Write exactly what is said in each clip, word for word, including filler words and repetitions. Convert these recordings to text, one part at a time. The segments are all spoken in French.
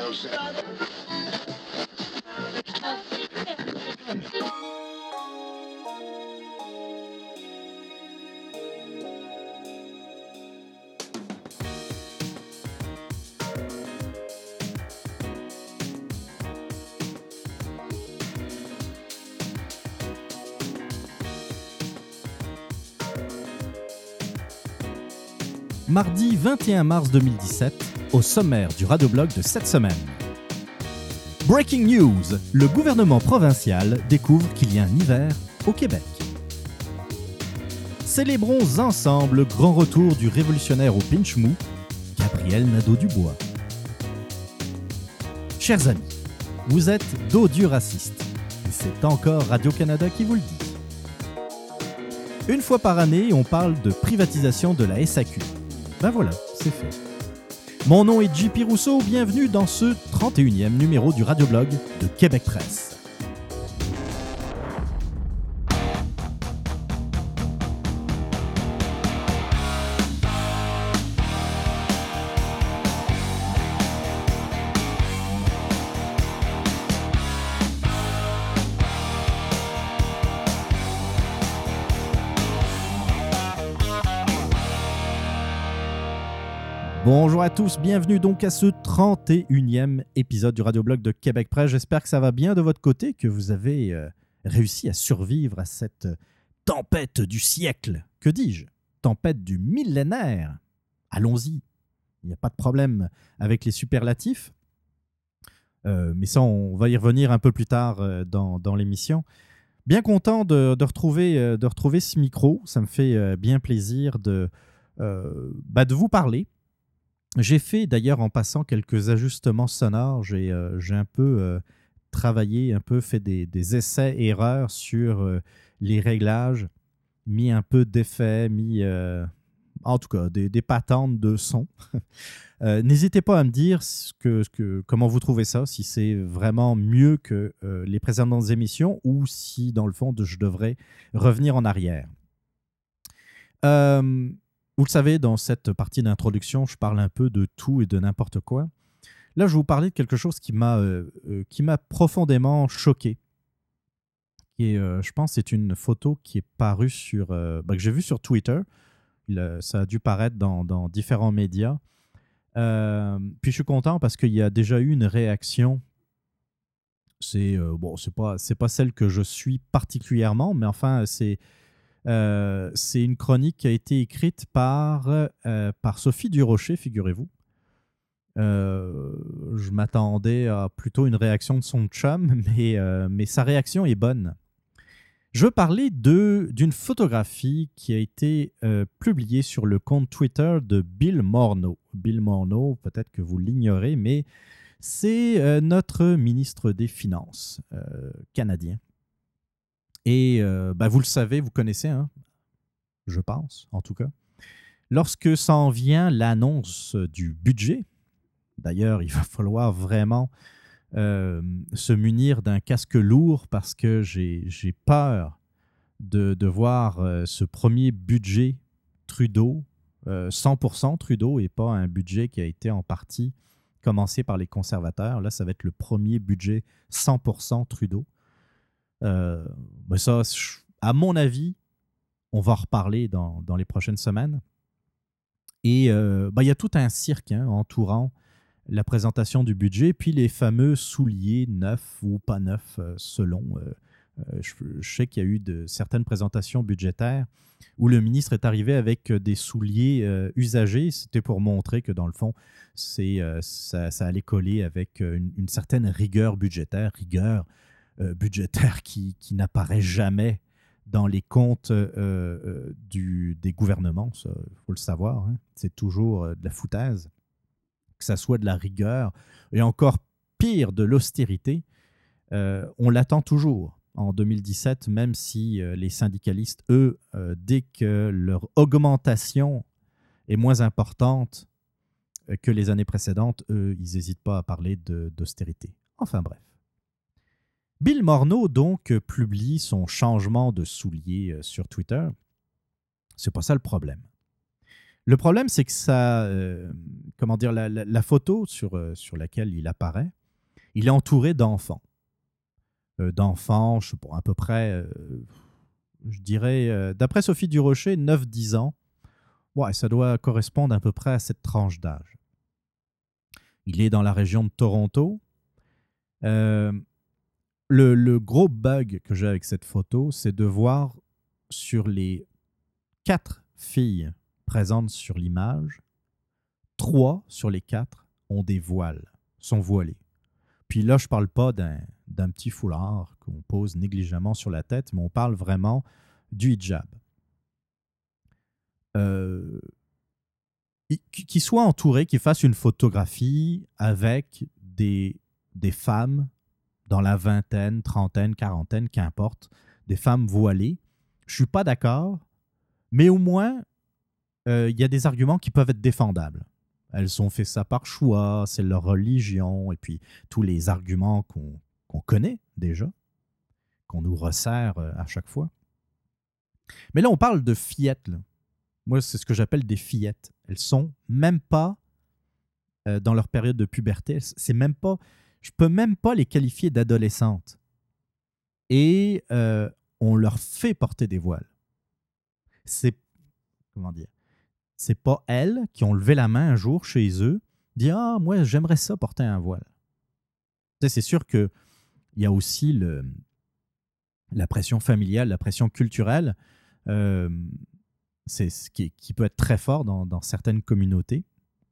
Mardi vingt et un mars deux mille dix-sept, au sommaire du radioblog de cette semaine. Breaking news, le gouvernement provincial découvre qu'il y a un hiver au Québec. Célébrons ensemble le grand retour du révolutionnaire au pinch mou, Gabriel Nadeau-Dubois. Chers amis, vous êtes d'odieux racistes, et c'est encore Radio-Canada qui vous le dit. Une fois par année, on parle de privatisation de la S A Q. Ben voilà, c'est fait. Mon nom est J P Rousseau, bienvenue dans ce trente et unième numéro du radioblog de Québec Presse. Bonjour à tous, bienvenue donc à ce trente et unième épisode du radioblog de Québec Presse. J'espère que ça va bien de votre côté, que vous avez euh, réussi à survivre à cette tempête du siècle. Que dis-je? Tempête du millénaire. Allons-y, il n'y a pas de problème avec les superlatifs. Euh, mais ça, on va y revenir un peu plus tard euh, dans, dans l'émission. Bien content de, de, retrouver, euh, de retrouver ce micro. Ça me fait euh, bien plaisir de, euh, bah, de vous parler. J'ai fait d'ailleurs en passant quelques ajustements sonores. J'ai, euh, j'ai un peu euh, travaillé, un peu fait des, des essais-erreurs sur euh, les réglages, mis un peu d'effets, mis euh, en tout cas des, des patentes de son. euh, n'hésitez pas à me dire ce que, ce que, comment vous trouvez ça, si c'est vraiment mieux que euh, les précédentes émissions ou si dans le fond je devrais revenir en arrière. Euh, Vous le savez, dans cette partie d'introduction, je parle un peu de tout et de n'importe quoi. Là, je vais vous parler de quelque chose qui m'a, euh, euh, qui m'a profondément choqué. Et euh, je pense que c'est une photo qui est parue sur, euh, bah, que j'ai vue sur Twitter. Il, euh, ça a dû paraître dans, dans différents médias. Euh, puis je suis content parce qu'il y a déjà eu une réaction. C'est euh, bon, c'est pas, c'est pas celle que je suis particulièrement, mais enfin, c'est Euh, c'est une chronique qui a été écrite par, euh, par Sophie Durocher, figurez-vous. Euh, je m'attendais à plutôt une réaction de son chum, mais, euh, mais sa réaction est bonne. Je veux parler de, d'une photographie qui a été euh, publiée sur le compte Twitter de Bill Morneau. Bill Morneau, peut-être que vous l'ignorez, mais c'est euh, notre ministre des Finances euh, canadien. Et euh, bah, vous le savez, vous connaissez, hein, je pense, en tout cas. Lorsque s'en vient l'annonce du budget, d'ailleurs, il va falloir vraiment euh, se munir d'un casque lourd parce que j'ai, j'ai peur de, de voir euh, ce premier budget Trudeau, euh, cent pour cent Trudeau, et pas un budget qui a été en partie commencé par les conservateurs. Là, ça va être le premier budget cent pour cent Trudeau. Euh, ben ça, à mon avis, on va en reparler dans, dans les prochaines semaines. Et euh, ben, y a tout un cirque hein, entourant la présentation du budget, puis les fameux souliers neufs ou pas neufs, euh, selon. Euh, euh, je, je sais qu'il y a eu de, certaines présentations budgétaires où le ministre est arrivé avec des souliers euh, usagés. C'était pour montrer que, dans le fond, c'est, euh, ça, ça allait coller avec une, une certaine rigueur budgétaire, rigueur Euh, budgétaire qui, qui n'apparaît jamais dans les comptes euh, euh, du, des gouvernements, ça, il faut le savoir. Hein. C'est toujours euh, de la foutaise, que ça soit de la rigueur, et encore pire, de l'austérité. Euh, on l'attend toujours en deux mille dix-sept, même si euh, les syndicalistes, eux, euh, dès que leur augmentation est moins importante euh, que les années précédentes, eux, ils n'hésitent pas à parler de, d'austérité. Enfin bref. Bill Morneau, donc, publie son changement de soulier sur Twitter. C'est pas ça le problème. Le problème, c'est que ça, euh, comment dire, la, la- la photo sur, euh, sur laquelle il apparaît, il est entouré d'enfants. Euh, d'enfants, je sais pas, à peu près, euh, je dirais, euh, d'après Sophie Durocher, neuf dix ans. Ouais, ça doit correspondre à peu près à cette tranche d'âge. Il est dans la région de Toronto. Euh, le, le gros bug que j'ai avec cette photo, c'est de voir sur les quatre filles présentes sur l'image, trois sur les quatre ont des voiles, sont voilées. Puis là, je ne parle pas d'un, d'un petit foulard qu'on pose négligemment sur la tête, mais on parle vraiment du hijab. Euh, qui soit entouré, qui fasse une photographie avec des, des femmes dans la vingtaine, trentaine, quarantaine, qu'importe, des femmes voilées. Je ne suis pas d'accord, mais au moins, il euh, y a des arguments qui peuvent être défendables. Elles ont fait ça par choix, c'est leur religion, et puis tous les arguments qu'on, qu'on connaît déjà, qu'on nous resserre euh, à chaque fois. Mais là, on parle de fillettes. Là. Moi, c'est ce que j'appelle des fillettes. Elles sont même pas euh, dans leur période de puberté. C'est même pas, je peux même pas les qualifier d'adolescentes. Et euh, on leur fait porter des voiles. C'est comment dire C'est pas elles qui ont levé la main un jour chez eux, dit ah moi j'aimerais ça porter un voile. Tu sais, c'est sûr que il y a aussi le, la pression familiale, la pression culturelle, euh, c'est ce qui, qui peut être très fort dans, dans certaines communautés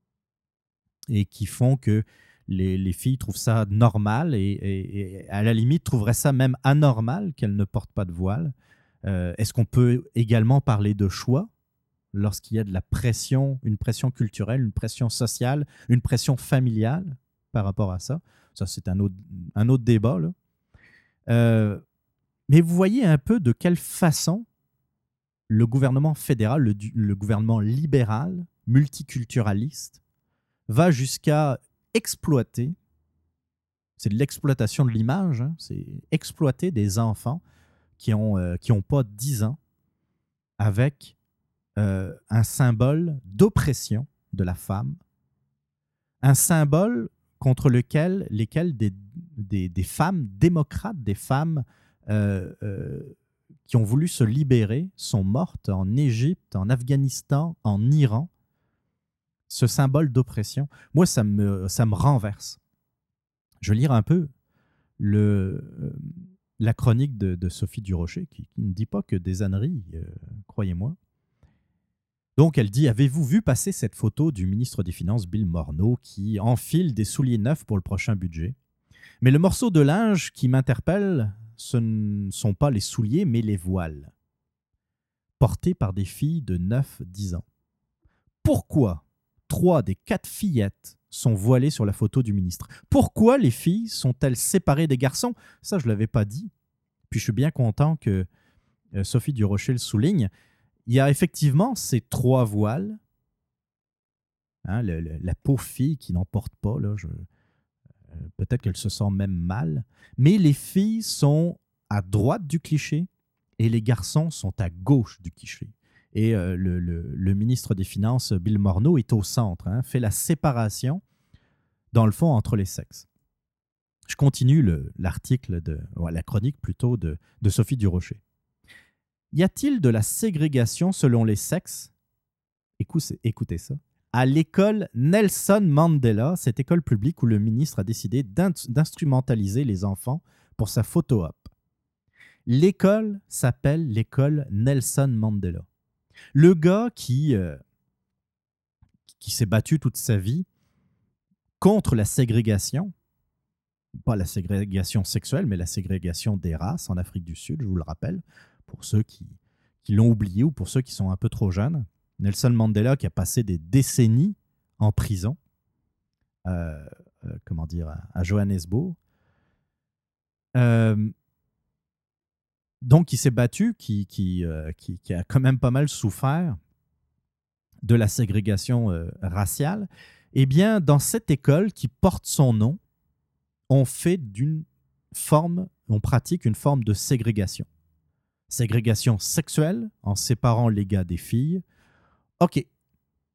et qui font que les, les filles trouvent ça normal et, et, et à la limite trouveraient ça même anormal qu'elles ne portent pas de voile. Euh, est-ce qu'on peut également parler de choix lorsqu'il y a de la pression, une pression culturelle, une pression sociale, une pression familiale par rapport à ça? Ça, c'est un autre, un autre débat, là. Euh, mais vous voyez un peu de quelle façon le gouvernement fédéral, le, le gouvernement libéral, multiculturaliste, va jusqu'à exploiter, c'est de l'exploitation de l'image, hein, c'est exploiter des enfants qui n'ont euh, qui ont pas dix ans avec euh, un symbole d'oppression de la femme, un symbole contre lequel lesquels des, des, des femmes démocrates, des femmes euh, euh, qui ont voulu se libérer, sont mortes en Égypte, en Afghanistan, en Iran. Ce symbole d'oppression, moi, ça me, ça me renverse. Je vais lire un peu le, euh, la chronique de, de Sophie Durocher, qui, qui ne dit pas que des âneries, euh, croyez-moi. Donc, elle dit, avez-vous vu passer cette photo du ministre des Finances, Bill Morneau, qui enfile des souliers neufs pour le prochain budget? Mais le morceau de linge qui m'interpelle, ce ne sont pas les souliers, mais les voiles, portés par des filles de neuf dix ans. Pourquoi trois des quatre fillettes sont voilées sur la photo du ministre? Pourquoi les filles sont-elles séparées des garçons? Ça, je ne l'avais pas dit. Puis je suis bien content que euh, Sophie Durocher le souligne. Il y a effectivement ces trois voiles. Hein, le, le, la pauvre fille qui n'en porte pas, là, je, euh, peut-être qu'elle se sent même mal. Mais les filles sont à droite du cliché et les garçons sont à gauche du cliché. Et euh, le, le, le ministre des Finances, Bill Morneau, est au centre, hein, fait la séparation, dans le fond, entre les sexes. Je continue le, l'article, de, ouais, la chronique plutôt, de, de Sophie Durocher. Y a-t-il de la ségrégation selon les sexes? Écoutez, écoutez ça. À l'école Nelson Mandela, cette école publique où le ministre a décidé d'instrumentaliser les enfants pour sa photo op. L'école s'appelle l'école Nelson Mandela. Le gars qui, euh, qui s'est battu toute sa vie contre la ségrégation, pas la ségrégation sexuelle, mais la ségrégation des races en Afrique du Sud, je vous le rappelle, pour ceux qui, qui l'ont oublié ou pour ceux qui sont un peu trop jeunes. Nelson Mandela qui a passé des décennies en prison, euh, euh, comment dire, à, à Johannesburg. Euh, donc, qui s'est battu, qui, qui, euh, qui, qui a quand même pas mal souffert de la ségrégation euh, raciale. Eh bien, dans cette école qui porte son nom, on fait d'une forme, on pratique une forme de ségrégation. Ségrégation sexuelle, en séparant les gars des filles. OK,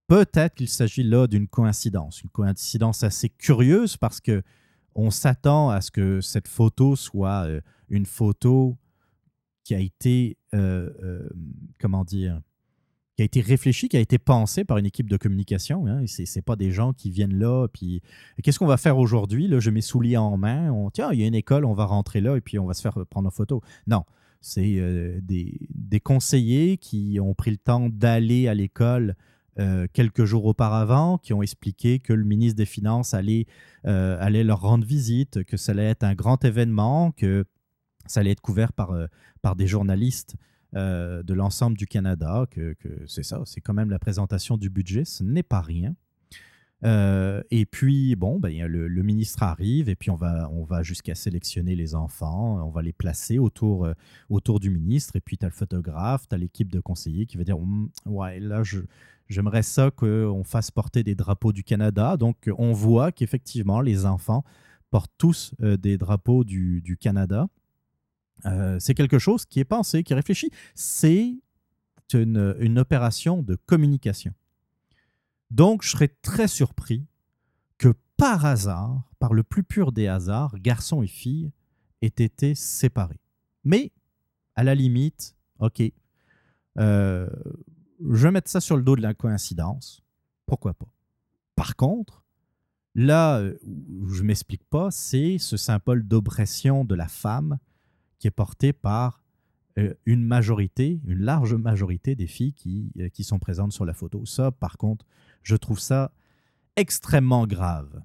peut-être qu'il s'agit là d'une coïncidence, une coïncidence assez curieuse parce que on s'attend à ce que cette photo soit euh, une photo qui a été, euh, euh, comment dire, qui a été réfléchie, qui a été pensée par une équipe de communication. Hein. Ce n'est pas des gens qui viennent là, puis qu'est-ce qu'on va faire aujourd'hui? Là, je mets souliers en main, on, tiens, il y a une école, on va rentrer là et puis on va se faire prendre en photo. Non, c'est euh, des, des conseillers qui ont pris le temps d'aller à l'école euh, quelques jours auparavant, qui ont expliqué que le ministre des Finances allait, euh, allait leur rendre visite, que ça allait être un grand événement, que ça allait être couvert par, euh, par des journalistes euh, de l'ensemble du Canada, que, que c'est ça, c'est quand même la présentation du budget, ce n'est pas rien. Euh, et puis, bon, ben, le, le ministre arrive et puis on va, on va jusqu'à sélectionner les enfants, on va les placer autour, euh, autour du ministre et puis tu as le photographe, tu as l'équipe de conseillers qui va dire hm, « Ouais, là, je, j'aimerais ça qu'on fasse porter des drapeaux du Canada. » Donc, on voit qu'effectivement, les enfants portent tous euh, des drapeaux du, du Canada. Euh, c'est quelque chose qui est pensé, qui est réfléchi. C'est une, une opération de communication. Donc, je serais très surpris que par hasard, par le plus pur des hasards, garçons et filles aient été séparés. Mais, à la limite, OK, euh, je vais mettre ça sur le dos de la coïncidence. Pourquoi pas? Par contre, là où je ne m'explique pas, c'est ce symbole d'oppression de la femme qui est porté par euh, une majorité, une large majorité des filles qui, euh, qui sont présentes sur la photo. Ça, par contre, je trouve ça extrêmement grave.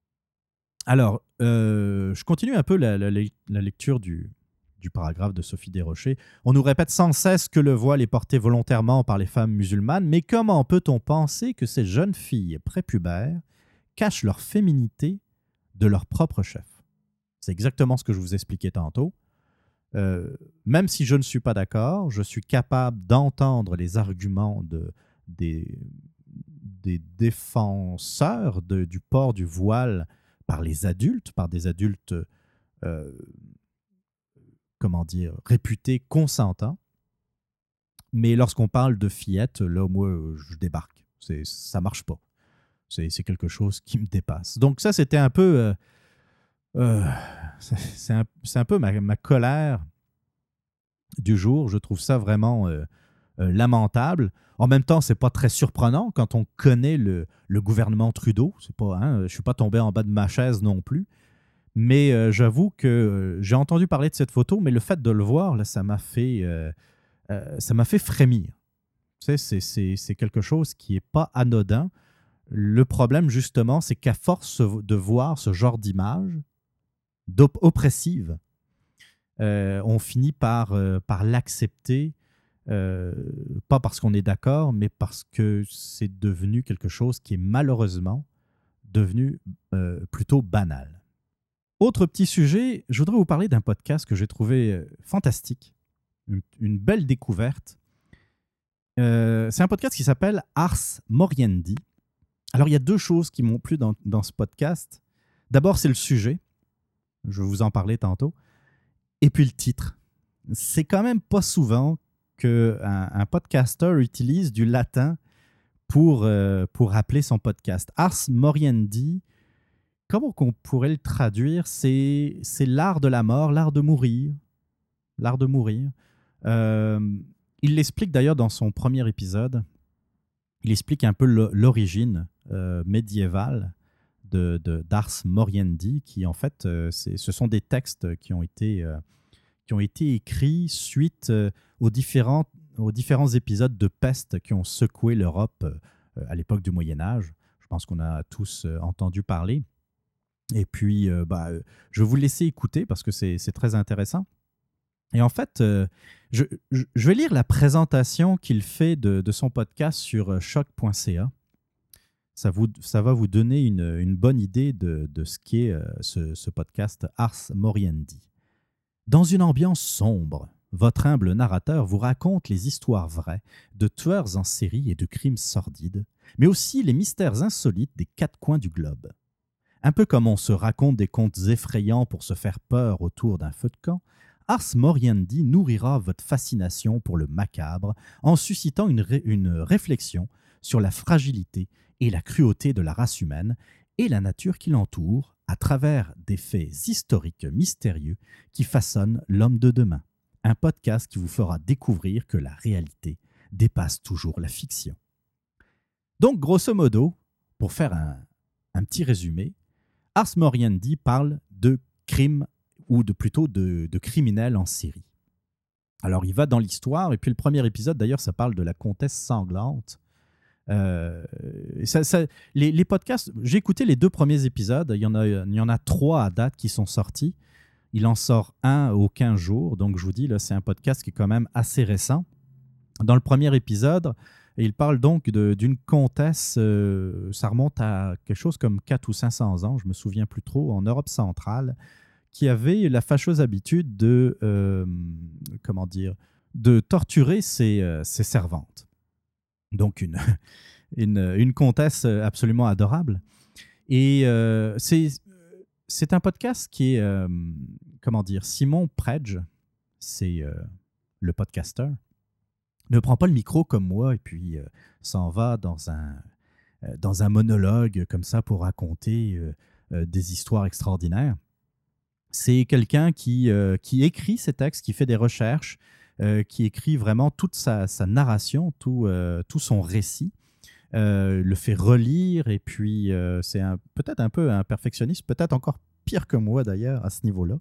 Alors, euh, je continue un peu la, la, la lecture du, du paragraphe de Sophie Desrochers. On nous répète sans cesse que le voile est porté volontairement par les femmes musulmanes, mais comment peut-on penser que ces jeunes filles prépubères cachent leur féminité de leur propre chef? C'est exactement ce que je vous expliquais tantôt. Euh, même si je ne suis pas d'accord, je suis capable d'entendre les arguments de, des, des défenseurs de, du port du voile par les adultes, par des adultes, euh, comment dire, réputés, consentants. Mais lorsqu'on parle de fillettes, là, moi, je débarque. C'est, ça ne marche pas. C'est, c'est quelque chose qui me dépasse. Donc ça, c'était un peu... Euh, euh, c'est, un, c'est un peu ma, ma colère du jour. Je trouve ça vraiment euh, euh, lamentable. En même temps, c'est pas très surprenant quand on connaît le, le gouvernement Trudeau. C'est pas, hein, je ne suis pas tombé en bas de ma chaise non plus. Mais euh, j'avoue que euh, j'ai entendu parler de cette photo, mais le fait de le voir, là, ça m'a fait, euh, euh, ça m'a fait frémir. Tu sais, c'est, c'est, c'est quelque chose qui n'est pas anodin. Le problème, justement, c'est qu'à force de voir ce genre d'image oppressive, Euh, on finit par, euh, par l'accepter, euh, pas parce qu'on est d'accord, mais parce que c'est devenu quelque chose qui est malheureusement devenu euh, plutôt banal. Autre petit sujet, je voudrais vous parler d'un podcast que j'ai trouvé euh, fantastique, une, une belle découverte. Euh, c'est un podcast qui s'appelle Ars Moriendi. Alors, il y a deux choses qui m'ont plu dans, dans ce podcast. D'abord, c'est le sujet. Je vais vous en parler tantôt. Et puis le titre. C'est quand même pas souvent qu'un un podcaster utilise du latin pour, euh, pour appeler son podcast. Ars Moriendi, comment on pourrait le traduire? C'est, c'est l'art de la mort, l'art de mourir. L'art de mourir. Euh, il l'explique d'ailleurs dans son premier épisode. Il explique un peu l'origine euh, médiévale de, de, d'Ars Moriendi, qui en fait, euh, c'est, ce sont des textes qui ont été... Euh, qui ont été écrits suite euh, aux, différents, aux différents épisodes de peste qui ont secoué l'Europe euh, à l'époque du Moyen-Âge. Je pense qu'on a tous euh, entendu parler. Et puis, euh, bah, je vais vous laisser écouter parce que c'est, c'est très intéressant. Et en fait, euh, je, je, je vais lire la présentation qu'il fait de, de son podcast sur choc point c a. Ça, vous, ça va vous donner une, une bonne idée de, de ce qu'est euh, ce, ce podcast Ars Moriendi. Dans une ambiance sombre, votre humble narrateur vous raconte les histoires vraies de tueurs en série et de crimes sordides, mais aussi les mystères insolites des quatre coins du globe. Un peu comme on se raconte des contes effrayants pour se faire peur autour d'un feu de camp, Ars Moriendi nourrira votre fascination pour le macabre en suscitant une, ré- une réflexion sur la fragilité et la cruauté de la race humaine et la nature qui l'entoure à travers des faits historiques mystérieux qui façonnent l'homme de demain. Un podcast qui vous fera découvrir que la réalité dépasse toujours la fiction. Donc, grosso modo, pour faire un, un petit résumé, Ars Moriendi parle de crimes, ou de, plutôt de, de criminels en série. Alors, il va dans l'histoire, et puis le premier épisode, d'ailleurs, ça parle de la comtesse sanglante. Euh, ça, ça, les, les podcasts, j'ai écouté les deux premiers épisodes, il y, en a, il y en a trois à date qui sont sortis. Il en sort un aux quinze jours, donc je vous dis, là, c'est un podcast qui est quand même assez récent. Dans le premier épisode, il parle donc de, d'une comtesse, euh, ça remonte à quelque chose comme quatre ou cinq cents ans, je ne me souviens plus trop, en Europe centrale, qui avait la fâcheuse habitude de, euh, comment dire, de torturer ses, euh, ses servantes. Donc une, une, une comtesse absolument adorable. Et euh, c'est, c'est un podcast qui est, euh, comment dire, Simon Predge, c'est euh, le podcasteur, ne prend pas le micro comme moi et puis euh, s'en va dans un, euh, dans un monologue comme ça pour raconter euh, euh, des histoires extraordinaires. C'est quelqu'un qui, euh, qui écrit ses textes, qui fait des recherches, euh, qui écrit vraiment toute sa, sa narration, tout, euh, tout son récit, euh, le fait relire et puis euh, c'est un, peut-être un peu un perfectionniste, peut-être encore pire que moi d'ailleurs à ce niveau-là.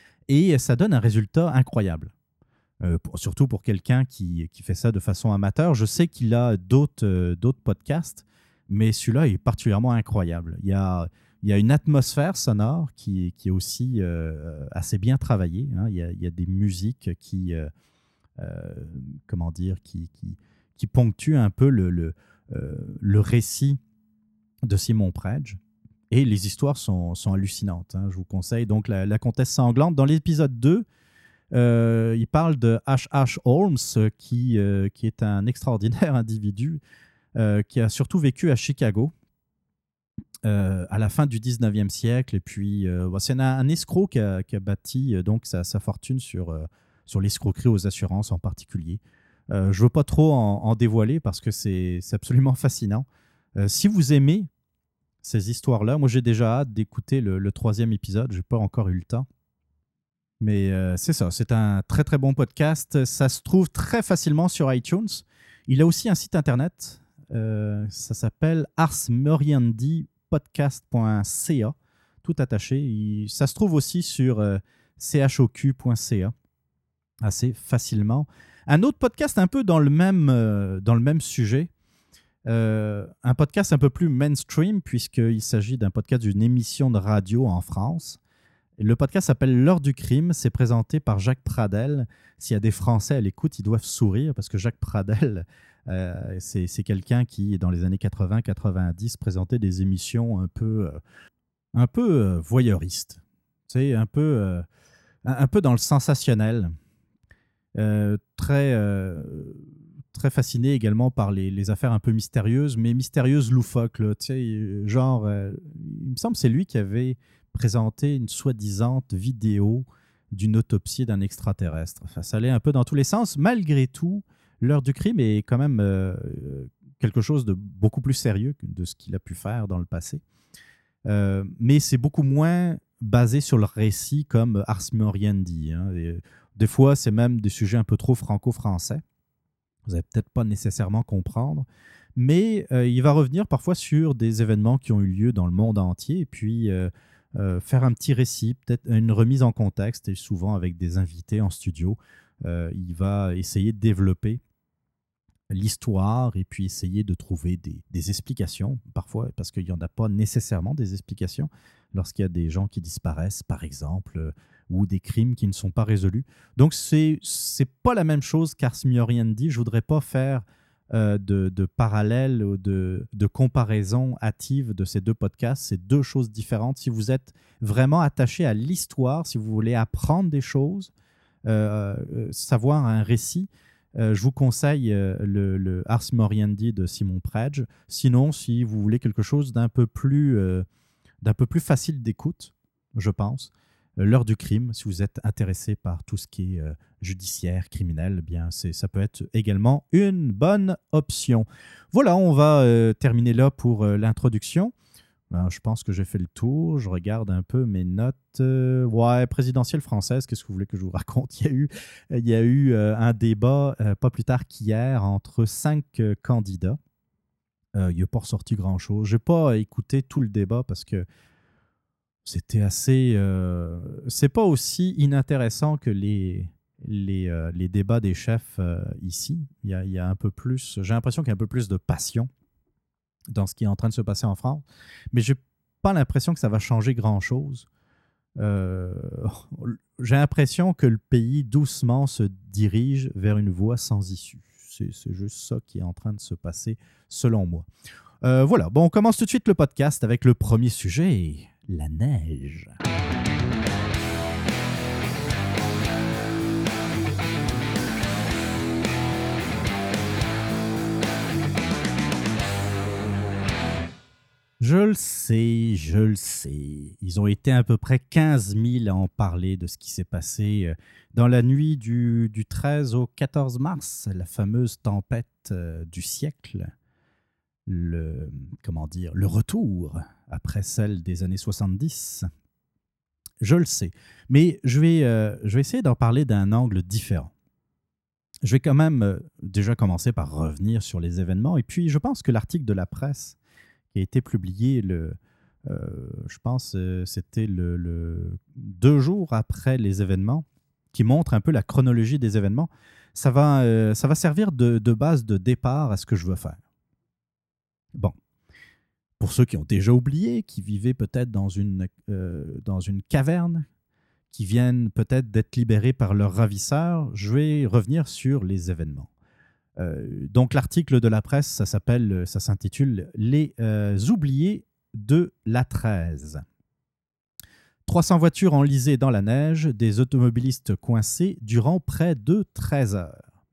Et ça donne un résultat incroyable. Euh, pour, surtout pour quelqu'un qui, qui fait ça de façon amateur. Je sais qu'il a d'autres, euh, d'autres podcasts, mais celui-là est particulièrement incroyable. Il y a, il y a une atmosphère sonore qui, qui est aussi euh, assez bien travaillée. Hein. Il y a, il y a des musiques qui, euh, euh, comment dire, qui, qui, qui ponctuent un peu le, le, euh, le récit de Simon Predge. Et les histoires sont, sont hallucinantes. Hein. Je vous conseille donc la, la comtesse sanglante. Dans l'épisode deux, Euh, il parle de H H. Holmes, qui, euh, qui est un extraordinaire individu euh, qui a surtout vécu à Chicago euh, à la fin du dix-neuvième siècle. Et puis, euh, bah, c'est un, un escroc qui a, qui a bâti euh, donc, sa, sa fortune sur, euh, sur l'escroquerie aux assurances en particulier. Euh, je ne veux pas trop en, en dévoiler parce que c'est, c'est absolument fascinant. Euh, si vous aimez ces histoires-là, moi j'ai déjà hâte d'écouter le, le troisième épisode. Je n'ai pas encore eu le temps. Mais euh, c'est ça, c'est un très très bon podcast. Ça se trouve très facilement sur iTunes. Il a aussi un site internet. Euh, ça s'appelle ars moriendi podcast point c a, tout attaché. Il, ça se trouve aussi sur euh, c h o q point c a assez facilement. Un autre podcast un peu dans le même, euh, dans le même sujet. Euh, un podcast un peu plus mainstream puisqu'il s'agit d'un podcast d'une émission de radio en France. Le podcast s'appelle L'heure du crime. C'est présenté par Jacques Pradel. S'il y a des Français à l'écoute, ils doivent sourire parce que Jacques Pradel, euh, c'est, c'est quelqu'un qui, dans les années quatre-vingts quatre-vingt-dix, présentait des émissions un peu, euh, un peu euh, voyeuristes. Tu sais, un peu, euh, un, un peu dans le sensationnel. Euh, très, euh, très fasciné également par les, les affaires un peu mystérieuses, mais mystérieuses loufoques. Là, tu sais, genre, euh, il me semble que c'est lui qui avait présenté une soi-disant vidéo d'une autopsie d'un extraterrestre. Enfin, ça allait un peu dans tous les sens. Malgré tout, l'heure du crime est quand même euh, quelque chose de beaucoup plus sérieux que de ce qu'il a pu faire dans le passé. Euh, mais c'est beaucoup moins basé sur le récit comme Ars Moriendi. Hein. Et, des fois, c'est même des sujets un peu trop franco-français. Vous n'allez peut-être pas nécessairement comprendre. Mais euh, il va revenir parfois sur des événements qui ont eu lieu dans le monde entier et puis euh, euh, faire un petit récit, peut-être une remise en contexte, et souvent avec des invités en studio. Euh, il va essayer de développer l'histoire et puis essayer de trouver des, des explications, parfois, parce qu'il n'y en a pas nécessairement des explications lorsqu'il y a des gens qui disparaissent, par exemple, euh, ou des crimes qui ne sont pas résolus. Donc, c'est c'est pas la même chose qu'Ars Moriendi. Je ne voudrais pas faire euh, de, de parallèle ou de, de comparaison hâtive de ces deux podcasts. C'est deux choses différentes. Si vous êtes vraiment attaché à l'histoire, si vous voulez apprendre des choses, euh, euh, savoir un récit, Euh, je vous conseille euh, le, le Ars Moriendi de Simon Predge. Sinon, si vous voulez quelque chose d'un peu plus, euh, d'un peu plus facile d'écoute, je pense, euh, l'heure du crime. Si vous êtes intéressé par tout ce qui est euh, judiciaire, criminel, eh bien c'est, ça peut être également une bonne option. Voilà, on va euh, terminer là pour euh, l'introduction. Ben, je pense que j'ai fait le tour. Je regarde un peu mes notes. Euh, ouais, présidentielle française, qu'est-ce que vous voulez que je vous raconte? Il y a eu, il y a eu euh, un débat euh, pas plus tard qu'hier entre cinq euh, candidats. Euh, il n'est pas ressorti grand-chose. Je n'ai pas écouté tout le débat parce que c'était assez... Euh, c'est pas aussi inintéressant que les, les, euh, les débats des chefs euh, ici. Il y a, il y a un peu plus... J'ai l'impression qu'il y a un peu plus de passion dans ce qui est en train de se passer en France. Mais je n'ai pas l'impression que ça va changer grand-chose. Euh, j'ai l'impression que le pays doucement se dirige vers une voie sans issue. C'est, c'est juste ça qui est en train de se passer, selon moi. Euh, voilà, bon, on commence tout de suite le podcast avec le premier sujet, la neige. Je le sais, je le sais. Ils ont été à peu près quinze mille à en parler de ce qui s'est passé dans la nuit du, du treize au quatorze mars, la fameuse tempête euh, du siècle. Le, comment dire, le retour après celle des années soixante-dix. Je le sais. Mais je vais, euh, je vais essayer d'en parler d'un angle différent. Je vais quand même euh, déjà commencer par revenir sur les événements. Et puis, je pense que l'article de la presse qui a été publié, le, euh, je pense euh, c'était le, le deux jours après les événements, qui montre un peu la chronologie des événements, ça va, euh, ça va servir de, de base de départ à ce que je veux faire. Bon, pour ceux qui ont déjà oublié, qui vivaient peut-être dans une, euh, dans une caverne, qui viennent peut-être d'être libérés par leurs ravisseurs, je vais revenir sur les événements. Euh, donc l'article de la presse, ça s'appelle, ça s'intitule « Les euh, oubliés de l'A treize ». trois cents voitures enlisées dans la neige, des automobilistes coincés durant près de treize heures.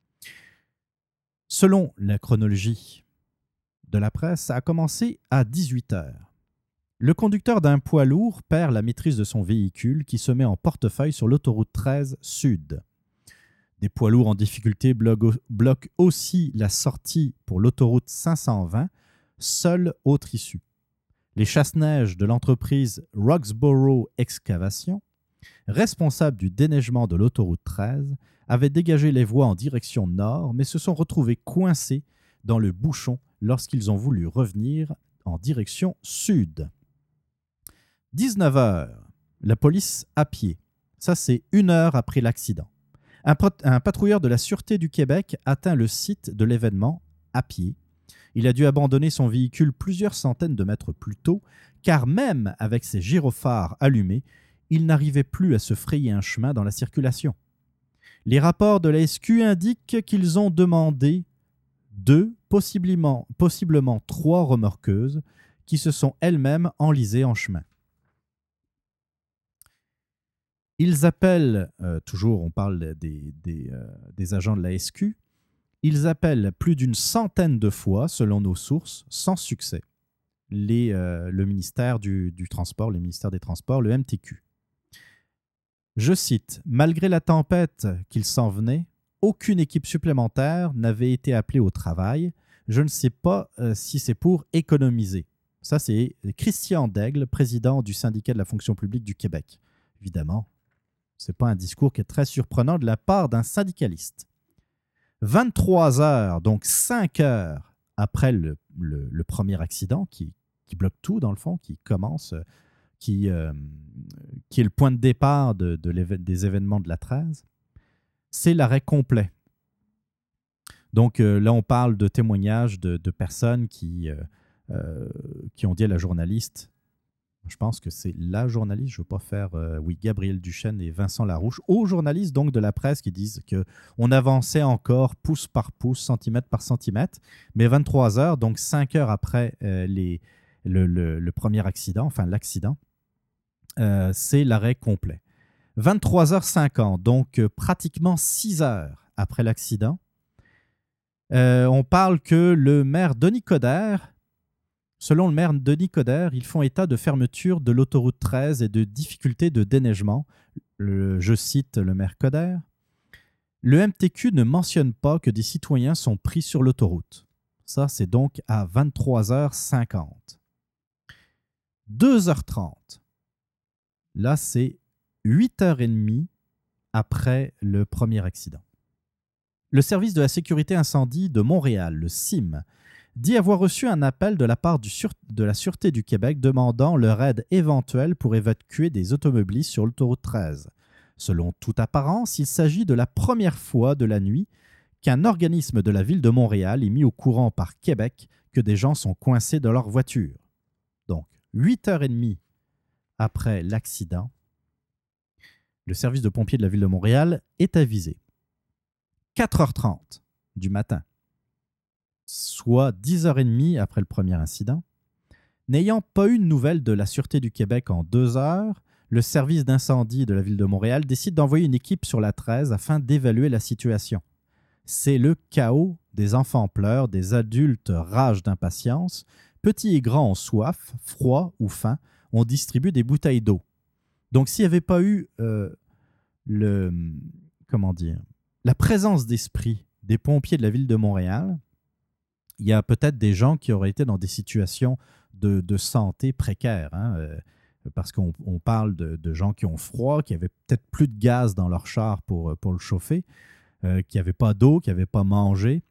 Selon la chronologie de la presse, ça a commencé à dix-huit heures. Le conducteur d'un poids lourd perd la maîtrise de son véhicule qui se met en portefeuille sur l'autoroute treize Sud. Des poids lourds en difficulté bloquent aussi la sortie pour l'autoroute cinq cent vingt, seule autre issue. Les chasse-neige de l'entreprise Roxborough Excavation, responsable du déneigement de l'autoroute treize, avaient dégagé les voies en direction nord, mais se sont retrouvés coincés dans le bouchon lorsqu'ils ont voulu revenir en direction sud. dix-neuf heures, la police à pied. Ça, c'est une heure après l'accident. Un, pat- un patrouilleur de la Sûreté du Québec atteint le site de l'événement à pied. Il a dû abandonner son véhicule plusieurs centaines de mètres plus tôt, car même avec ses gyrophares allumés, il n'arrivait plus à se frayer un chemin dans la circulation. Les rapports de la S Q indiquent qu'ils ont demandé deux, possiblement, possiblement trois remorqueuses qui se sont elles-mêmes enlisées en chemin. Ils appellent, euh, toujours on parle des, des, euh, des agents de la S Q, ils appellent plus d'une centaine de fois, selon nos sources, sans succès, les, euh, le ministère du, du Transport, le ministère des Transports, le M T Q. Je cite, « Malgré la tempête qu'il s'en venait, aucune équipe supplémentaire n'avait été appelée au travail. Je ne sais pas euh, si c'est pour économiser. » Ça, c'est Christian Daigle, président du syndicat de la fonction publique du Québec. Évidemment, ce n'est pas un discours qui est très surprenant de la part d'un syndicaliste. vingt-trois heures, donc cinq heures après le, le, le premier accident qui, qui bloque tout, dans le fond, qui commence, qui, euh, qui est le point de départ de, de des événements de la treize, c'est l'arrêt complet. Donc euh, là, on parle de témoignages de, de personnes qui, euh, euh, qui ont dit à la journaliste, je pense que c'est la journaliste, je ne veux pas faire, euh, oui, Gabriel Duchesne et Vincent Larouche, aux journalistes donc de la presse qui disent qu'on avançait encore pouce par pouce, centimètre par centimètre, mais vingt-trois heures, donc cinq heures après euh, les, le, le, le premier accident, enfin l'accident, euh, c'est l'arrêt complet. vingt-trois heures cinquante, donc euh, pratiquement six heures après l'accident, euh, on parle que le maire Denis Coderre Selon le maire Denis Coderre, ils font état de fermeture de l'autoroute treize et de difficultés de déneigement. Le- je cite le maire Coderre. Le M T Q ne mentionne pas que des citoyens sont pris sur l'autoroute. Ça, c'est donc à vingt-trois heures cinquante. deux heures trente. Là, c'est huit heures trente après le premier accident. Le service de la sécurité incendie de Montréal, le C I M, dit avoir reçu un appel de la part du Sûre- de la Sûreté du Québec demandant leur aide éventuelle pour évacuer des automobilistes sur l'autoroute treize. Selon toute apparence, il s'agit de la première fois de la nuit qu'un organisme de la ville de Montréal est mis au courant par Québec que des gens sont coincés dans leur voiture. Donc, huit heures trente après l'accident, le service de pompiers de la ville de Montréal est avisé. quatre heures trente du matin, soit dix heures trente après le premier incident. N'ayant pas eu de nouvelles de la Sûreté du Québec en deux heures, le service d'incendie de la ville de Montréal décide d'envoyer une équipe sur la treize afin d'évaluer la situation. C'est le chaos, des enfants pleurent, des adultes ragent d'impatience, petits et grands ont soif, froid ou faim, on distribue des bouteilles d'eau. Donc s'il n'y avait pas eu euh, le, comment dire, la présence d'esprit des pompiers de la ville de Montréal, il y a peut-être des gens qui auraient été dans des situations de, de santé précaires, hein, euh, parce qu'on on parle de, de gens qui ont froid, qui avaient peut-être plus de gaz dans leur char pour, pour le chauffer, euh, qui n'avaient pas d'eau, qui n'avaient pas mangé.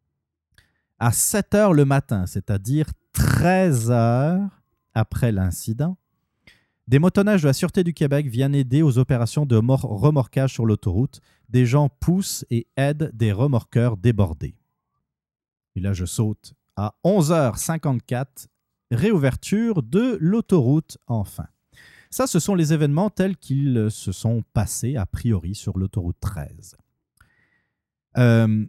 À sept heures le matin, c'est-à-dire treize heures après l'incident, des motonnages de la Sûreté du Québec viennent aider aux opérations de mor- remorquage sur l'autoroute. Des gens poussent et aident des remorqueurs débordés. Et là, je saute à onze heures cinquante-quatre, réouverture de l'autoroute enfin. Ça, ce sont les événements tels qu'ils se sont passés a priori sur l'autoroute treize. Euh,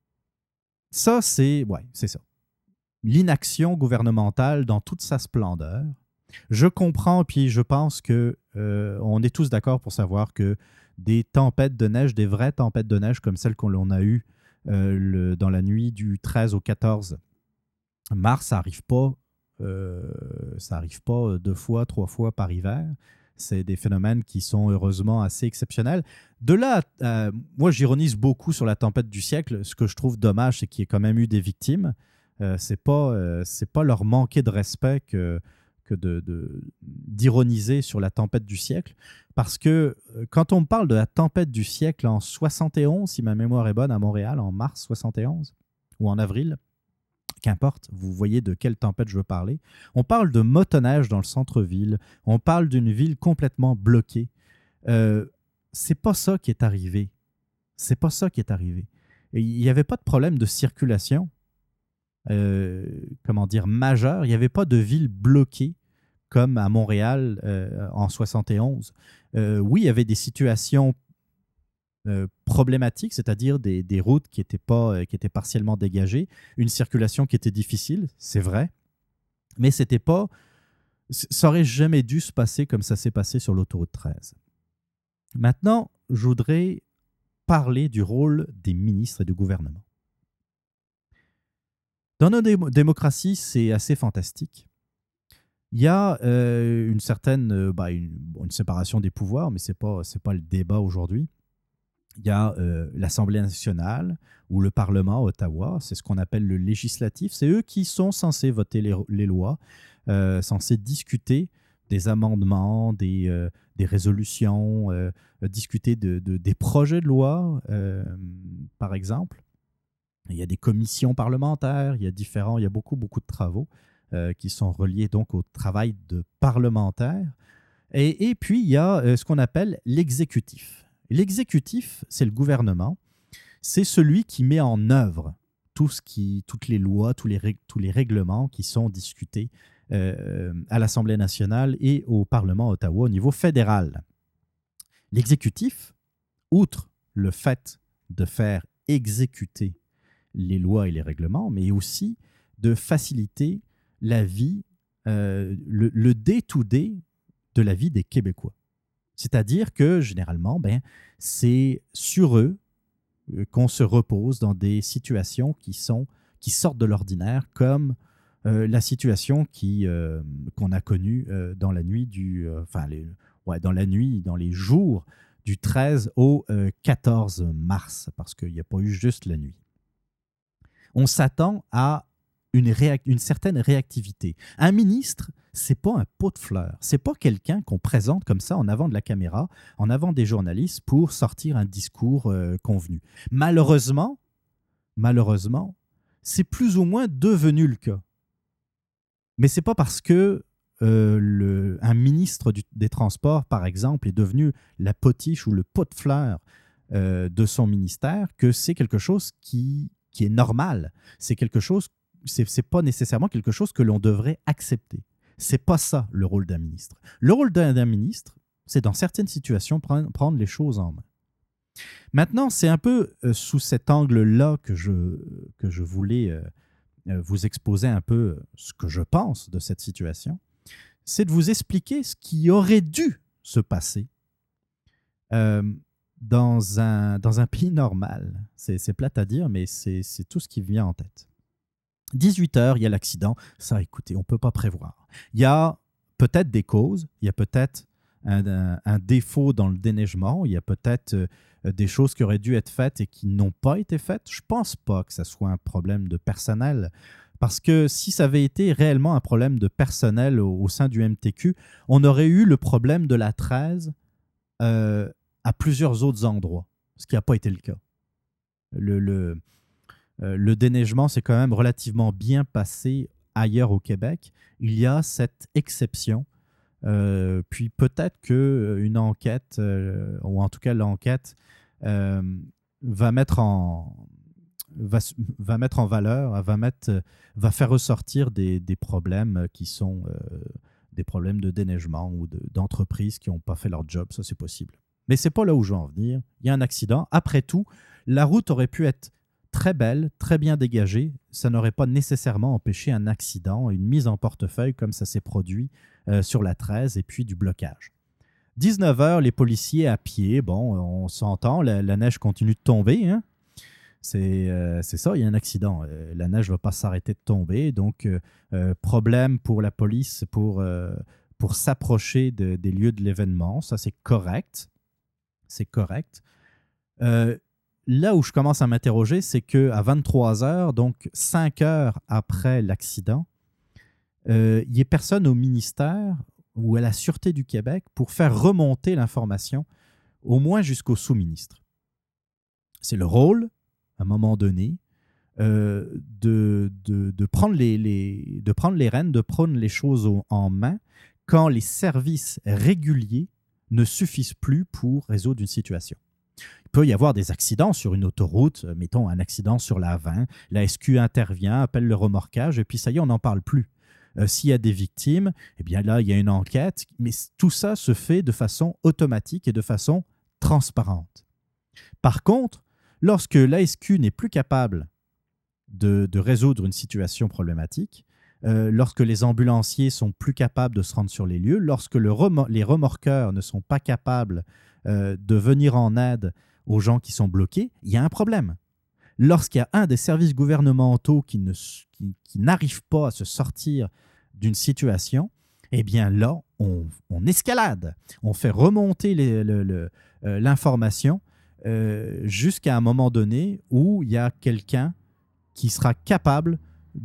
ça, c'est, ouais, c'est ça. L'inaction gouvernementale dans toute sa splendeur. Je comprends, puis je pense que euh, on est tous d'accord pour savoir que des tempêtes de neige, des vraies tempêtes de neige comme celles qu'on a eues euh, le, dans la nuit du treize au quatorze mars, ça n'arrive pas, euh, ça arrive pas deux fois, trois fois par hiver. C'est des phénomènes qui sont heureusement assez exceptionnels. De là, euh, moi, j'ironise beaucoup sur la tempête du siècle. Ce que je trouve dommage, c'est qu'il y ait quand même eu des victimes. Euh, c'est pas, euh, c'est pas leur manquer de respect que, que de, de- d'ironiser sur la tempête du siècle. Parce que euh, quand on me parle de la tempête du siècle en soixante et onze, si ma mémoire est bonne, à Montréal, en mars soixante et onze, ou en avril, qu'importe, vous voyez de quelle tempête je veux parler. On parle de motoneige dans le centre-ville. On parle d'une ville complètement bloquée. Euh, c'est pas ça qui est arrivé. C'est pas ça qui est arrivé. Et il n'y avait pas de problème de circulation, euh, comment dire, majeur. Il n'y avait pas de ville bloquée comme à Montréal euh, en soixante et onze. Euh, oui, il y avait des situations euh, problématiques, c'est-à-dire des, des routes qui étaient, pas, euh, qui étaient partiellement dégagées, une circulation qui était difficile, c'est vrai, mais c'était pas, c- ça aurait jamais dû se passer comme ça s'est passé sur l'autoroute treize. Maintenant, je voudrais parler du rôle des ministres et du gouvernement. Dans nos dé- démocraties, c'est assez fantastique. Il y a euh, une certaine euh, bah, une, bon, une séparation des pouvoirs, mais ce n'est pas, c'est pas le débat aujourd'hui. Il y a euh, l'Assemblée nationale ou le Parlement à Ottawa, c'est ce qu'on appelle le législatif. C'est eux qui sont censés voter les, les lois, euh, censés discuter des amendements, des, euh, des résolutions, euh, discuter de, de- des projets de loi, euh, par exemple. Il y a des commissions parlementaires, il y a différents, il y a beaucoup, beaucoup de travaux euh, qui sont reliés donc au travail de parlementaire. Et, et puis, il y a euh, ce qu'on appelle l'exécutif. L'exécutif, c'est le gouvernement. C'est celui qui met en œuvre tout ce qui, toutes les lois, tous les, règ- tous les règlements qui sont discutés euh, à l'Assemblée nationale et au Parlement à Ottawa au niveau fédéral. L'exécutif, outre le fait de faire exécuter les lois et les règlements, mais aussi de faciliter la vie, euh, le, le day-to-day de la vie des Québécois. C'est-à-dire que, généralement, ben, c'est sur eux euh, qu'on se repose dans des situations qui, sont, qui sortent de l'ordinaire, comme euh, la situation qui, euh, qu'on a connue euh, dans la nuit du, euh, enfin les, ouais, dans la nuit, dans les jours du treize au euh, quatorze mars, parce qu'il n'y a pas eu juste la nuit. On s'attend à une, réac- une certaine réactivité. Un ministre, c'est pas un pot de fleurs. C'est pas quelqu'un qu'on présente comme ça en avant de la caméra, en avant des journalistes pour sortir un discours euh, convenu. Malheureusement, malheureusement, c'est plus ou moins devenu le cas. Mais c'est pas parce que euh, le, un ministre du- des Transports, par exemple, est devenu la potiche ou le pot de fleurs euh, de son ministère que c'est quelque chose qui, qui est normal. C'est quelque chose, c'est, c'est pas nécessairement quelque chose que l'on devrait accepter. C'est pas ça le rôle d'un ministre. Le rôle d'un, d'un ministre, c'est dans certaines situations prendre, prendre les choses en main. Maintenant, c'est un peu euh, sous cet angle-là que je, que je voulais euh, euh, vous exposer un peu ce que je pense de cette situation. C'est de vous expliquer ce qui aurait dû se passer euh, dans, un, dans un pays normal. C'est, c'est plate à dire, mais c'est, c'est tout ce qui vient en tête. dix-huit heures, il y a l'accident. Ça, écoutez, on ne peut pas prévoir. Il y a peut-être des causes, il y a peut-être un, un, un défaut dans le déneigement, il y a peut-être euh, des choses qui auraient dû être faites et qui n'ont pas été faites. Je ne pense pas que ça soit un problème de personnel, parce que si ça avait été réellement un problème de personnel au, au sein du M T Q, on aurait eu le problème de la treize euh, à plusieurs autres endroits, ce qui n'a pas été le cas. Le... le Euh, le déneigement s'est quand même relativement bien passé ailleurs au Québec. Il y a cette exception. Euh, puis peut-être qu'une enquête, euh, ou en tout cas l'enquête, euh, va mettre en va, va mettre en valeur, va, mettre, va faire ressortir des, des problèmes qui sont euh, des problèmes de déneigement ou de, d'entreprises qui n'ont pas fait leur job. Ça, c'est possible. Mais ce n'est pas là où je veux en venir. Il y a un accident. Après tout, la route aurait pu être très belle, très bien dégagée. Ça n'aurait pas nécessairement empêché un accident, une mise en portefeuille comme ça s'est produit euh, sur la treize et puis du blocage. dix-neuf heures, les policiers à pied, bon, on s'entend, la, la neige continue de tomber. Hein? C'est, euh, c'est ça, il y a un accident. Euh, la neige ne va pas s'arrêter de tomber. Donc, euh, euh, problème pour la police pour, euh, pour s'approcher de, des lieux de l'événement. Ça, c'est correct. C'est correct. Euh, Là où je commence à m'interroger, c'est qu'à vingt-trois heures, donc cinq heures après l'accident, euh, il n'y ait personne au ministère ou à la Sûreté du Québec pour faire remonter l'information, au moins jusqu'au sous-ministre. C'est le rôle, à un moment donné, euh, de, de, de, prendre les, les, de prendre les rênes, de prendre les choses au, en main quand les services réguliers ne suffisent plus pour résoudre une situation. Il peut y avoir des accidents sur une autoroute, mettons un accident sur la vingt, la S Q intervient, appelle le remorquage, et puis ça y est, on n'en parle plus. Euh, s'il y a des victimes, eh bien là, il y a une enquête, mais tout ça se fait de façon automatique et de façon transparente. Par contre, lorsque l'A S Q n'est plus capable de, de résoudre une situation problématique, euh, lorsque les ambulanciers sont plus capables de se rendre sur les lieux, lorsque le remo- les remorqueurs ne sont pas capables euh, de venir en aide aux gens qui sont bloqués, il y a un problème. Lorsqu'il y a un des services gouvernementaux qui, ne, qui, qui n'arrive pas à se sortir d'une situation, eh bien là, on, on escalade. On fait remonter les, le, le, euh, l'information euh, jusqu'à un moment donné où il y a quelqu'un qui sera capable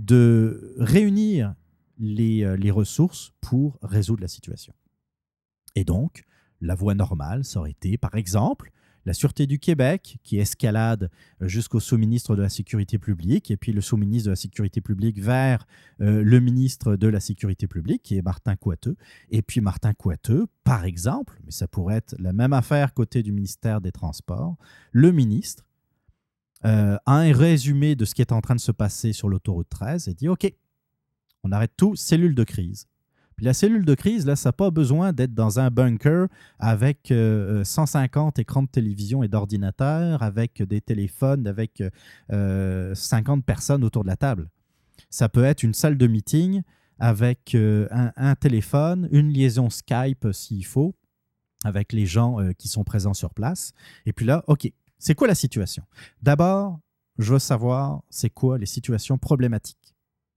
de réunir les, euh, les ressources pour résoudre la situation. Et donc, la voie normale, ça aurait été, par exemple, la Sûreté du Québec qui escalade jusqu'au sous-ministre de la Sécurité publique et puis le sous-ministre de la Sécurité publique vers euh, le ministre de la Sécurité publique qui est Martin Coiteux. Et puis Martin Coiteux, par exemple, mais ça pourrait être la même affaire côté du ministère des Transports, le ministre euh, a un résumé de ce qui est en train de se passer sur l'autoroute treize et dit « OK, on arrête tout, cellule de crise ». Puis la cellule de crise, là, ça n'a pas besoin d'être dans un bunker avec euh, cent cinquante écrans de télévision et d'ordinateurs, avec des téléphones, avec euh, cinquante personnes autour de la table. Ça peut être une salle de meeting avec euh, un, un téléphone, une liaison Skype s'il faut, avec les gens euh, qui sont présents sur place. Et puis là, OK, c'est quoi la situation? D'abord, je veux savoir c'est quoi les situations problématiques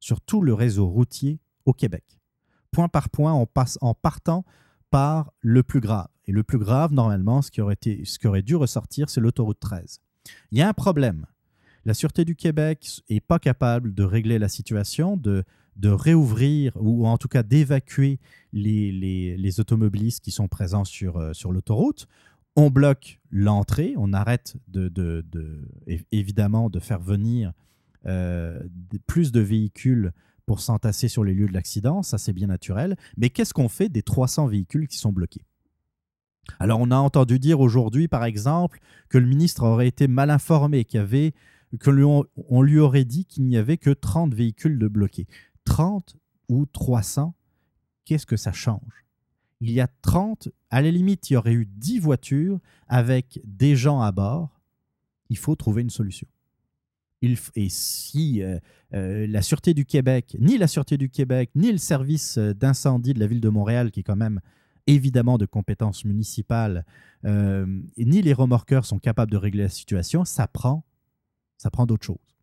sur tout le réseau routier au Québec. Point par point, en, passe, en partant par le plus grave. Et le plus grave, normalement, ce qui aurait, été, ce qui aurait dû ressortir, c'est l'autoroute treize. Il y a un problème. La Sûreté du Québec n'est pas capable de régler la situation, de, de réouvrir ou en tout cas d'évacuer les, les, les automobilistes qui sont présents sur, euh, sur l'autoroute. On bloque l'entrée, on arrête de, de, de, évidemment de faire venir euh, plus de véhicules pour s'entasser sur les lieux de l'accident, ça c'est bien naturel. Mais qu'est-ce qu'on fait des trois cents véhicules qui sont bloqués? Alors on a entendu dire aujourd'hui, par exemple, que le ministre aurait été mal informé, qu'il y avait, que lui, on, on lui aurait dit qu'il n'y avait que trente véhicules de bloqués. trente ou trois cents, qu'est-ce que ça change? Il y a trente, à la limite, il y aurait eu dix voitures avec des gens à bord. Il faut trouver une solution. Il, et si euh, euh, la Sûreté du Québec, ni la Sûreté du Québec, ni le service d'incendie de la Ville de Montréal, qui est quand même évidemment de compétences municipales, euh, ni les remorqueurs sont capables de régler la situation, ça prend, ça prend d'autres choses.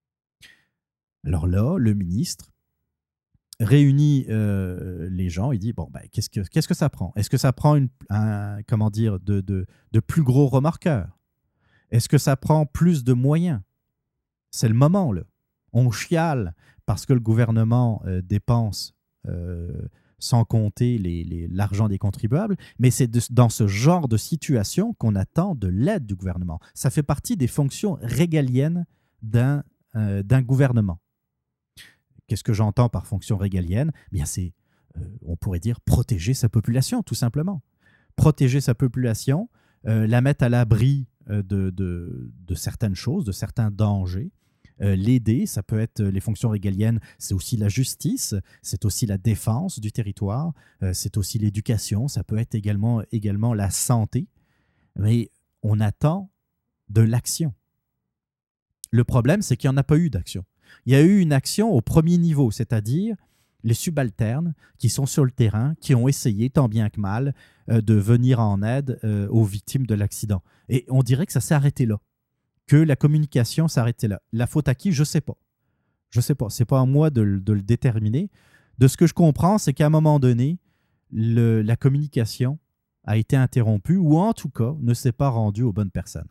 Alors là, le ministre réunit euh, les gens, il dit, bon, ben, qu'est-ce que, qu'est-ce que ça prend? Est-ce que ça prend une, un, comment dire, de, de, de plus gros remorqueurs? Est-ce que ça prend plus de moyens? C'est le moment, là. On chiale parce que le gouvernement euh, dépense euh, sans compter les, les, l'argent des contribuables, mais c'est de, dans ce genre de situation qu'on attend de l'aide du gouvernement. Ça fait partie des fonctions régaliennes d'un, euh, d'un gouvernement. Qu'est-ce que j'entends par fonction régalienne? Bien, c'est, euh, on pourrait dire, protéger sa population, tout simplement. Protéger sa population, euh, la mettre à l'abri euh, de, de, de certaines choses, de certains dangers, euh, l'aider, ça peut être les fonctions régaliennes, c'est aussi la justice, c'est aussi la défense du territoire, euh, c'est aussi l'éducation, ça peut être également, également la santé, mais on attend de l'action. Le problème, c'est qu'il n'y en a pas eu d'action. Il y a eu une action au premier niveau, c'est-à-dire les subalternes qui sont sur le terrain, qui ont essayé, tant bien que mal, euh, de venir en aide euh, aux victimes de l'accident. Et on dirait que ça s'est arrêté là, que la communication s'est arrêtée là. La faute à qui? Je ne sais pas. Je ne sais pas. Ce n'est pas à moi de, de le déterminer. De ce que je comprends, c'est qu'à un moment donné, le, la communication a été interrompue ou en tout cas ne s'est pas rendue aux bonnes personnes.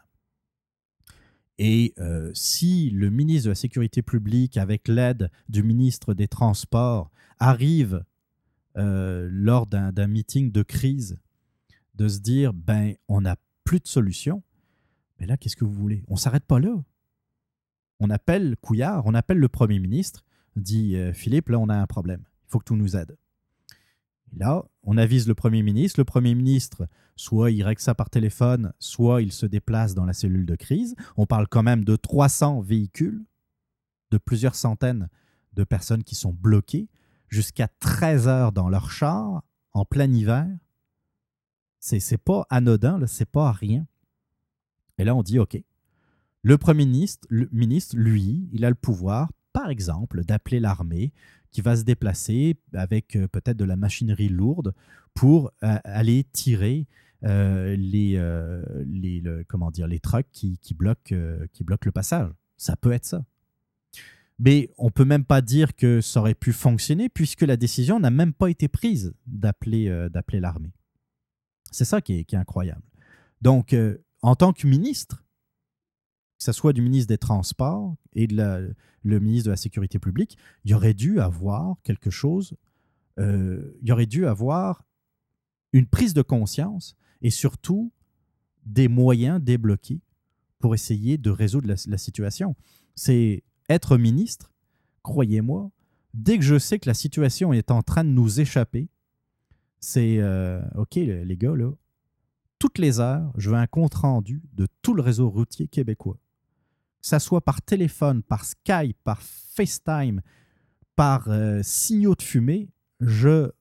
Et euh, si le ministre de la Sécurité publique, avec l'aide du ministre des Transports, arrive euh, lors d'un, d'un meeting de crise de se dire ben on n'a plus de solution, mais là, qu'est-ce que vous voulez? On ne s'arrête pas là. On appelle Couillard, on appelle le Premier ministre, dit euh, Philippe, là, on a un problème. Il faut que tu nous aides. Et là, on avise le Premier ministre. Le Premier ministre, soit il règle ça par téléphone, soit il se déplace dans la cellule de crise. On parle quand même de trois cents véhicules, de plusieurs centaines de personnes qui sont bloquées, jusqu'à treize heures dans leur char, en plein hiver. C'est, c'est pas anodin, là, c'est pas rien. Et là, on dit, OK, le Premier ministre, le ministre, lui, il a le pouvoir, par exemple, d'appeler l'armée qui va se déplacer avec euh, peut-être de la machinerie lourde pour euh, aller tirer euh, les, euh, les, le, comment dire, les trucks qui, qui, bloquent, euh, qui bloquent le passage. Ça peut être ça. Mais on ne peut même pas dire que ça aurait pu fonctionner puisque la décision n'a même pas été prise d'appeler, euh, d'appeler l'armée. C'est ça qui est, qui est incroyable. Donc, euh, en tant que ministre, que ce soit du ministre des Transports et de la, le ministre de la Sécurité publique, il y aurait dû avoir quelque chose, euh, il y aurait dû avoir une prise de conscience et surtout des moyens débloqués pour essayer de résoudre la, la situation. C'est être ministre, croyez-moi, dès que je sais que la situation est en train de nous échapper, c'est euh, OK, les gars, là, toutes les heures, je veux un compte-rendu de tout le réseau routier québécois. Que ça soit par téléphone, par Skype, par FaceTime, par euh, signaux de fumée, je,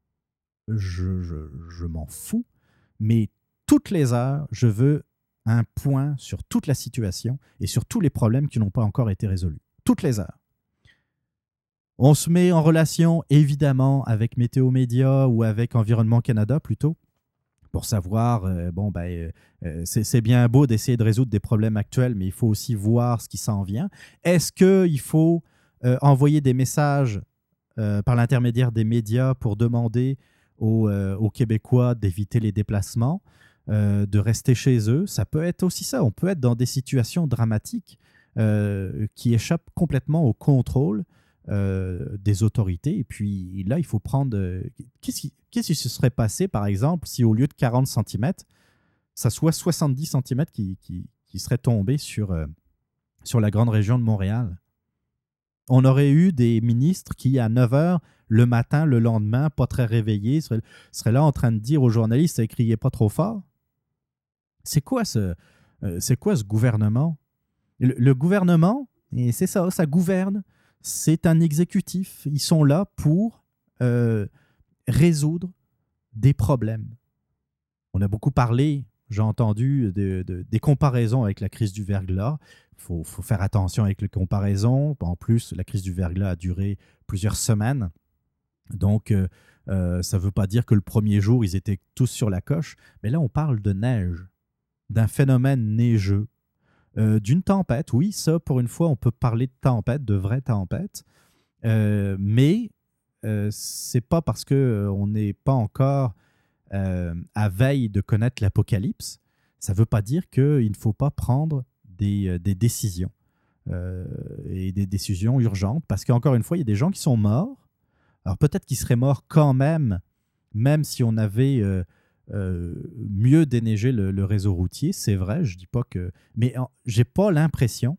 je, je, je m'en fous. Mais toutes les heures, je veux un point sur toute la situation et sur tous les problèmes qui n'ont pas encore été résolus. Toutes les heures. On se met en relation, évidemment, avec Météo Média ou avec Environnement Canada, plutôt, pour savoir, euh, bon, ben, euh, c'est, c'est bien beau d'essayer de résoudre des problèmes actuels, mais il faut aussi voir ce qui s'en vient. Est-ce qu'il faut euh, envoyer des messages euh, par l'intermédiaire des médias pour demander aux, euh, aux Québécois d'éviter les déplacements, euh, de rester chez eux. Ça peut être aussi ça. On peut être dans des situations dramatiques euh, qui échappent complètement au contrôle euh, des autorités. Et puis là, il faut prendre... euh, qu'est-ce qui, qu'est-ce qui se serait passé, par exemple, si au lieu de quarante centimètres, ça soit soixante-dix centimètres qui, qui, qui seraient tombés sur, euh, sur la grande région de Montréal? On aurait eu des ministres qui, à neuf heures le matin, le lendemain, pas très réveillés, seraient, seraient là en train de dire aux journalistes: criez pas trop fort. C'est quoi ce, euh, c'est quoi ce gouvernement? Le, le gouvernement, et c'est ça, ça gouverne, c'est un exécutif. Ils sont là pour euh, résoudre des problèmes. On a beaucoup parlé, j'ai entendu, de, de, des comparaisons avec la crise du verglas. Il faut, faut faire attention avec les comparaisons. En plus, la crise du verglas a duré plusieurs semaines. Donc, euh, euh, ça ne veut pas dire que le premier jour, ils étaient tous sur la coche. Mais là, on parle de neige, d'un phénomène neigeux, euh, d'une tempête. Oui, ça, pour une fois, on peut parler de tempête, de vraie tempête. Euh, mais euh, c'est pas parce qu'on n'est pas encore euh, à veille de connaître l'apocalypse, ça ne veut pas dire qu'il ne faut pas prendre des, euh, des décisions euh, et des décisions urgentes, parce qu'encore une fois, il y a des gens qui sont morts. Alors peut-être qu'ils seraient morts quand même, même si on avait euh, euh, mieux déneigé le, le réseau routier, c'est vrai, je dis pas que... Mais en, j'ai pas l'impression,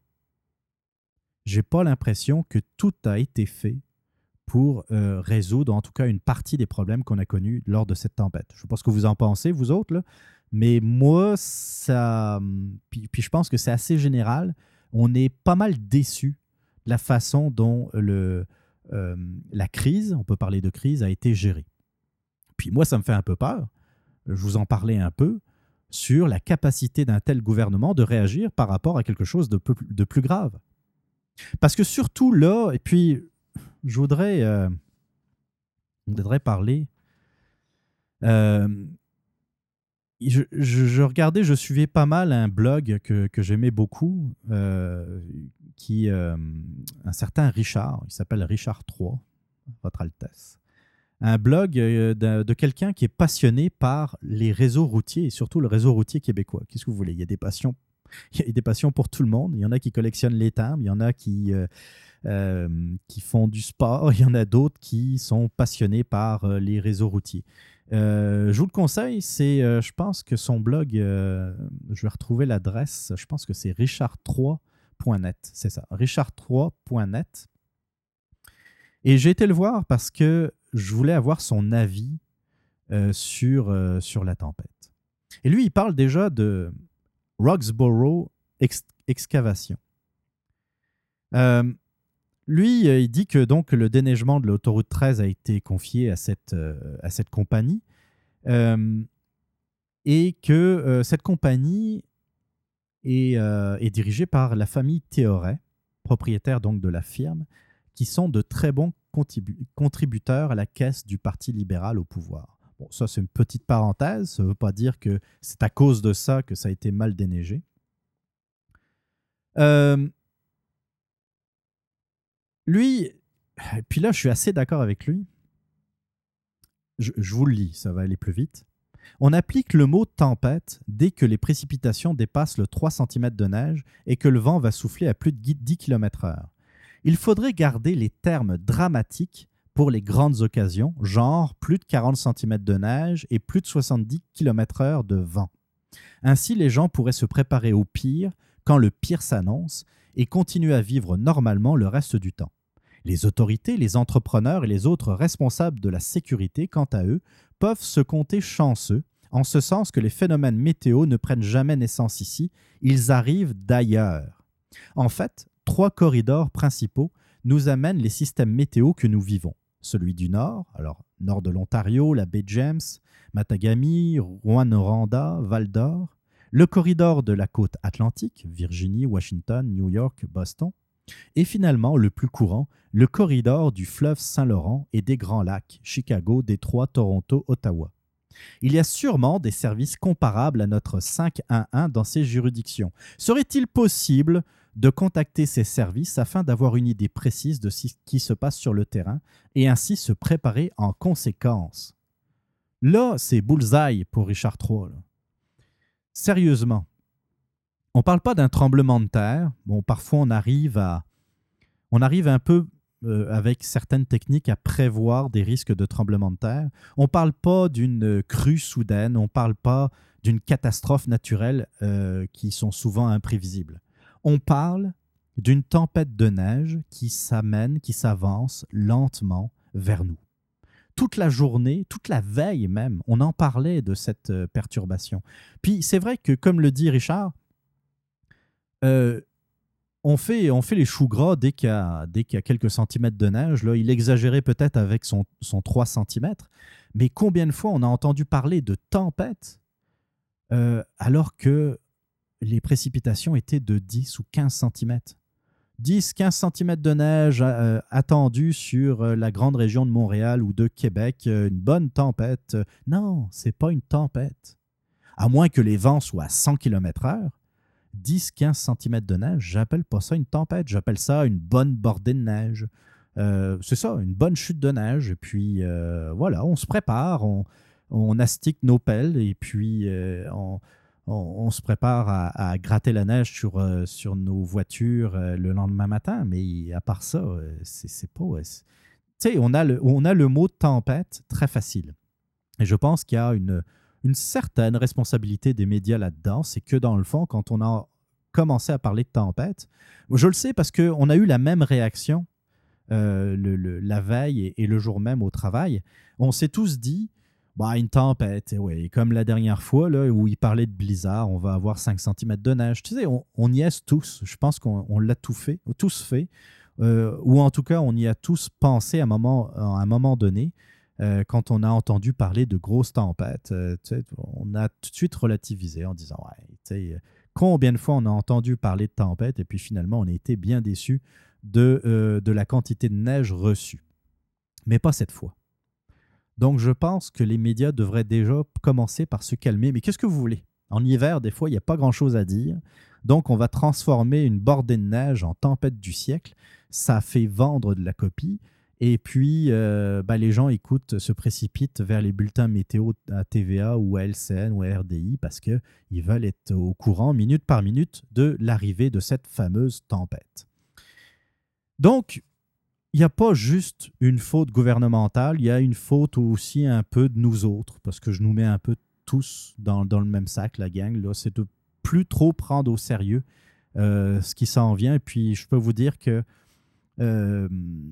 j'ai pas l'impression que tout a été fait pour euh, résoudre en tout cas une partie des problèmes qu'on a connus lors de cette tempête. Je ne sais pas ce que vous en pensez, vous autres, là, mais moi, ça... Puis, puis je pense que c'est assez général. On est pas mal déçus de la façon dont le, euh, la crise, on peut parler de crise, a été gérée. Puis moi, ça me fait un peu peur. Je vous en parlais un peu sur la capacité d'un tel gouvernement de réagir par rapport à quelque chose de, peu, de plus grave. Parce que surtout là, et puis je voudrais, euh, je voudrais parler. Euh, je, je, je regardais, je suivais pas mal un blog que, que j'aimais beaucoup, euh, qui, euh, un certain Richard, il s'appelle Richard trois, Votre Altesse. Un blog euh, de, de quelqu'un qui est passionné par les réseaux routiers et surtout le réseau routier québécois. Qu'est-ce que vous voulez? Il y a des passions, il y a des passions pour tout le monde. Il y en a qui collectionnent les timbres, il y en a qui... Euh, Euh, qui font du sport. Il y en a d'autres qui sont passionnés par euh, les réseaux routiers. Euh, je vous le conseille, c'est, euh, je pense que son blog, euh, je vais retrouver l'adresse, je pense que c'est richard trois point net, c'est ça, richard trois point net. Et j'ai été le voir parce que je voulais avoir son avis euh, sur, euh, sur la tempête. Et lui, il parle déjà de Roxborough ex- Excavation. Euh, Lui, il dit que donc le déneigement de l'autoroute treize a été confié à cette, euh, à cette compagnie euh, et que euh, cette compagnie est, euh, est dirigée par la famille Théoret, propriétaire donc de la firme, qui sont de très bons contribu- contributeurs à la caisse du Parti libéral au pouvoir. Bon, ça, c'est une petite parenthèse. Ça ne veut pas dire que c'est à cause de ça que ça a été mal déneigé. Euh, Lui, et puis là, je suis assez d'accord avec lui. Je, je vous le lis, ça va aller plus vite. On applique le mot tempête dès que les précipitations dépassent le trois centimètres de neige et que le vent va souffler à plus de dix kilomètres heure. Il faudrait garder les termes dramatiques pour les grandes occasions, genre plus de quarante centimètres de neige et plus de soixante-dix kilomètres heure de vent. Ainsi, les gens pourraient se préparer au pire quand le pire s'annonce et continuer à vivre normalement le reste du temps. Les autorités, les entrepreneurs et les autres responsables de la sécurité, quant à eux, peuvent se compter chanceux, en ce sens que les phénomènes météo ne prennent jamais naissance ici, ils arrivent d'ailleurs. En fait, trois corridors principaux nous amènent les systèmes météo que nous vivons. Celui du Nord, alors nord de l'Ontario, la baie James, Matagami, Rouyn-Noranda, Val-d'Or, le corridor de la côte atlantique, Virginie, Washington, New York, Boston, et finalement, le plus courant, le corridor du fleuve Saint-Laurent et des Grands Lacs, Chicago, Détroit, Toronto, Ottawa. Il y a sûrement des services comparables à notre cinq un un dans ces juridictions. Serait-il possible de contacter ces services afin d'avoir une idée précise de ce qui se passe sur le terrain et ainsi se préparer en conséquence. Là, c'est bullseye pour Richard trois. Là. Sérieusement, on ne parle pas d'un tremblement de terre. Bon, parfois, on arrive à, on arrive un peu euh, avec certaines techniques à prévoir des risques de tremblement de terre. On ne parle pas d'une crue soudaine. On ne parle pas d'une catastrophe naturelle euh, qui sont souvent imprévisibles. On parle d'une tempête de neige qui s'amène, qui s'avance lentement vers nous. Toute la journée, toute la veille même, on en parlait de cette euh, perturbation. Puis c'est vrai que, comme le dit Richard, euh, on, fait, on fait les choux gras dès qu'il y a, dès qu'il y a quelques centimètres de neige. Là, il exagérait peut-être avec son, son trois centimètres, mais combien de fois on a entendu parler de tempête euh, alors que les précipitations étaient de dix ou quinze centimètres. dix à quinze centimètres de neige euh, attendus sur euh, la grande région de Montréal ou de Québec. Euh, une bonne tempête. Non, ce n'est pas une tempête. À moins que les vents soient à cent kilomètres heure, dix à quinze centimètres de neige, j'appelle pas ça une tempête. J'appelle ça une bonne bordée de neige. Euh, c'est ça, une bonne chute de neige. Et puis, euh, voilà, on se prépare, on, on astique nos pelles et puis euh, on on, on se prépare à, à gratter la neige sur, euh, sur nos voitures euh, le lendemain matin. Mais à part ça, euh, c'est, c'est pas... Ouais, c'est- tu sais, on a, le, on a le mot tempête très facile. Et je pense qu'il y a une, une certaine responsabilité des médias là-dedans. C'est que dans le fond, quand on a commencé à parler de tempête, je le sais parce qu'on a eu la même réaction euh, le, le- la veille et, et le jour même au travail. On s'est tous dit, bah, une tempête, et ouais, comme la dernière fois là, où il parlait de blizzard, on va avoir cinq centimètres de neige. Tu sais, on, on y est tous. Je pense qu'on on l'a tout fait, tous fait. Euh, ou en tout cas, on y a tous pensé à un moment, à un moment donné, euh, quand on a entendu parler de grosses tempêtes. Euh, tu sais, on a tout de suite relativisé en disant, ouais, tu sais, euh, combien de fois on a entendu parler de tempêtes et puis finalement, on a été bien déçus de, euh, de la quantité de neige reçue. Mais pas cette fois. Donc, je pense que les médias devraient déjà commencer par se calmer. Mais qu'est-ce que vous voulez? En hiver, des fois, il n'y a pas grand-chose à dire. Donc, on va transformer une bordée de neige en tempête du siècle. Ça fait vendre de la copie. Et puis, euh, bah, les gens écoutent, se précipitent vers les bulletins météo à T V A ou à L C N ou à R D I parce qu'ils veulent être au courant, minute par minute, de l'arrivée de cette fameuse tempête. Donc, il n'y a pas juste une faute gouvernementale, il y a une faute aussi un peu de nous autres, parce que je nous mets un peu tous dans, dans le même sac, la gang. Là, c'est de plus trop prendre au sérieux euh, ce qui s'en vient. Et puis, je peux vous dire que euh,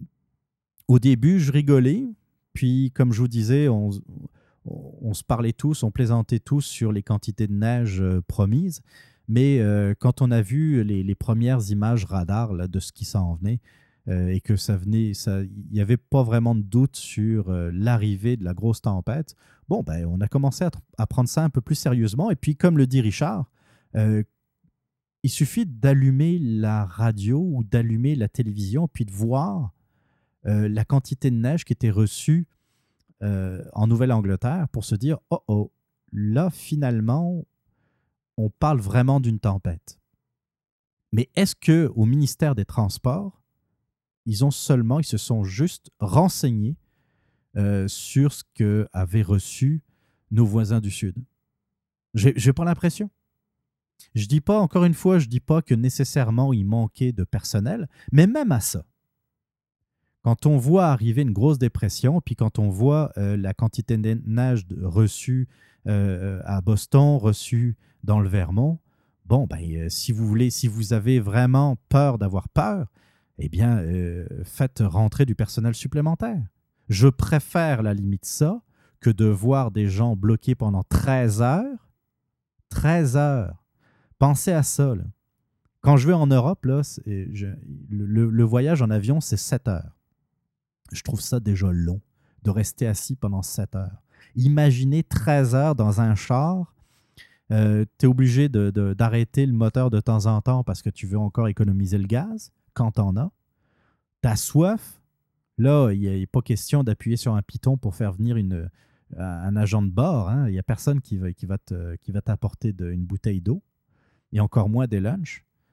au début, je rigolais. Puis, comme je vous disais, on, on, on se parlait tous, on plaisantait tous sur les quantités de neige euh, promises. Mais euh, quand on a vu les, les premières images radar là, de ce qui s'en venait, euh, et que ça venait, ça, il n'y avait pas vraiment de doute sur euh, l'arrivée de la grosse tempête, bon, ben, on a commencé à, à prendre ça un peu plus sérieusement. Et puis, comme le dit Richard, euh, il suffit d'allumer la radio ou d'allumer la télévision, puis de voir euh, la quantité de neige qui était reçue euh, en Nouvelle-Angleterre pour se dire, oh oh, là, finalement, on parle vraiment d'une tempête. Mais est-ce qu'au ministère des Transports, ils ont seulement, ils se sont juste renseignés euh, sur ce qu'avaient reçu nos voisins du Sud? J'ai, j'ai pas l'impression. Je dis pas, encore une fois, je dis pas que nécessairement il manquait de personnel, mais même à ça, quand on voit arriver une grosse dépression, puis quand on voit euh, la quantité de neige de- reçue euh, à Boston, reçue dans le Vermont, bon, ben, euh, si vous voulez, si vous avez vraiment peur d'avoir peur, eh bien, euh, faites rentrer du personnel supplémentaire. Je préfère la limite ça que de voir des gens bloqués pendant treize heures. treize heures. Pensez à ça, là. Quand je vais en Europe, là, c'est- je- le, le voyage en avion, c'est sept heures. Je trouve ça déjà long de rester assis pendant sept heures. Imaginez treize heures dans un char. Euh, tu es obligé de, de- d'arrêter le moteur de temps en temps parce que tu veux encore économiser le gaz quand t'en as. T'as soif. Là, il n'est pas question d'appuyer sur un piton pour faire venir une, un agent de bord. Hein. Il n'y a personne qui va, qui va, te, qui va t'apporter de- une bouteille d'eau et encore moins des lunchs.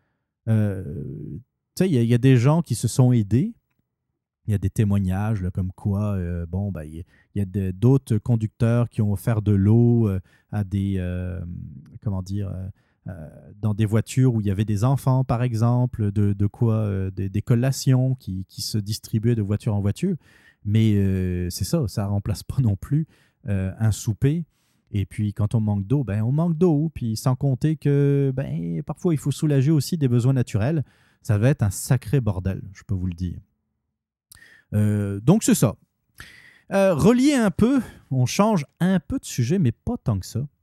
Euh, tu sais, il y, a- il y a des gens qui se sont aidés. Il y a des témoignages là, comme quoi, euh, bon, ben, il y a, il y a de- d'autres conducteurs qui ont offert de l'eau euh, à des, euh, comment dire, euh, euh, dans des voitures où il y avait des enfants, par exemple, de, de quoi, euh, des, des collations qui, qui se distribuaient de voiture en voiture. Mais euh, c'est ça, ça remplace pas non plus euh, un souper. Et puis, quand on manque d'eau, ben, on manque d'eau. Puis, sans compter que ben, parfois, il faut soulager aussi des besoins naturels. Ça va être un sacré bordel, je peux vous le dire. Euh, donc, c'est ça. Euh, relier un peu, on change un peu de sujet, mais pas tant que ça.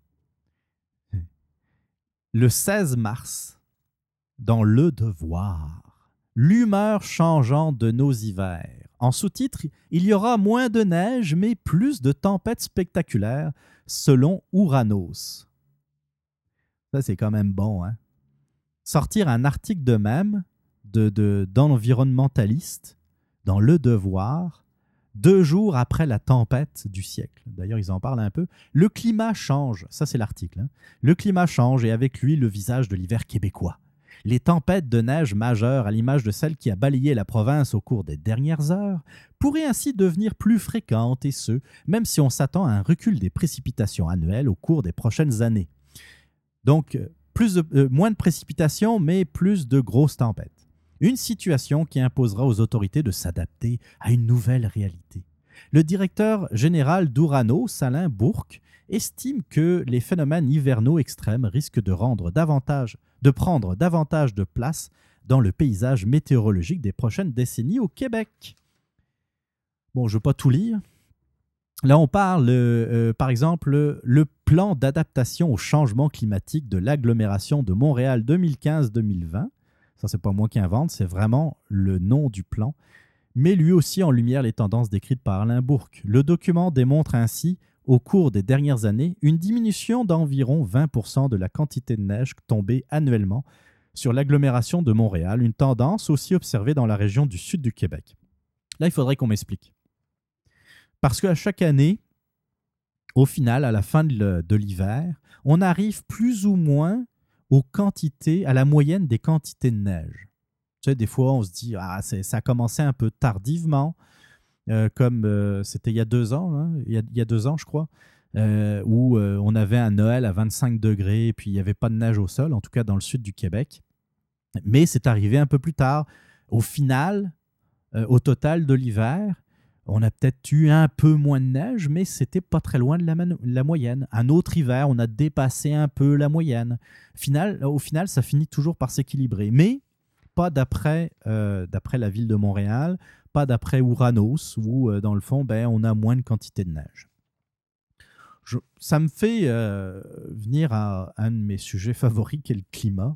Le seize mars, dans Le Devoir, l'humeur changeante de nos hivers. En sous-titre, il y aura moins de neige, mais plus de tempêtes spectaculaires, selon Ouranos. Ça, c'est quand même bon, hein? Sortir un article de même, de, de, d'environnementaliste, dans Le Devoir, deux jours après la tempête du siècle. D'ailleurs, ils en parlent un peu. Le climat change, ça c'est l'article. Hein. Le climat change et avec lui le visage de l'hiver québécois. Les tempêtes de neige majeures, à l'image de celle qui a balayé la province au cours des dernières heures, pourraient ainsi devenir plus fréquentes et ce, même si on s'attend à un recul des précipitations annuelles au cours des prochaines années. Donc, plus de, euh, moins de précipitations, mais plus de grosses tempêtes. Une situation qui imposera aux autorités de s'adapter à une nouvelle réalité. Le directeur général d'Ouranos, Alain Bourque, estime que les phénomènes hivernaux extrêmes risquent de, rendre davantage, de prendre davantage de place dans le paysage météorologique des prochaines décennies au Québec. Bon, je ne vais pas tout lire. Là, on parle, euh, euh, par exemple, le, le plan d'adaptation au changement climatique de l'agglomération de Montréal deux mille quinze deux mille vingt. Ça, c'est pas moi qui invente, c'est vraiment le nom du plan. Mais lui aussi en lumière les tendances décrites par Alain Bourque. Le document démontre ainsi, au cours des dernières années, une diminution d'environ vingt pour cent de la quantité de neige tombée annuellement sur l'agglomération de Montréal, une tendance aussi observée dans la région du sud du Québec. Là, il faudrait qu'on m'explique. Parce qu'à chaque année, au final, à la fin de, de l'hiver, on arrive plus ou moins aux quantités, à la moyenne des quantités de neige. Tu sais, des fois, on se dit, ah, c'est, ça a commencé un peu tardivement, euh, comme euh, c'était il y a deux ans, hein, il, y a, il y a deux ans, je crois, euh, où euh, on avait un Noël à vingt-cinq degrés et puis il n'y avait pas de neige au sol, en tout cas dans le sud du Québec. Mais c'est arrivé un peu plus tard. Au final, euh, au total de l'hiver, on a peut-être eu un peu moins de neige, mais c'était pas très loin de la, man- la moyenne. Un autre hiver, on a dépassé un peu la moyenne. Final, au final, ça finit toujours par s'équilibrer. Mais pas d'après euh, d'après la ville de Montréal, pas d'après Ouranos, où, euh, dans le fond, ben, on a moins de quantité de neige. Je- ça me fait euh, venir à un de mes sujets favoris, qui est le climat.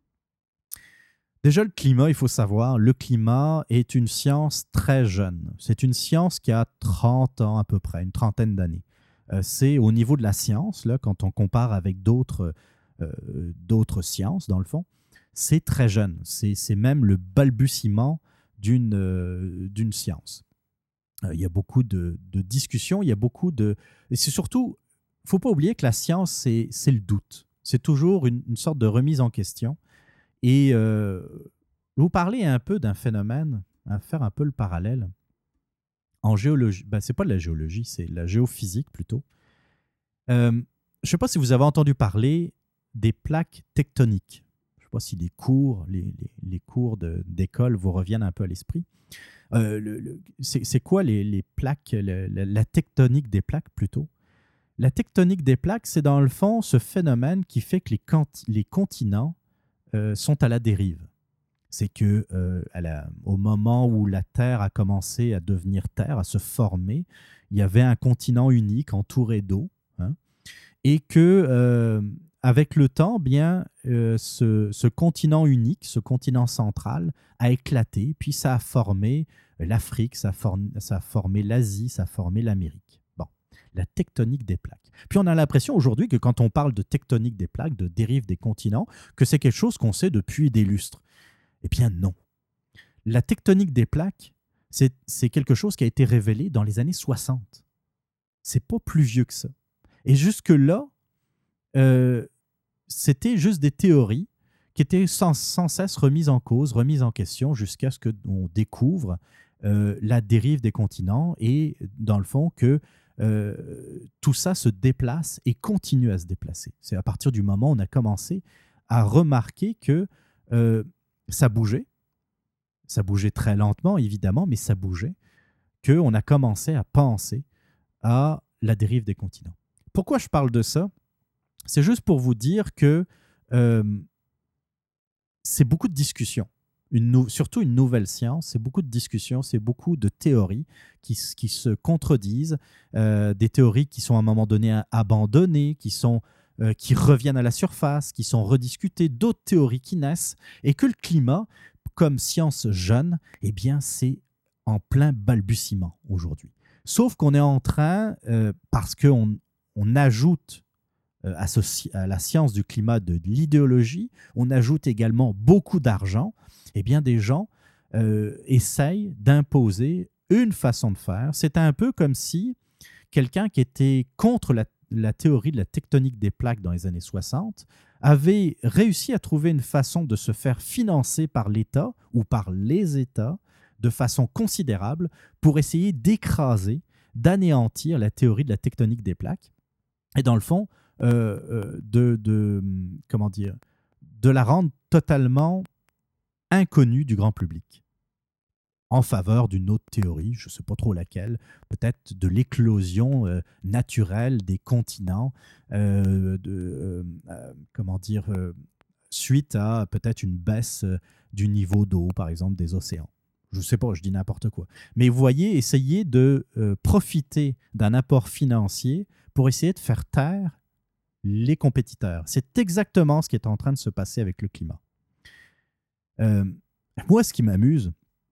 Déjà, le climat, il faut savoir, le climat est une science très jeune. C'est une science qui a trente ans à peu près, une trentaine d'années. Euh, c'est au niveau de la science, là, quand on compare avec d'autres euh, d'autres sciences, dans le fond, c'est très jeune. C'est c'est même le balbutiement d'une euh, d'une science. Euh, il y a beaucoup de, de discussions, il y a beaucoup de... Et c'est surtout, il ne faut pas oublier que la science, c'est c'est le doute. C'est toujours une, une sorte de remise en question. Et euh, vous parlez un peu d'un phénomène, à faire un peu le parallèle. En géologie, ben, ce n'est pas de la géologie, c'est de la géophysique plutôt. Euh, je ne sais pas si vous avez entendu parler des plaques tectoniques. Je ne sais pas si les cours, les, les, les cours de, d'école vous reviennent un peu à l'esprit. Euh, le, le, c'est, c'est quoi les, les plaques, le, la, la tectonique des plaques plutôt? La tectonique des plaques, c'est dans le fond ce phénomène qui fait que les, canti- les continents euh, sont à la dérive. C'est que euh, à la, au moment où la Terre a commencé à devenir Terre, à se former, il y avait un continent unique entouré d'eau, hein, et que euh, avec le temps, bien euh, ce, ce continent unique, ce continent central, a éclaté, puis ça a formé l'Afrique, ça a, form- ça a formé l'Asie, ça a formé l'Amérique. Bon, la tectonique des plaques. Puis on a l'impression aujourd'hui que quand on parle de tectonique des plaques, de dérive des continents, que c'est quelque chose qu'on sait depuis des lustres. Eh bien non. La tectonique des plaques, c'est, c'est quelque chose qui a été révélé dans les années soixante. C'est pas plus vieux que ça. Et jusque-là, euh, c'était juste des théories qui était sans, sans cesse remise en cause, remise en question, jusqu'à ce qu'on découvre euh, la dérive des continents et, dans le fond, que euh, tout ça se déplace et continue à se déplacer. C'est à partir du moment où on a commencé à remarquer que euh, ça bougeait, ça bougeait très lentement, évidemment, mais ça bougeait, qu'on a commencé à penser à la dérive des continents. Pourquoi je parle de ça? C'est juste pour vous dire que euh, c'est beaucoup de discussions, une nou- surtout une nouvelle science, c'est beaucoup de discussions, c'est beaucoup de théories qui, s- qui se contredisent, euh, des théories qui sont à un moment donné a- abandonnées, qui, sont, euh, qui reviennent à la surface, qui sont rediscutées, d'autres théories qui naissent, et que le climat, comme science jeune, eh bien, c'est en plein balbutiement aujourd'hui. Sauf qu'on est en train, euh, parce qu'on on ajoute euh, à, ce- à la science du climat de, de l'idéologie, on ajoute également beaucoup d'argent, eh bien des gens euh, essayent d'imposer une façon de faire. C'est un peu comme si quelqu'un qui était contre la, la théorie de la tectonique des plaques dans les années soixante avait réussi à trouver une façon de se faire financer par l'État ou par les États de façon considérable pour essayer d'écraser, d'anéantir la théorie de la tectonique des plaques. Et dans le fond, euh, euh, de, de, comment dire, de la rendre totalement inconnue du grand public, en faveur d'une autre théorie, je ne sais pas trop laquelle, peut-être de l'éclosion euh, naturelle des continents, euh, de, euh, euh, comment dire, euh, suite à peut-être une baisse euh, du niveau d'eau, par exemple, des océans. Je ne sais pas, je dis n'importe quoi. Mais vous voyez, essayez de euh, profiter d'un apport financier pour essayer de faire taire les compétiteurs. C'est exactement ce qui est en train de se passer avec le climat. Euh, moi, ce qui m'amuse,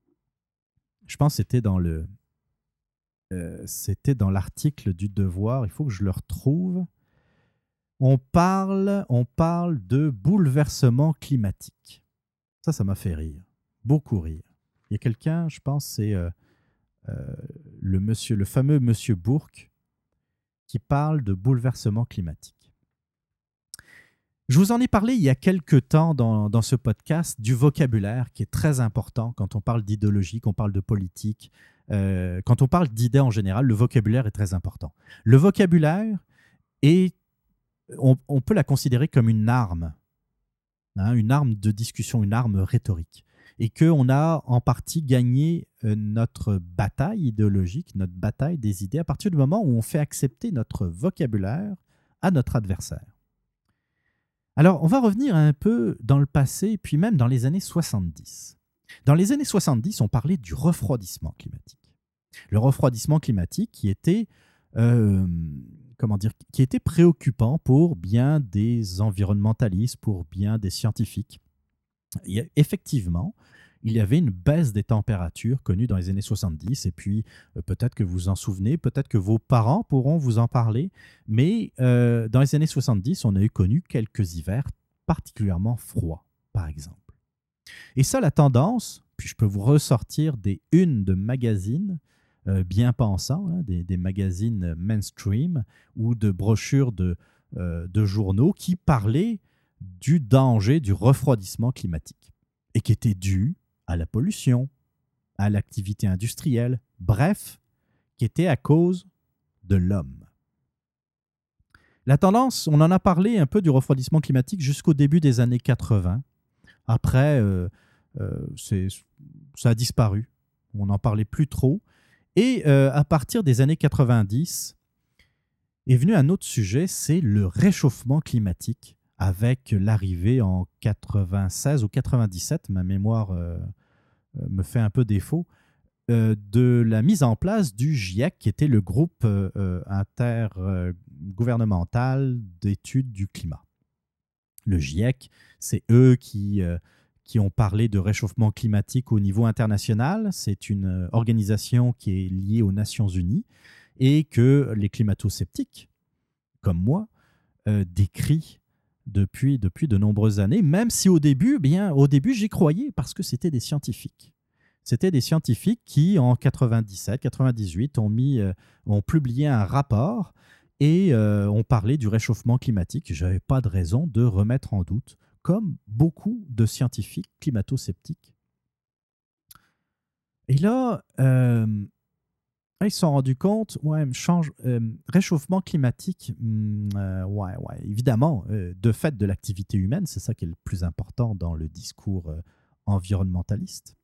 je pense que c'était dans le, euh, c'était dans l'article du Devoir. Il faut que je le retrouve. On parle, on parle de bouleversement climatique. Ça, ça m'a fait rire, beaucoup rire. Il y a quelqu'un, je pense, c'est euh, euh, le monsieur, le fameux monsieur Bourque, qui parle de bouleversement climatique. Je vous en ai parlé il y a quelques temps dans, dans ce podcast du vocabulaire qui est très important quand on parle d'idéologie, qu'on parle de politique, euh, quand on parle d'idées en général, le vocabulaire est très important. Le vocabulaire, est, on, on peut la considérer comme une arme, hein, une arme de discussion, une arme rhétorique. Et qu'on a en partie gagné euh, notre bataille idéologique, notre bataille des idées, à partir du moment où on fait accepter notre vocabulaire à notre adversaire. Alors, on va revenir un peu dans le passé, puis même dans les années soixante-dix. Dans les années soixante-dix, on parlait du refroidissement climatique. Le refroidissement climatique qui était, euh, comment dire, qui était préoccupant pour bien des environnementalistes, pour bien des scientifiques. Et effectivement, il y avait une baisse des températures connue dans les années soixante-dix, et puis euh, peut-être que vous vous en souvenez, peut-être que vos parents pourront vous en parler, mais euh, dans les années soixante-dix, on a eu connu quelques hivers particulièrement froids, par exemple. Et ça, la tendance, puis je peux vous ressortir des unes de magazines euh, bien pensants, hein, des, des magazines mainstream ou de brochures de, euh, de journaux qui parlaient du danger du refroidissement climatique et qui était dû à la pollution, à l'activité industrielle, bref, qui était à cause de l'homme. La tendance, on en a parlé un peu du refroidissement climatique jusqu'au début des années quatre-vingts. Après, euh, euh, c'est, ça a disparu. On n'en parlait plus trop. Et euh, à partir des années quatre-vingt-dix, est venu un autre sujet, c'est le réchauffement climatique, avec l'arrivée en quatre-vingt-seize ou quatre-vingt-dix-sept, ma mémoire euh, me fait un peu défaut, euh, de la mise en place du GIEC, qui était le groupe euh, intergouvernemental d'études du climat. Le GIEC, c'est eux qui, euh, qui ont parlé de réchauffement climatique au niveau international. C'est une organisation qui est liée aux Nations Unies et que les climato-sceptiques, comme moi, euh, décrient depuis, depuis de nombreuses années, même si au début, bien, au début j'y croyais parce que c'était des scientifiques. C'était des scientifiques qui, en quatre-vingt-dix-sept quatre-vingt-dix-huit, ont, mis, euh, ont publié un rapport et euh, ont parlé du réchauffement climatique. Je n'avais pas de raison de remettre en doute comme beaucoup de scientifiques climato-sceptiques. Et là, euh, ils se sont rendus compte, ouais, change, euh, réchauffement climatique, hum, euh, ouais, ouais, évidemment, euh, de fait de l'activité humaine, c'est ça qui est le plus important dans le discours euh, environnementaliste.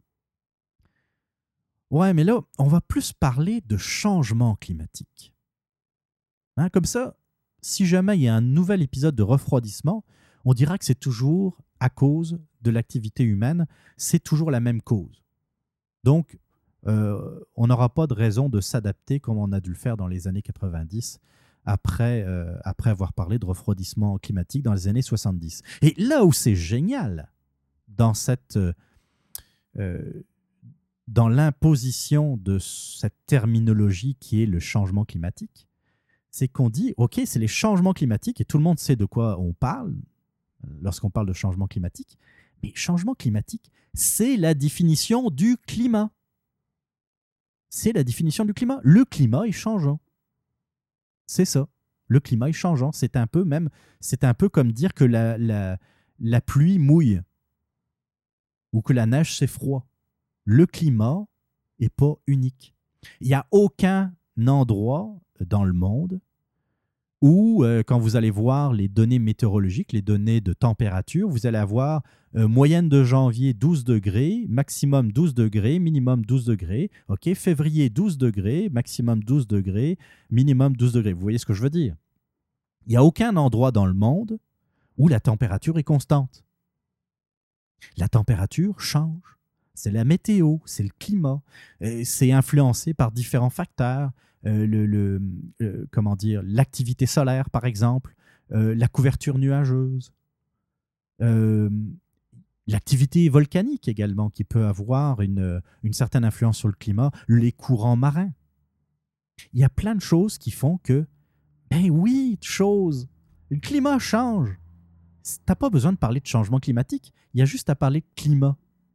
Ouais, mais là, on va plus parler de changement climatique. Hein, comme ça, si jamais il y a un nouvel épisode de refroidissement, on dira que c'est toujours à cause de l'activité humaine, c'est toujours la même cause. Donc, euh, on n'aura pas de raison de s'adapter comme on a dû le faire dans les années quatre-vingt-dix, après, euh, après avoir parlé de refroidissement climatique dans les années soixante-dix. Et là où c'est génial, dans cette... Euh, euh, dans l'imposition de cette terminologie qui est le changement climatique, c'est qu'on dit, OK, c'est les changements climatiques, et tout le monde sait de quoi on parle lorsqu'on parle de changement climatique, mais changement climatique, c'est la définition du climat. C'est la définition du climat. Le climat est changeant. C'est ça. Le climat est changeant. C'est un peu même, c'est un peu comme dire que la, la, la pluie mouille ou que la neige c'est froid. Le climat n'est pas unique. Il n'y a aucun endroit dans le monde où, euh, quand vous allez voir les données météorologiques, les données de température, vous allez avoir euh, moyenne de janvier douze degrés, maximum douze degrés, minimum douze degrés. OK, février douze degrés, maximum douze degrés, minimum douze degrés. Vous voyez ce que je veux dire? Il n'y a aucun endroit dans le monde où la température est constante. La température change. C'est la météo, c'est le climat. Euh, c'est influencé par différents facteurs. Euh, le, le, le- comment dire, l'activité solaire, par exemple, euh, la couverture nuageuse, euh, l'activité volcanique également, qui peut avoir une, une certaine influence sur le climat, les courants marins. Il y a plein de choses qui font que, ben oui, choses, le climat change. Tu n'as pas besoin de parler de changement climatique, il y a juste à parler de climat.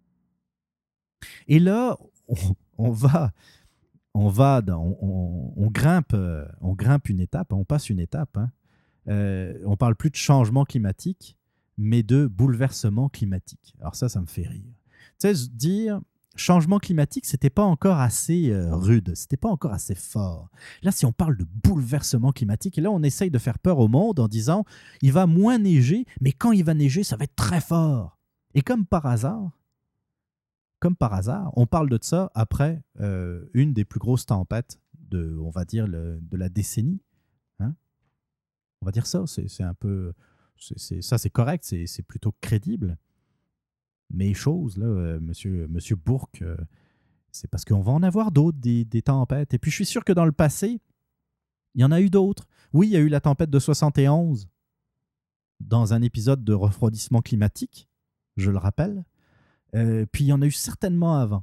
Et là, on, on va, on va, dans- on, on- on grimpe, euh, on grimpe une étape, on passe une étape. Hein. Euh, on parle plus de changement climatique, mais de bouleversement climatique. Alors ça, ça me fait rire. Tu sais, se dire changement climatique, c'était pas encore assez euh, rude, c'était pas encore assez fort. Là, si on parle de bouleversement climatique, et là, on essaye de faire peur au monde en disant il va moins neiger, mais quand il va neiger, ça va être très fort. Et comme par hasard, comme par hasard, on parle de ça après euh, une des plus grosses tempêtes de, on va dire, le- de la décennie. Hein. On va dire ça, c'est c'est un peu, c'est- c'est- ça c'est correct, c'est c'est plutôt crédible. Mais chose, là, euh, monsieur, monsieur Bourque, euh, c'est parce qu'on va en avoir d'autres, des, des tempêtes. Et puis je suis sûr que dans le passé, il y en a eu d'autres. Oui, il y a eu la tempête de soixante et onze dans un épisode de refroidissement climatique, je le rappelle. Euh, puis il y en a eu certainement avant.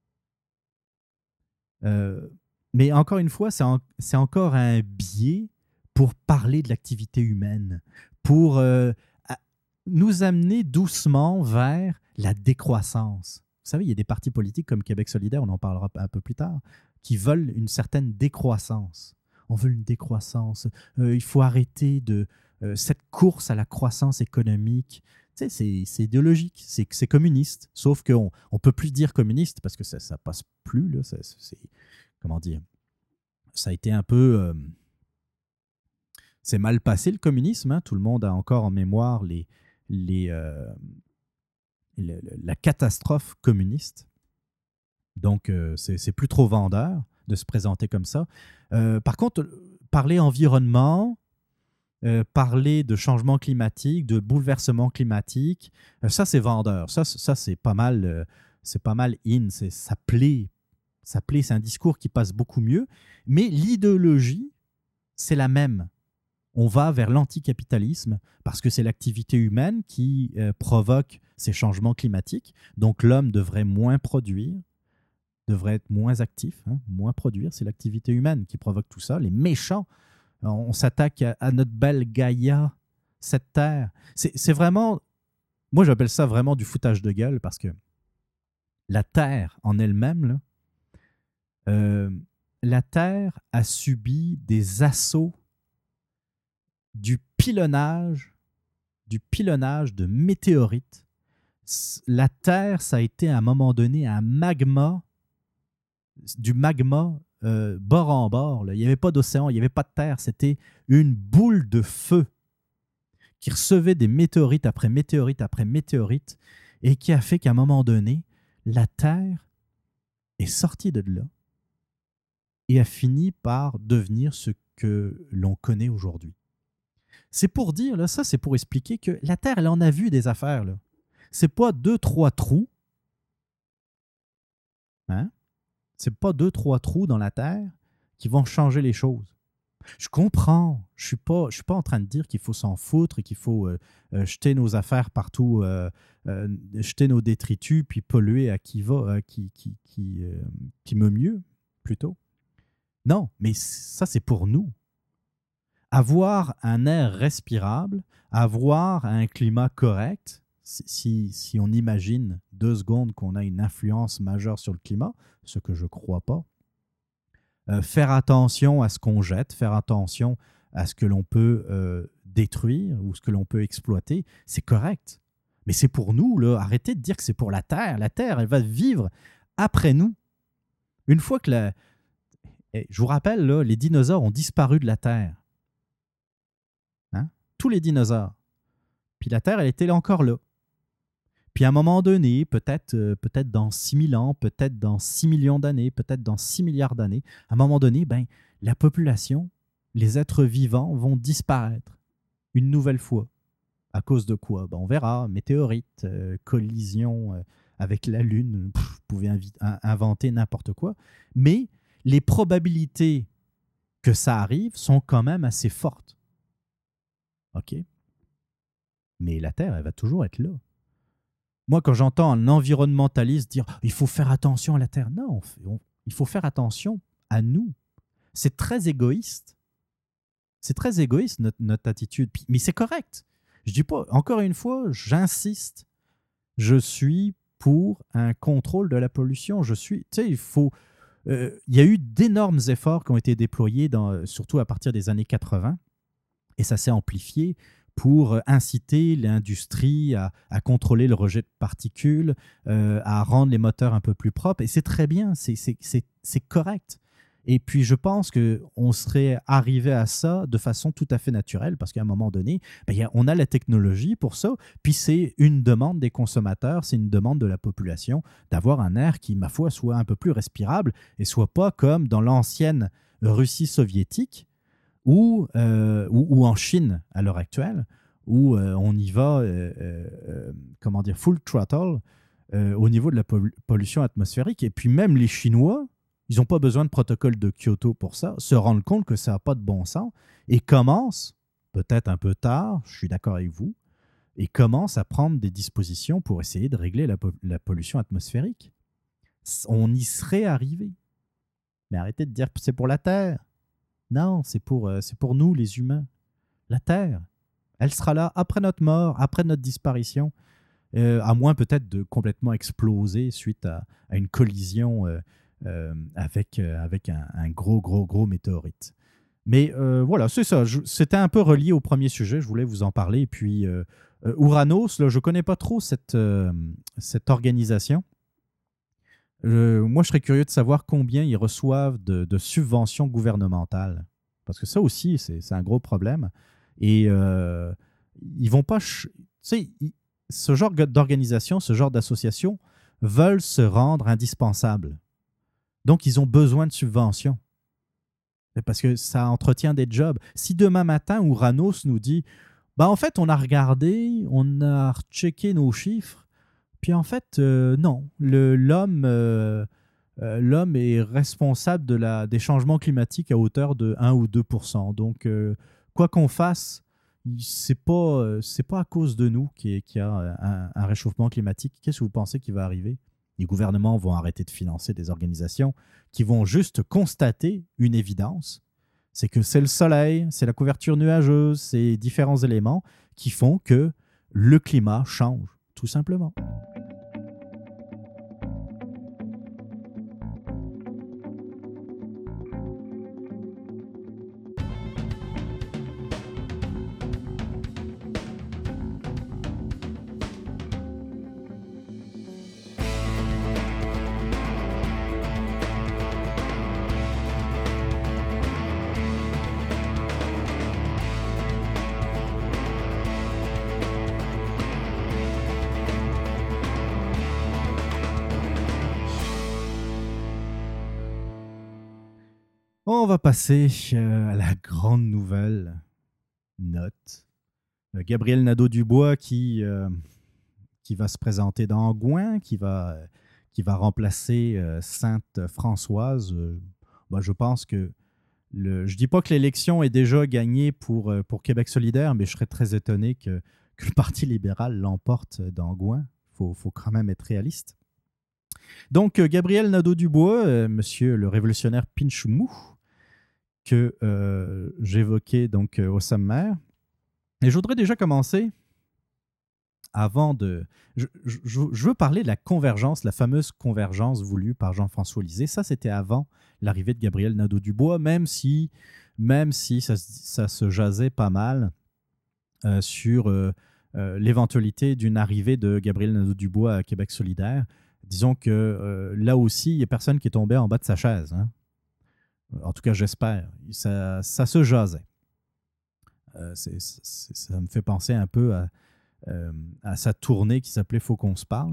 Euh, mais encore une fois, c'est en- c'est encore un biais pour parler de l'activité humaine, pour euh, a- nous amener doucement vers la décroissance. Vous savez, il y a des partis politiques comme Québec solidaire, on en parlera un peu plus tard, qui veulent une certaine décroissance. On veut une décroissance. Euh, il faut arrêter de euh, cette course à la croissance économique. Tu sais, c'est c'est idéologique, c'est c'est communiste. Sauf qu'on ne peut plus dire communiste parce que ça ne passe plus. Là, ça- c'est, comment dire, ça a été un peu... euh, c'est mal passé le communisme. Hein. Tout le monde a encore en mémoire les, les, euh, le- le- la catastrophe communiste. Donc, euh, c'est c'est plus trop vendeur de se présenter comme ça. Euh, par contre, parler environnement, euh, parler de changement climatique, de bouleversement climatique, euh, ça, c'est vendeur. Ça, c- ça c'est pas mal, euh, c'est pas mal in. C'est, ça plaît. Ça plaît. C'est un discours qui passe beaucoup mieux. Mais l'idéologie, c'est la même. On va vers l'anticapitalisme parce que c'est l'activité humaine qui euh, provoque ces changements climatiques. Donc l'homme devrait moins produire, devrait être moins actif, hein, moins produire. C'est l'activité humaine qui provoque tout ça. Les méchants, on, on s'attaque à, à notre belle Gaïa, cette terre. C'est c'est vraiment, moi j'appelle ça vraiment du foutage de gueule parce que la terre en elle-même, là, euh, la terre a subi des assauts du pilonnage du pilonnage de météorites. La Terre, ça a été à un moment donné un magma, du magma euh, bord en bord. Là. Il n'y avait pas d'océan, il n'y avait pas de terre. C'était une boule de feu qui recevait des météorites après météorites après météorites et qui a fait qu'à un moment donné, la Terre est sortie de là et a fini par devenir ce que l'on connaît aujourd'hui. C'est pour dire, là, ça c'est pour expliquer que la Terre, elle en a vu des affaires. Là. C'est pas deux, trois trous. Hein? C'est pas deux, trois trous dans la Terre qui vont changer les choses. Je comprends. Je suis pas, je suis pas en train de dire qu'il faut s'en foutre et qu'il faut euh, euh, jeter nos affaires partout, euh, euh, jeter nos détritus puis polluer à qui va, euh, qui, qui, qui, euh, qui me mieux, plutôt. Non, mais ça, c'est pour nous. Avoir un air respirable, avoir un climat correct, si, si on imagine deux secondes qu'on a une influence majeure sur le climat, ce que je ne crois pas, euh, faire attention à ce qu'on jette, faire attention à ce que l'on peut euh, détruire ou ce que l'on peut exploiter, c'est correct. Mais c'est pour nous, là. Arrêtez de dire que c'est pour la Terre. La Terre, elle va vivre après nous. Une fois que la... Je vous rappelle, là, les dinosaures ont disparu de la Terre. Hein? Tous les dinosaures. Puis la Terre, elle était encore là. Puis à un moment donné, peut-être euh, peut-être dans six mille ans, peut-être dans six millions d'années, peut-être dans six milliards d'années, à un moment donné, ben, la population, les êtres vivants vont disparaître une nouvelle fois. À cause de quoi? Ben, on verra. Météorite, euh, collision euh, avec la Lune, pff, vous pouvez invi- inventer n'importe quoi. Mais les probabilités que ça arrive sont quand même assez fortes. OK? Mais la Terre, elle va toujours être là. Moi, quand j'entends un environnementaliste dire « il faut faire attention à la Terre », non, on fait, on, il faut faire attention à nous. C'est très égoïste. C'est très égoïste, notre, notre attitude. Mais c'est correct. Je dis pas, encore une fois, j'insiste, je suis pour un contrôle de la pollution. Je suis, tu sais, il faut... Euh, il y a eu d'énormes efforts qui ont été déployés, dans, surtout à partir des années quatre-vingts, et ça s'est amplifié pour inciter l'industrie à, à contrôler le rejet de particules, euh, à rendre les moteurs un peu plus propres. Et c'est très bien, c'est, c'est, c'est, c'est correct. Et puis, je pense qu'on serait arrivé à ça de façon tout à fait naturelle, parce qu'à un moment donné, ben, y a, on a la technologie pour ça, puis c'est une demande des consommateurs, c'est une demande de la population d'avoir un air qui, ma foi, soit un peu plus respirable et soit pas comme dans l'ancienne Russie soviétique, Ou, euh, ou, ou en Chine à l'heure actuelle, où euh, on y va, euh, euh, comment dire, full throttle euh, au niveau de la pol- pollution atmosphérique. Et puis même les Chinois, ils n'ont pas besoin de protocole de Kyoto pour ça, se rendent compte que ça n'a pas de bon sens et commencent, peut-être un peu tard, je suis d'accord avec vous, et commencent à prendre des dispositions pour essayer de régler la, po- la pollution atmosphérique. On y serait arrivé. Mais arrêtez de dire que c'est pour la Terre. Non, c'est pour, euh, c'est pour nous, les humains. La Terre, elle sera là après notre mort, après notre disparition, euh, à moins peut-être de complètement exploser suite à, à une collision euh, euh, avec, euh, avec un, un gros, gros, gros météorite. Mais euh, voilà, c'est ça. Je- c'était un peu relié au premier sujet, je voulais vous en parler. Et puis, euh, euh, Uranos, là, je ne connais pas trop cette, euh, cette organisation. Euh, moi, je serais curieux de savoir combien ils reçoivent de, de subventions gouvernementales. Parce que ça aussi, c'est c'est un gros problème. Et euh, ils vont pas... ch- Tu sais, ils- ce genre d'organisation, ce genre d'association veulent se rendre indispensables. Donc, ils ont besoin de subventions. C'est parce que ça entretient des jobs. Si demain matin, Ouranos nous dit, bah en fait, on a regardé, on a checké nos chiffres, puis en fait, euh, non, le- l'homme euh, euh, l'homme est responsable de la, des changements climatiques à hauteur de un ou deux pour cent. Donc, euh, quoi qu'on fasse, il- c'est pas, euh, c'est pas à cause de nous qu'il y, a- qu'il y a un, un réchauffement climatique. Qu'est-ce que vous pensez qui va arriver? Les gouvernements vont arrêter de financer des organisations qui vont juste constater une évidence. C'est que c'est le soleil, c'est la couverture nuageuse, c'est différents éléments qui font que le climat change, tout simplement. On va passer euh, à la grande nouvelle. Note. Euh, Gabriel Nadeau-Dubois qui, euh, qui va se présenter dans Gouin, qui va, euh, qui va remplacer euh, Sainte-Françoise. Euh, bah, je pense que le, je dis pas que l'élection est déjà gagnée pour, euh, pour Québec solidaire, mais je serais très étonné que, que le Parti libéral l'emporte dans Gouin. Il faut, faut quand même être réaliste. Donc, euh, Gabriel Nadeau-Dubois, euh, monsieur le révolutionnaire Pinchou-Mou, que euh, j'évoquais donc euh, au sommaire. Et je voudrais déjà commencer avant de... Je, je, je veux parler de la convergence, la fameuse convergence voulue par Jean-François Lisée. Ça, c'était avant l'arrivée de Gabriel Nadeau-Dubois, même si, même si ça, ça se jasait pas mal euh, sur euh, euh, l'éventualité d'une arrivée de Gabriel Nadeau-Dubois à Québec solidaire. Disons que euh, là aussi, il n'y a personne qui est tombé en bas de sa chaise. Hein. En tout cas, j'espère. Ça, ça se jasait. Euh, c'est, c'est, ça me fait penser un peu à, euh, à sa tournée qui s'appelait Faut qu'on se parle.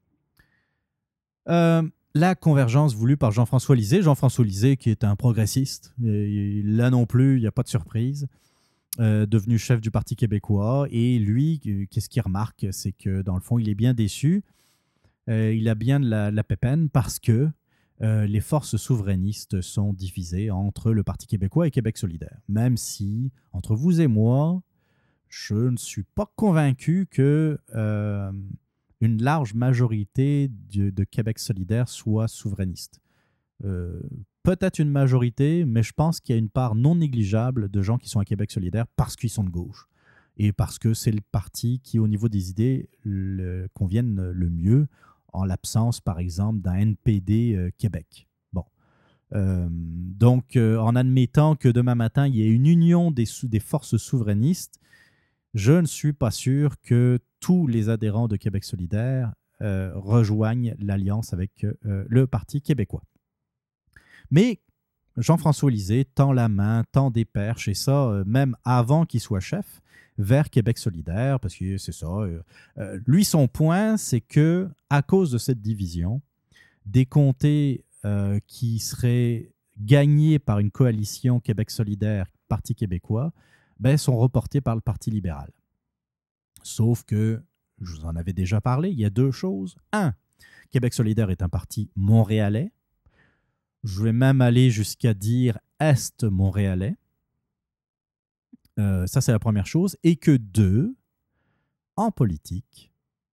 Euh, la convergence voulue par Jean-François Lisée. Jean-François Lisée, qui est un progressiste, et là non plus, il n'y a pas de surprise, euh, devenu chef du Parti québécois. Et lui, qu'est-ce qu'il remarque? C'est que dans le fond, il est bien déçu. Euh, il a bien de la, la pépine parce que Euh, les forces souverainistes sont divisées entre le Parti québécois et Québec solidaire. Même si, entre vous et moi, je ne suis pas convaincu que euh, une large majorité de, de Québec solidaire soit souverainiste. Euh, peut-être une majorité, mais je pense qu'il y a une part non négligeable de gens qui sont à Québec solidaire parce qu'ils sont de gauche et parce que c'est le parti qui, au niveau des idées, le, conviennent le mieux, en l'absence, par exemple, d'un N P D euh, Québec. Bon. Euh, donc, euh, en admettant que demain matin, il y ait une union des, des forces souverainistes, je ne suis pas sûr que tous les adhérents de Québec solidaire euh, rejoignent l'alliance avec euh, le Parti québécois. Mais Jean-François Lisée tend la main, tend des perches, et ça, euh, même avant qu'il soit chef, vers Québec solidaire, parce que c'est ça. Euh, euh, lui, son point, c'est que à cause de cette division, des comtés euh, qui seraient gagnés par une coalition Québec solidaire, Parti québécois, ben, sont reportés par le Parti libéral. Sauf que, je vous en avais déjà parlé, il y a deux choses. Un, Québec solidaire est un parti montréalais. Je vais même aller jusqu'à dire est-montréalais. Euh, ça, c'est la première chose. Et que deux, en politique,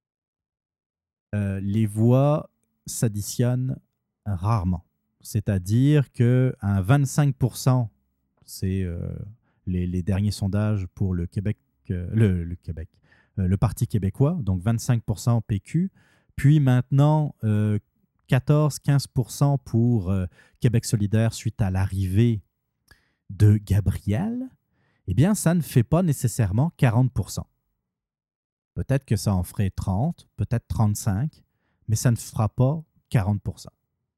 euh, les voix s'additionnent rarement. C'est-à-dire qu'un vingt-cinq pour cent, c'est euh, les, les derniers sondages pour le Québec, euh, le, le Québec, euh, le Parti québécois, donc vingt-cinq pour cent P Q, puis maintenant euh, quatorze à quinze pour cent pour euh, Québec solidaire suite à l'arrivée de Gabriel, eh bien, ça ne fait pas nécessairement quarante pour cent. Peut-être que ça en ferait trente, peut-être trente-cinq, mais ça ne fera pas quarante pour cent.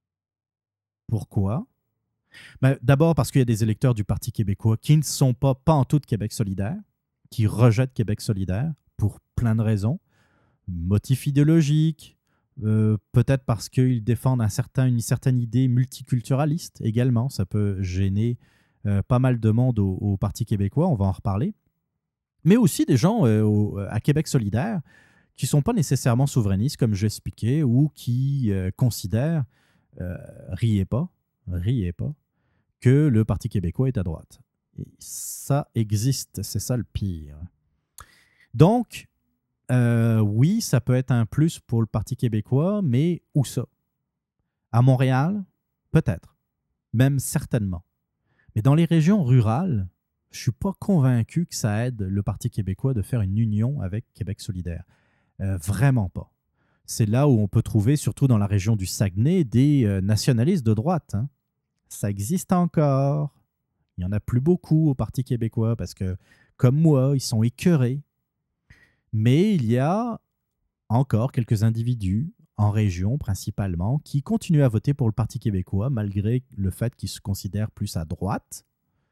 Pourquoi? Ben, d'abord parce qu'il y a des électeurs du Parti québécois qui ne sont pas, pas en tout de Québec solidaire, qui rejettent Québec solidaire pour plein de raisons. Motifs idéologiques, euh, peut-être parce qu'ils défendent un certain, une certaine idée multiculturaliste également. Ça peut gêner euh, pas mal de monde au, au Parti québécois, on va en reparler. Mais aussi des gens euh, au, à Québec solidaire qui ne sont pas nécessairement souverainistes, comme j'expliquais, ou qui euh, considèrent, euh, riez pas, riez pas, que le Parti québécois est à droite. Et ça existe, c'est ça le pire. Donc, euh, oui, ça peut être un plus pour le Parti québécois, mais où ça? À Montréal? Peut-être. Même certainement. Mais dans les régions rurales, je ne suis pas convaincu que ça aide le Parti québécois de faire une union avec Québec solidaire. Euh, vraiment pas. C'est là où on peut trouver, surtout dans la région du Saguenay, des euh, nationalistes de droite. Hein. Ça existe encore. Il n'y en a plus beaucoup au Parti québécois parce que, comme moi, ils sont écœurés. Mais il y a encore quelques individus, en région principalement, qui continuent à voter pour le Parti québécois, malgré le fait qu'ils se considèrent plus à droite.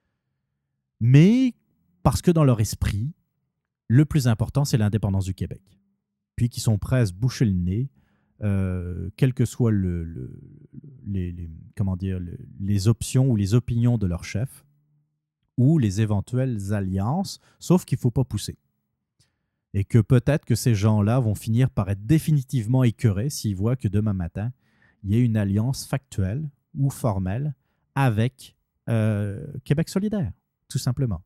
Mais parce que dans leur esprit, le plus important, c'est l'indépendance du Québec. Puis qui sont prêts à se boucher le nez euh, quelles que soient le, le- les, les- comment dire, le- les options ou les opinions de leur chef ou les éventuelles alliances, sauf qu'il ne faut pas pousser. Et que peut-être que ces gens-là vont finir par être définitivement écœurés s'ils voient que demain matin, il y a une alliance factuelle ou formelle avec euh, Québec solidaire, tout simplement.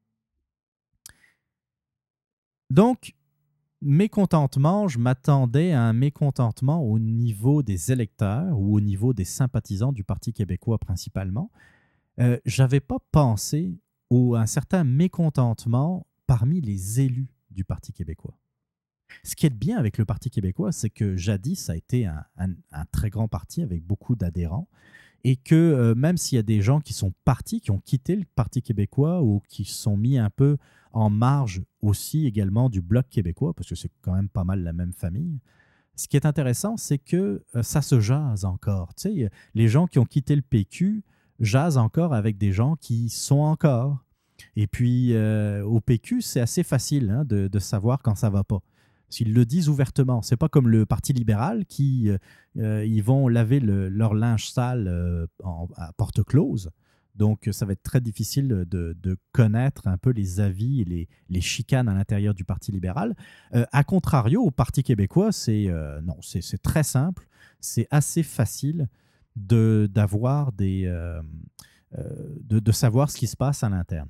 Donc, mécontentement, je m'attendais à un mécontentement au niveau des électeurs ou au niveau des sympathisants du Parti québécois principalement. Euh, je n'avais pas pensé au, à un certain mécontentement parmi les élus du Parti québécois. Ce qui est bien avec le Parti québécois, c'est que jadis, ça a été un, un- un très grand parti avec beaucoup d'adhérents et que euh, même s'il y a des gens qui sont partis, qui ont quitté le Parti québécois ou qui se sont mis un peu en marge aussi également du Bloc québécois, parce que c'est quand même pas mal la même famille, ce qui est intéressant, c'est que euh, ça se jase encore. Tu sais, les gens qui ont quitté le P Q jasent encore avec des gens qui sont encore. Et puis, euh, au P Q, c'est assez facile hein, de, de savoir quand ça va pas. S'ils le disent ouvertement. C'est pas comme le Parti libéral qui euh, euh, ils vont laver le- leur linge sale euh, en- à porte close. Donc, ça va être très difficile de, de connaître un peu les avis et les, les chicanes à l'intérieur du Parti libéral. Euh, a contrario, au Parti québécois, c'est euh, non, c'est c'est très simple. C'est assez facile de d'avoir des euh, euh, de, de savoir ce qui se passe à l'interne.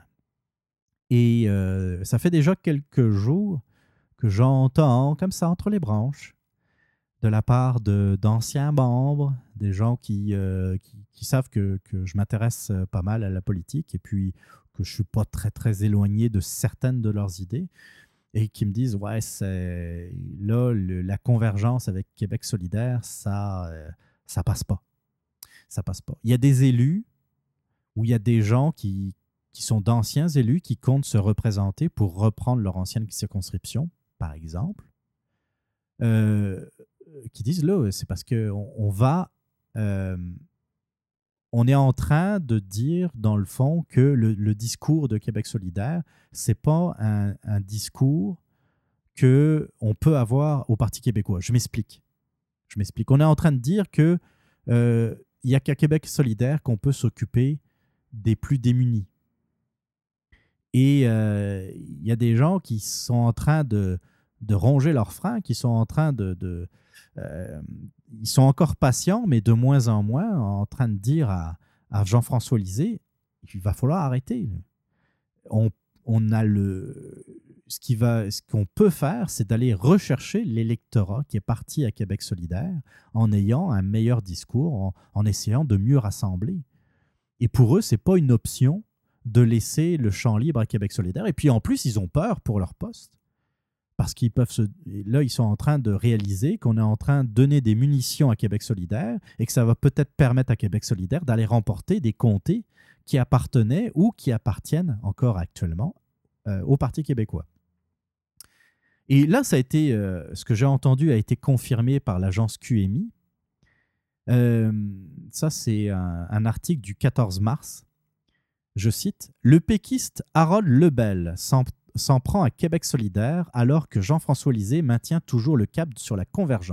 Et euh, ça fait déjà quelques jours que j'entends comme ça entre les branches de la part de, d'anciens membres, des gens qui, euh, qui, qui savent que, que je m'intéresse euh, pas mal à la politique et puis que je ne suis pas très, très éloigné de certaines de leurs idées et qui me disent, ouais, c'est, là, le- la convergence avec Québec solidaire, ça euh, ça passe pas. Ça passe pas. Il y a des élus où il y a des gens qui, qui sont d'anciens élus qui comptent se représenter pour reprendre leur ancienne circonscription, par exemple, euh, qui disent là, c'est parce qu'on on va. euh, on est en train de dire, dans le fond, que le, le discours de Québec solidaire, c'est pas un, un discours que on peut avoir au Parti québécois. Je m'explique. Je m'explique. On est en train de dire que euh, il y a qu'à Québec solidaire qu'on peut s'occuper des plus démunis. Et euh, il y a des gens qui sont en train de, de ronger leurs freins, qui sont en train de... de euh, ils sont encore patients, mais de moins en moins, en train de dire à, à Jean-François Lisée, il va falloir arrêter. On, on a le... Ce qui va, ce qu'on peut faire, c'est d'aller rechercher l'électorat qui est parti à Québec solidaire en ayant un meilleur discours, en, en essayant de mieux rassembler. Et pour eux, c'est pas une option de laisser le champ libre à Québec solidaire. Et puis en plus, ils ont peur pour leur poste. Parce qu'ils peuvent se. Là, ils sont en train de réaliser qu'on est en train de donner des munitions à Québec solidaire et que ça va peut-être permettre à Québec solidaire d'aller remporter des comtés qui appartenaient ou qui appartiennent encore actuellement euh, au Parti québécois. Et là, ça a été. Euh, ce que j'ai entendu a été confirmé par l'agence Q M I. Euh, ça, c'est un, un article du quatorze mars. Je cite, « Le péquiste Harold Lebel s'en, s'en prend à Québec solidaire alors que Jean-François Lisée maintient toujours le cap sur la convergence. »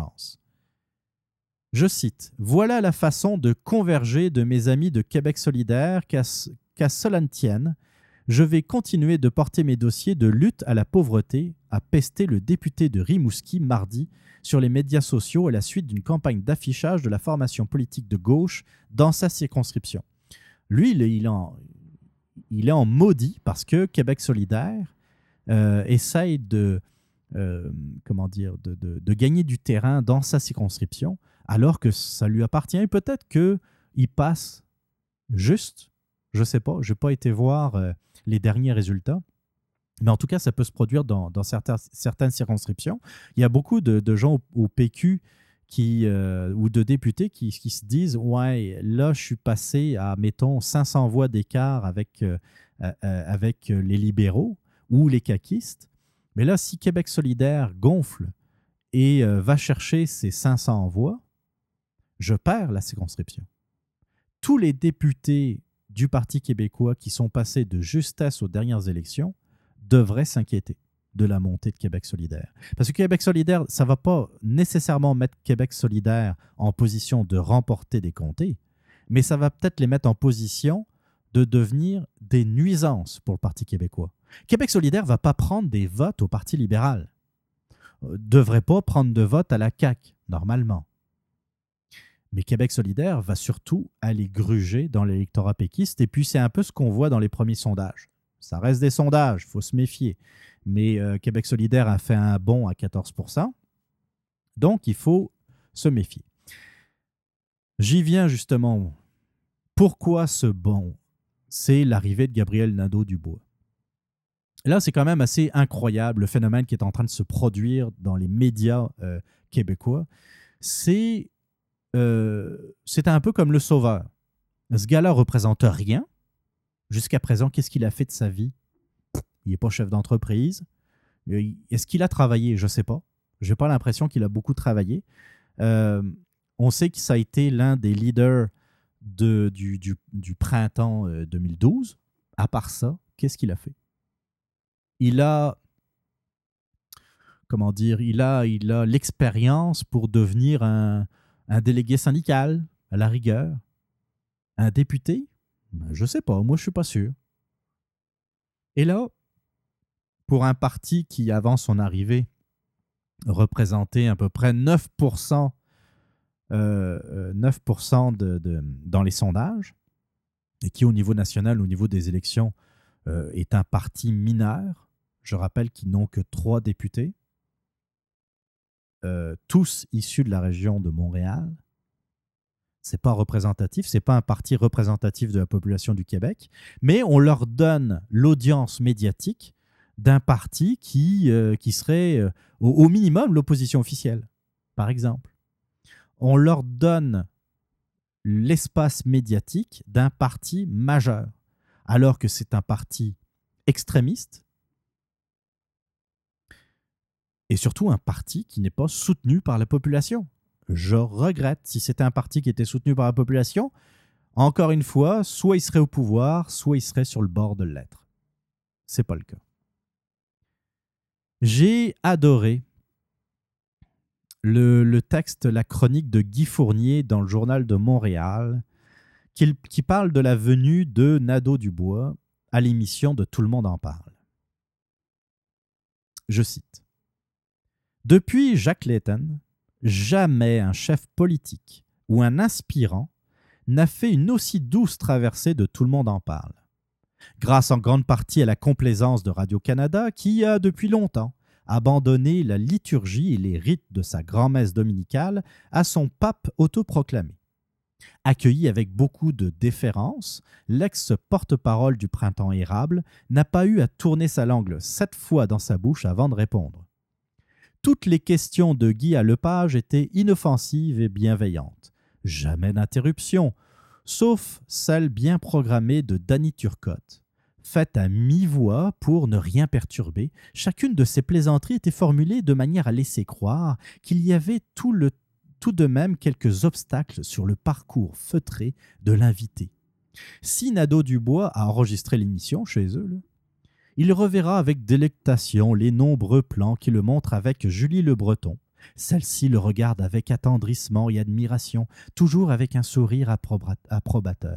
Je cite, « Voilà la façon de converger de mes amis de Québec solidaire qu'à, qu'à cela ne tienne. Je vais continuer de porter mes dossiers de lutte à la pauvreté, a pesté le député de Rimouski mardi sur les médias sociaux à la suite d'une campagne d'affichage de la formation politique de gauche dans sa circonscription. » Lui, il est, il est en, il est en maudit parce que Québec solidaire euh, essaye de, euh, comment dire, de, de, de gagner du terrain dans sa circonscription alors que ça lui appartient. Et peut-être qu'il passe juste, je ne sais pas, je n'ai pas été voir euh, les derniers résultats, mais en tout cas, ça peut se produire dans, dans certains, certaines circonscriptions. Il y a beaucoup de, de gens au, au P Q qui, euh, ou de députés qui, qui se disent « Ouais, là, je suis passé à, mettons, cinq cents voix d'écart avec, euh, euh, avec les libéraux ou les caquistes. Mais là, si Québec solidaire gonfle et euh, va chercher ces cinq cents voix, je perds la circonscription. » Tous les députés du Parti québécois qui sont passés de justesse aux dernières élections devraient s'inquiéter. de la montée de Québec solidaire. Parce que Québec solidaire, ça ne va pas nécessairement mettre Québec solidaire en position de remporter des comtés, mais ça va peut-être les mettre en position de devenir des nuisances pour le Parti québécois. Québec solidaire ne va pas prendre des votes au Parti libéral. Ne devrait pas prendre de votes à la C A Q, normalement. Mais Québec solidaire va surtout aller gruger dans l'électorat péquiste. Et puis, c'est un peu ce qu'on voit dans les premiers sondages. Ça reste des sondages, il faut se méfier. Mais euh, Québec solidaire a fait un bond à quatorze pour cent. Donc, il faut se méfier. J'y viens justement. Pourquoi ce bond? C'est l'arrivée de Gabriel Nadeau-Dubois. Là, c'est quand même assez incroyable le phénomène qui est en train de se produire dans les médias euh, québécois. C'est... Euh, c'est un peu comme le sauveur. Ce gars-là ne représente rien. Jusqu'à présent, qu'est-ce qu'il a fait de sa vie? Il n'est pas chef d'entreprise. Est-ce qu'il a travaillé? Je ne sais pas. Je n'ai pas l'impression qu'il a beaucoup travaillé. Euh, on sait que ça a été l'un des leaders de, du, du, du printemps deux mille douze. À part ça, qu'est-ce qu'il a fait? Il a... Comment dire? Il a, il a l'expérience pour devenir un... Un délégué syndical, à la rigueur. Un député? Je ne sais pas, moi je ne suis pas sûr. Et là, pour un parti qui, avant son arrivée, représentait à peu près neuf pour cent, euh, neuf pour cent de, de, dans les sondages, et qui au niveau national, au niveau des élections, euh, est un parti mineur. Je rappelle qu'ils n'ont que trois députés. Euh, tous issus de la région de Montréal. Ce n'est pas représentatif, ce n'est pas un parti représentatif de la population du Québec, mais on leur donne l'audience médiatique d'un parti qui, euh, qui serait euh, au, au minimum l'opposition officielle, par exemple. On leur donne l'espace médiatique d'un parti majeur, alors que c'est un parti extrémiste, et surtout un parti qui n'est pas soutenu par la population. Je regrette. Si c'était un parti qui était soutenu par la population, encore une fois, soit il serait au pouvoir, soit il serait sur le bord de l'être. C'est pas le cas. J'ai adoré le, le texte, la chronique de Guy Fournier dans le Journal de Montréal, qui, qui parle de la venue de Nadeau-Dubois à l'émission de Tout le monde en parle. Je cite. Depuis Jacques Layton, jamais un chef politique ou un aspirant n'a fait une aussi douce traversée de Tout le monde en parle. Grâce en grande partie à la complaisance de Radio-Canada qui a depuis longtemps abandonné la liturgie et les rites de sa grand-messe dominicale à son pape autoproclamé. Accueilli avec beaucoup de déférence, l'ex-porte-parole du printemps érable n'a pas eu à tourner sa langue sept fois dans sa bouche avant de répondre. Toutes les questions de Guy à Lepage étaient inoffensives et bienveillantes. Jamais d'interruption, sauf celle bien programmée de Danny Turcotte. Faite à mi-voix pour ne rien perturber, chacune de ces plaisanteries était formulée de manière à laisser croire qu'il y avait tout, le, tout de même quelques obstacles sur le parcours feutré de l'invité. Si Nadeau-Dubois a enregistré l'émission chez eux, là, il reverra avec délectation les nombreux plans qui le montrent avec Julie Le Breton. Celle-ci le regarde avec attendrissement et admiration, toujours avec un sourire approba- approbateur.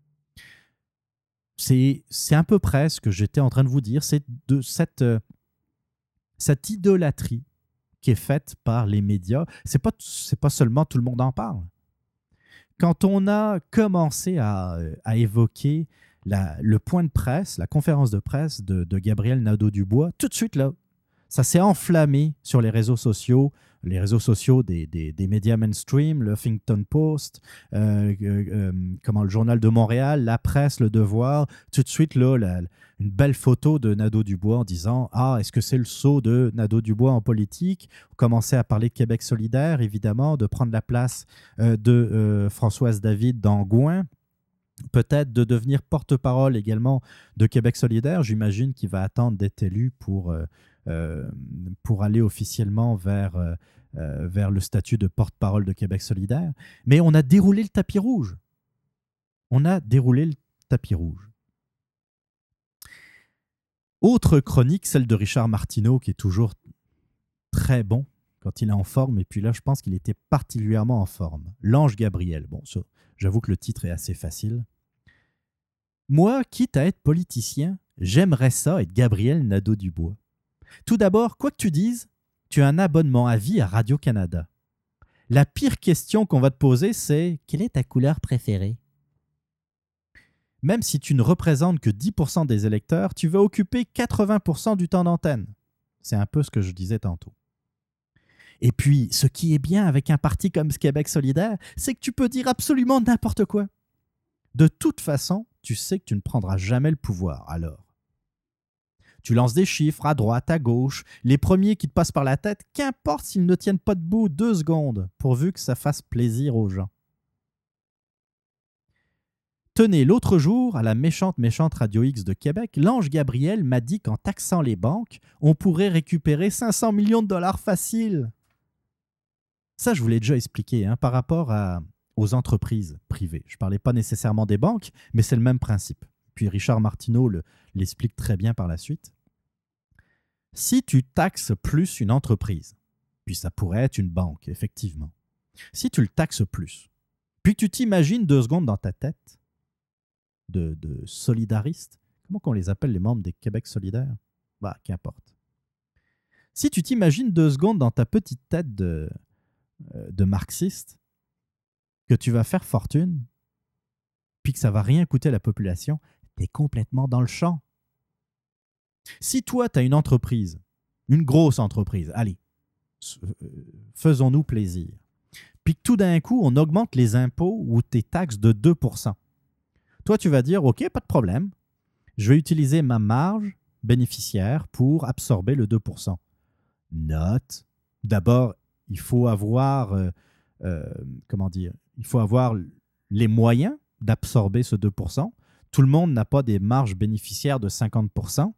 C'est, c'est à peu près ce que j'étais en train de vous dire, c'est de cette, euh, cette idolâtrie qui est faite par les médias. C'est pas, c'est pas seulement Tout le monde en parle. Quand on a commencé à, à évoquer La, le point de presse, la conférence de presse de, de Gabriel Nadeau-Dubois, tout de suite, là, ça s'est enflammé sur les réseaux sociaux, les réseaux sociaux des, des, des médias mainstream, le Huffington Post, euh, euh, euh, comment, le Journal de Montréal, la presse, le Devoir. Tout de suite, là, la, une belle photo de Nadeau-Dubois en disant « Ah, est-ce que c'est le saut de Nadeau-Dubois en politique ?» On commençait à parler de Québec solidaire, évidemment, de prendre la place euh, de euh, Françoise David dans Gouin. Peut-être de devenir porte-parole également de Québec solidaire. J'imagine qu'il va attendre d'être élu pour, euh, euh, pour aller officiellement vers, euh, euh, vers le statut de porte-parole de Québec solidaire. Mais on a déroulé le tapis rouge. On a déroulé le tapis rouge. Autre chronique, celle de Richard Martineau, qui est toujours très bon quand il est en forme. Et puis là, je pense qu'il était particulièrement en forme. L'ange Gabriel. Bon, ça, j'avoue que le titre est assez facile. Moi, quitte à être politicien, j'aimerais ça être Gabriel Nadeau-Dubois. Tout d'abord, quoi que tu dises, tu as un abonnement à vie à Radio-Canada. La pire question qu'on va te poser, c'est « Quelle est ta couleur préférée ?» Même si tu ne représentes que dix pour cent des électeurs, tu vas occuper quatre-vingts pour cent du temps d'antenne. C'est un peu ce que je disais tantôt. Et puis, ce qui est bien avec un parti comme Québec solidaire, c'est que tu peux dire absolument n'importe quoi. De toute façon, tu sais que tu ne prendras jamais le pouvoir, alors. Tu lances des chiffres à droite, à gauche, les premiers qui te passent par la tête, qu'importe s'ils ne tiennent pas debout deux secondes, pourvu que ça fasse plaisir aux gens. Tenez, l'autre jour, à la méchante méchante Radio X de Québec, l'ange Gabriel m'a dit qu'en taxant les banques, on pourrait récupérer cinq cents millions de dollars faciles. Ça, je vous l'ai déjà expliqué, hein, par rapport à, aux entreprises privées. Je ne parlais pas nécessairement des banques, mais c'est le même principe. Puis Richard Martineau le, l'explique très bien par la suite. Si tu taxes plus une entreprise, puis ça pourrait être une banque, effectivement, si tu le taxes plus, puis tu t'imagines deux secondes dans ta tête de, de solidaristes, comment qu'on les appelle les membres des Québec solidaires? Bah, qu'importe. Si tu t'imagines deux secondes dans ta petite tête de, de marxiste, que tu vas faire fortune, puis que ça va rien coûter à la population, tu es complètement dans le champ. Si toi, tu as une entreprise, une grosse entreprise, allez, faisons-nous plaisir, puis que tout d'un coup, on augmente les impôts ou tes taxes de deux pour cent. Toi, tu vas dire, OK, pas de problème, je vais utiliser ma marge bénéficiaire pour absorber le deux pour cent. Note, d'abord, il faut avoir, euh, euh, comment dire, il faut avoir les moyens d'absorber ce deux pour cent. Tout le monde n'a pas des marges bénéficiaires de cinquante pour cent.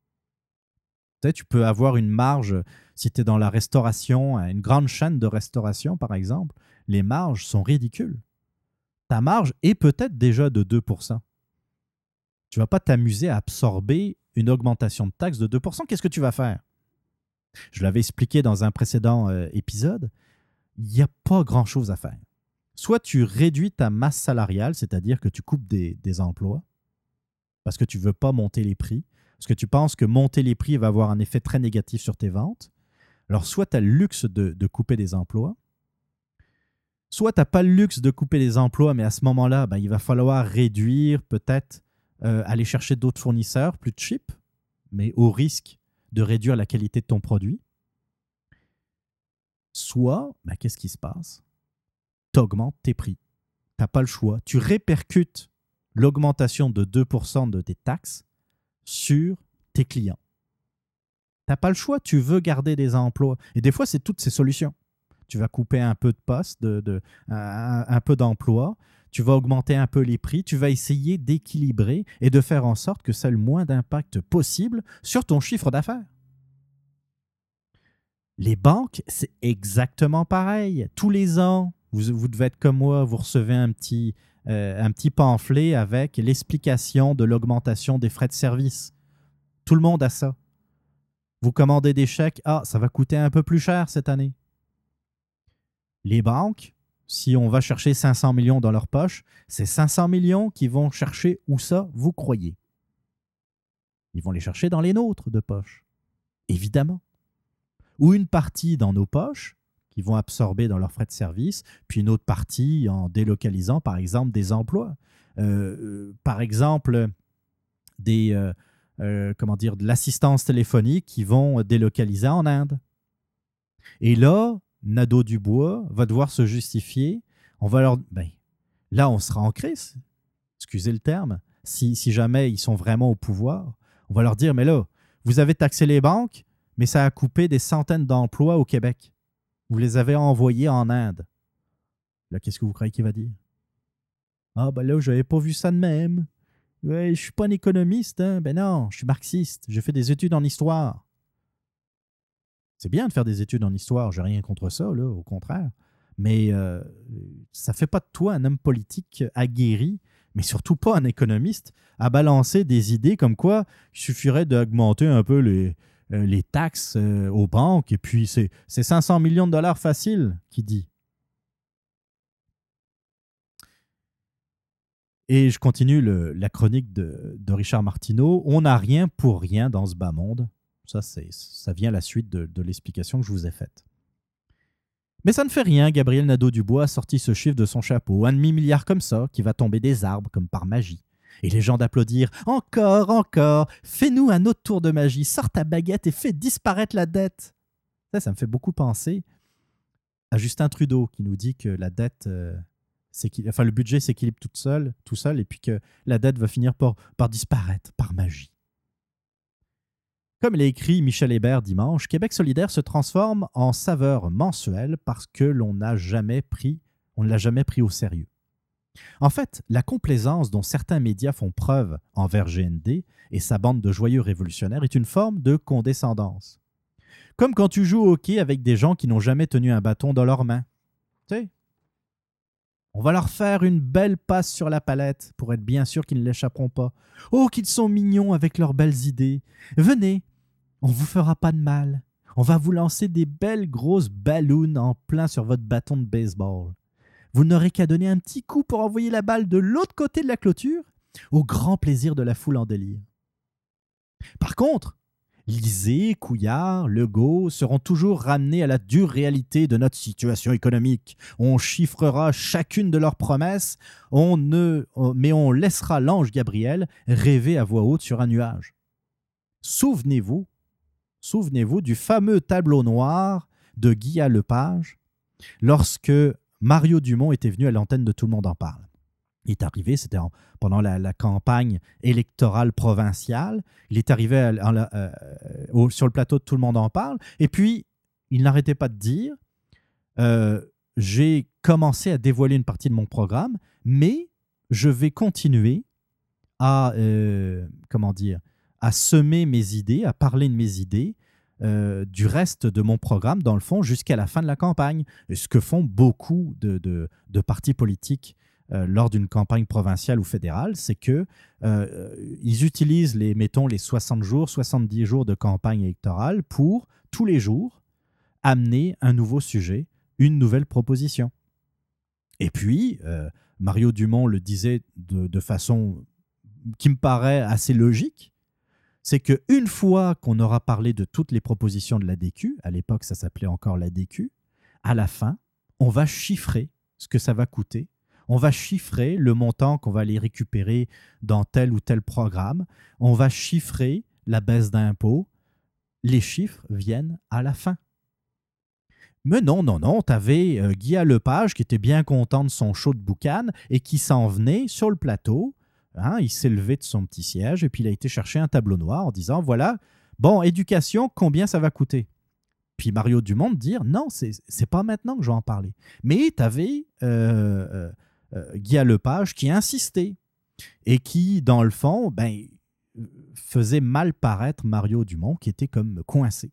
Tu sais, tu peux avoir une marge, si tu es dans la restauration, une grande chaîne de restauration, par exemple, les marges sont ridicules. Ta marge est peut-être déjà de deux pour cent. Tu ne vas pas t'amuser à absorber une augmentation de taxes de deux pour cent. Qu'est-ce que tu vas faire? Je l'avais expliqué dans un précédent euh, épisode, il n'y a pas grand-chose à faire. Soit tu réduis ta masse salariale, c'est-à-dire que tu coupes des, des emplois, parce que tu ne veux pas monter les prix, parce que tu penses que monter les prix va avoir un effet très négatif sur tes ventes. Alors, soit tu as le luxe de, de couper des emplois, soit tu n'as pas le luxe de couper des emplois, mais à ce moment-là, ben, il va falloir réduire, peut-être euh, aller chercher d'autres fournisseurs plus cheap, mais au risque de réduire la qualité de ton produit. Soit, ben, qu'est-ce qui se passe? Tu augmentes tes prix. Tu n'as pas le choix. Tu répercutes l'augmentation de deux pour cent de tes taxes sur tes clients. Tu n'as pas le choix. Tu veux garder des emplois. Et des fois, c'est toutes ces solutions. Tu vas couper un peu de postes, de, de, un, un peu d'emplois. Tu vas augmenter un peu les prix. Tu vas essayer d'équilibrer et de faire en sorte que ça ait le moins d'impact possible sur ton chiffre d'affaires. Les banques, c'est exactement pareil. Tous les ans, vous, vous devez être comme moi, vous recevez un petit, euh, un petit pamphlet avec l'explication de l'augmentation des frais de service. Tout le monde a ça. Vous commandez des chèques, ah, ça va coûter un peu plus cher cette année. Les banques, si on va chercher cinq cents millions dans leur poche, c'est cinq cents millions qui vont chercher où ça, vous croyez? Ils vont les chercher dans les nôtres de poche, évidemment. Ou une partie dans nos poches, qui vont absorber dans leurs frais de service, puis une autre partie en délocalisant, par exemple, des emplois. Euh, par exemple, des, euh, euh, comment dire, de l'assistance téléphonique qui vont délocaliser en Inde. Et là, Nadeau-Dubois va devoir se justifier. On va leur... Ben, là, on sera en crise, excusez le terme, si, si jamais ils sont vraiment au pouvoir. On va leur dire, mais là, vous avez taxé les banques, mais ça a coupé des centaines d'emplois au Québec. Vous les avez envoyés en Inde. Là, qu'est-ce que vous croyez qu'il va dire? Ah, ben là, je n'avais pas vu ça de même. Ouais, je ne suis pas un économiste. Hein? Ben non, je suis marxiste. J'ai fait des études en histoire. C'est bien de faire des études en histoire. Je n'ai rien contre ça, là, au contraire. Mais euh, ça ne fait pas de toi un homme politique aguerri mais surtout pas un économiste, à balancer des idées comme quoi il suffirait d'augmenter un peu les, euh, les taxes euh, aux banques, et puis c'est c'est cinq cents millions de dollars facile, qui dit. Et je continue le- la chronique de, de Richard Martineau. On n'a rien pour rien dans ce bas monde. Ça, c'est, ça vient à la suite de, de l'explication que je vous ai faite. Mais ça ne fait rien, Gabriel Nadeau-Dubois a sorti ce chiffre de son chapeau. Un demi-milliard comme ça, qui va tomber des arbres comme par magie. Et les gens d'applaudir. Encore, encore, fais-nous un autre tour de magie. Sors ta baguette et fais disparaître la dette. Ça, ça me fait beaucoup penser à Justin Trudeau, qui nous dit que la dette... euh, enfin, le budget s'équilibre tout seul, tout seul, et puis que la dette va finir par, par disparaître, par magie. Comme l'a écrit Michel Hébert dimanche, Québec solidaire se transforme en saveur mensuelle parce que l'on n'a jamais pris, on ne l'a jamais pris au sérieux. En fait, la complaisance dont certains médias font preuve envers G N D et sa bande de joyeux révolutionnaires est une forme de condescendance. Comme quand tu joues au hockey avec des gens qui n'ont jamais tenu un bâton dans leurs mains. Tu sais, on va leur faire une belle passe sur la palette pour être bien sûr qu'ils ne l'échapperont pas. Oh, qu'ils sont mignons avec leurs belles idées. Venez, on vous fera pas de mal. On va vous lancer des belles grosses ballons en plein sur votre bâton de baseball. Vous n'aurez qu'à donner un petit coup pour envoyer la balle de l'autre côté de la clôture, au grand plaisir de la foule en délire. Par contre, Lisée, Couillard, Legault seront toujours ramenés à la dure réalité de notre situation économique. On chiffrera chacune de leurs promesses, on ne, mais on laissera l'ange Gabriel rêver à voix haute sur un nuage. Souvenez-vous, souvenez-vous du fameux tableau noir de Guy Lepage lorsque Mario Dumont était venu à l'antenne de Tout le monde en parle. Il est arrivé, c'était en, pendant la, la campagne électorale provinciale. Il est arrivé à, à, euh, au, sur le plateau de Tout le monde en parle. Et puis, il n'arrêtait pas de dire euh, j'ai commencé à dévoiler une partie de mon programme, mais je vais continuer à, euh, comment dire, à semer mes idées, à parler de mes idées euh, du reste de mon programme, dans le fond, jusqu'à la fin de la campagne. Et ce que font beaucoup de, de, de partis politiques Euh, lors d'une campagne provinciale ou fédérale, c'est qu'ils euh, utilisent les, mettons, les soixante jours, soixante-dix jours de campagne électorale pour, tous les jours, amener un nouveau sujet, une nouvelle proposition. Et puis, euh, Mario Dumont le disait de, de façon qui me paraît assez logique, c'est qu'une fois qu'on aura parlé de toutes les propositions de l'A D Q, à l'époque ça s'appelait encore l'A D Q, à la fin, on va chiffrer ce que ça va coûter. On va chiffrer le montant qu'on va aller récupérer dans tel ou tel programme. On va chiffrer la baisse d'impôts. Les chiffres viennent à la fin. Mais non, non, non, tu avais euh, Guy Lepage qui était bien content de son show de boucan et qui s'en venait sur le plateau. Hein, il s'est levé de son petit siège et puis il a été chercher un tableau noir en disant, voilà, bon, éducation, combien ça va coûter? Puis Mario Dumont dire, non, c'est, c'est pas maintenant que je vais en parler. Mais tu avais... Euh, euh, Euh, Guy Lepage qui insistait et qui, dans le fond, ben, faisait mal paraître Mario Dumont qui était comme coincé.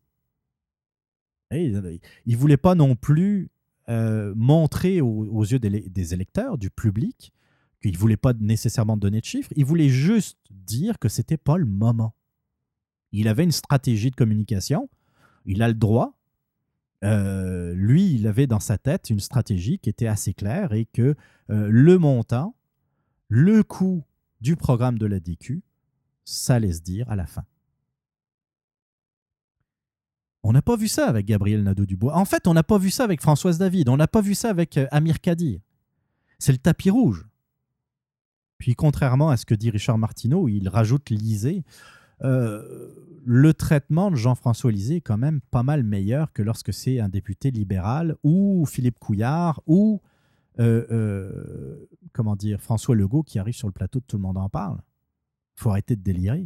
Et il ne voulait pas non plus euh, montrer aux, aux yeux des, des électeurs, du public, qu'il ne voulait pas nécessairement donner de chiffres, il voulait juste dire que ce n'était pas le moment. Il avait une stratégie de communication, il a le droit. Euh, lui, il avait dans sa tête une stratégie qui était assez claire et que euh, le montant, le coût du programme de l'A D Q, ça allait se dire à la fin. On n'a pas vu ça avec Gabriel Nadeau-Dubois. En fait, on n'a pas vu ça avec Françoise David. On n'a pas vu ça avec euh, Amir Kadir. C'est le tapis rouge. Puis, contrairement à ce que dit Richard Martineau, il rajoute Lisée. Euh, le traitement de Jean-François Lisée est quand même pas mal meilleur que lorsque c'est un député libéral ou Philippe Couillard ou euh, euh, comment dire, François Legault qui arrive sur le plateau de Tout le monde en parle. Il faut arrêter de délirer.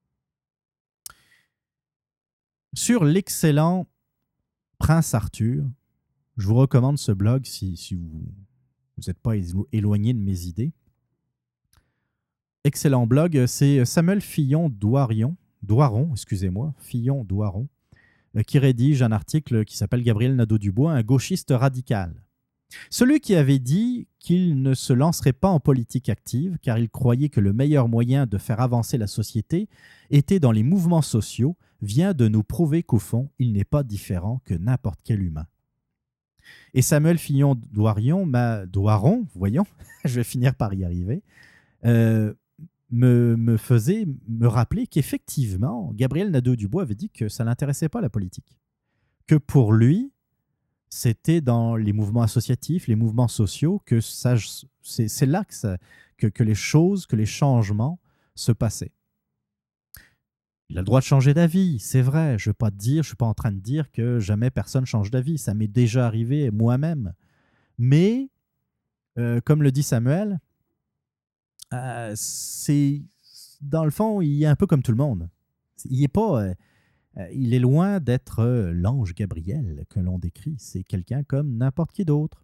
Sur l'excellent Prince Arthur, je vous recommande ce blog si, si vous n'êtes pas éloigné de mes idées. Excellent blog, c'est Samuel Fillon-Doiron, Doiron, excusez-moi, Fillon-Doiron, qui rédige un article qui s'appelle Gabriel Nadeau-Dubois, un gauchiste radical. Celui qui avait dit qu'il ne se lancerait pas en politique active car il croyait que le meilleur moyen de faire avancer la société était dans les mouvements sociaux vient de nous prouver qu'au fond, il n'est pas différent que n'importe quel humain. Et Samuel Fillon-Doirion, m'a, Doiron, voyons, je vais finir par y arriver, euh, me, me faisait me rappeler qu'effectivement, Gabriel Nadeau-Dubois avait dit que ça ne l'intéressait pas la politique. Que pour lui, c'était dans les mouvements associatifs, les mouvements sociaux, que ça, c'est, c'est là que, ça, que, que les choses, que les changements se passaient. Il a le droit de changer d'avis, c'est vrai. Je ne vais pas te dire, je ne suis pas en train de dire que jamais personne change d'avis. Ça m'est déjà arrivé moi-même. Mais, euh, comme le dit Samuel, euh, c'est dans le fond, il est un peu comme tout le monde. Il est pas, euh, euh, il est loin d'être euh, l'ange Gabriel que l'on décrit. C'est quelqu'un comme n'importe qui d'autre.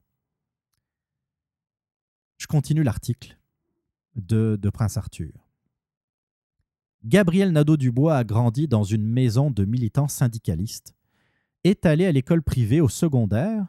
Je continue l'article de, de Prince Arthur. Gabriel Nadeau-Dubois a grandi dans une maison de militants syndicalistes, est allé à l'école privée au secondaire,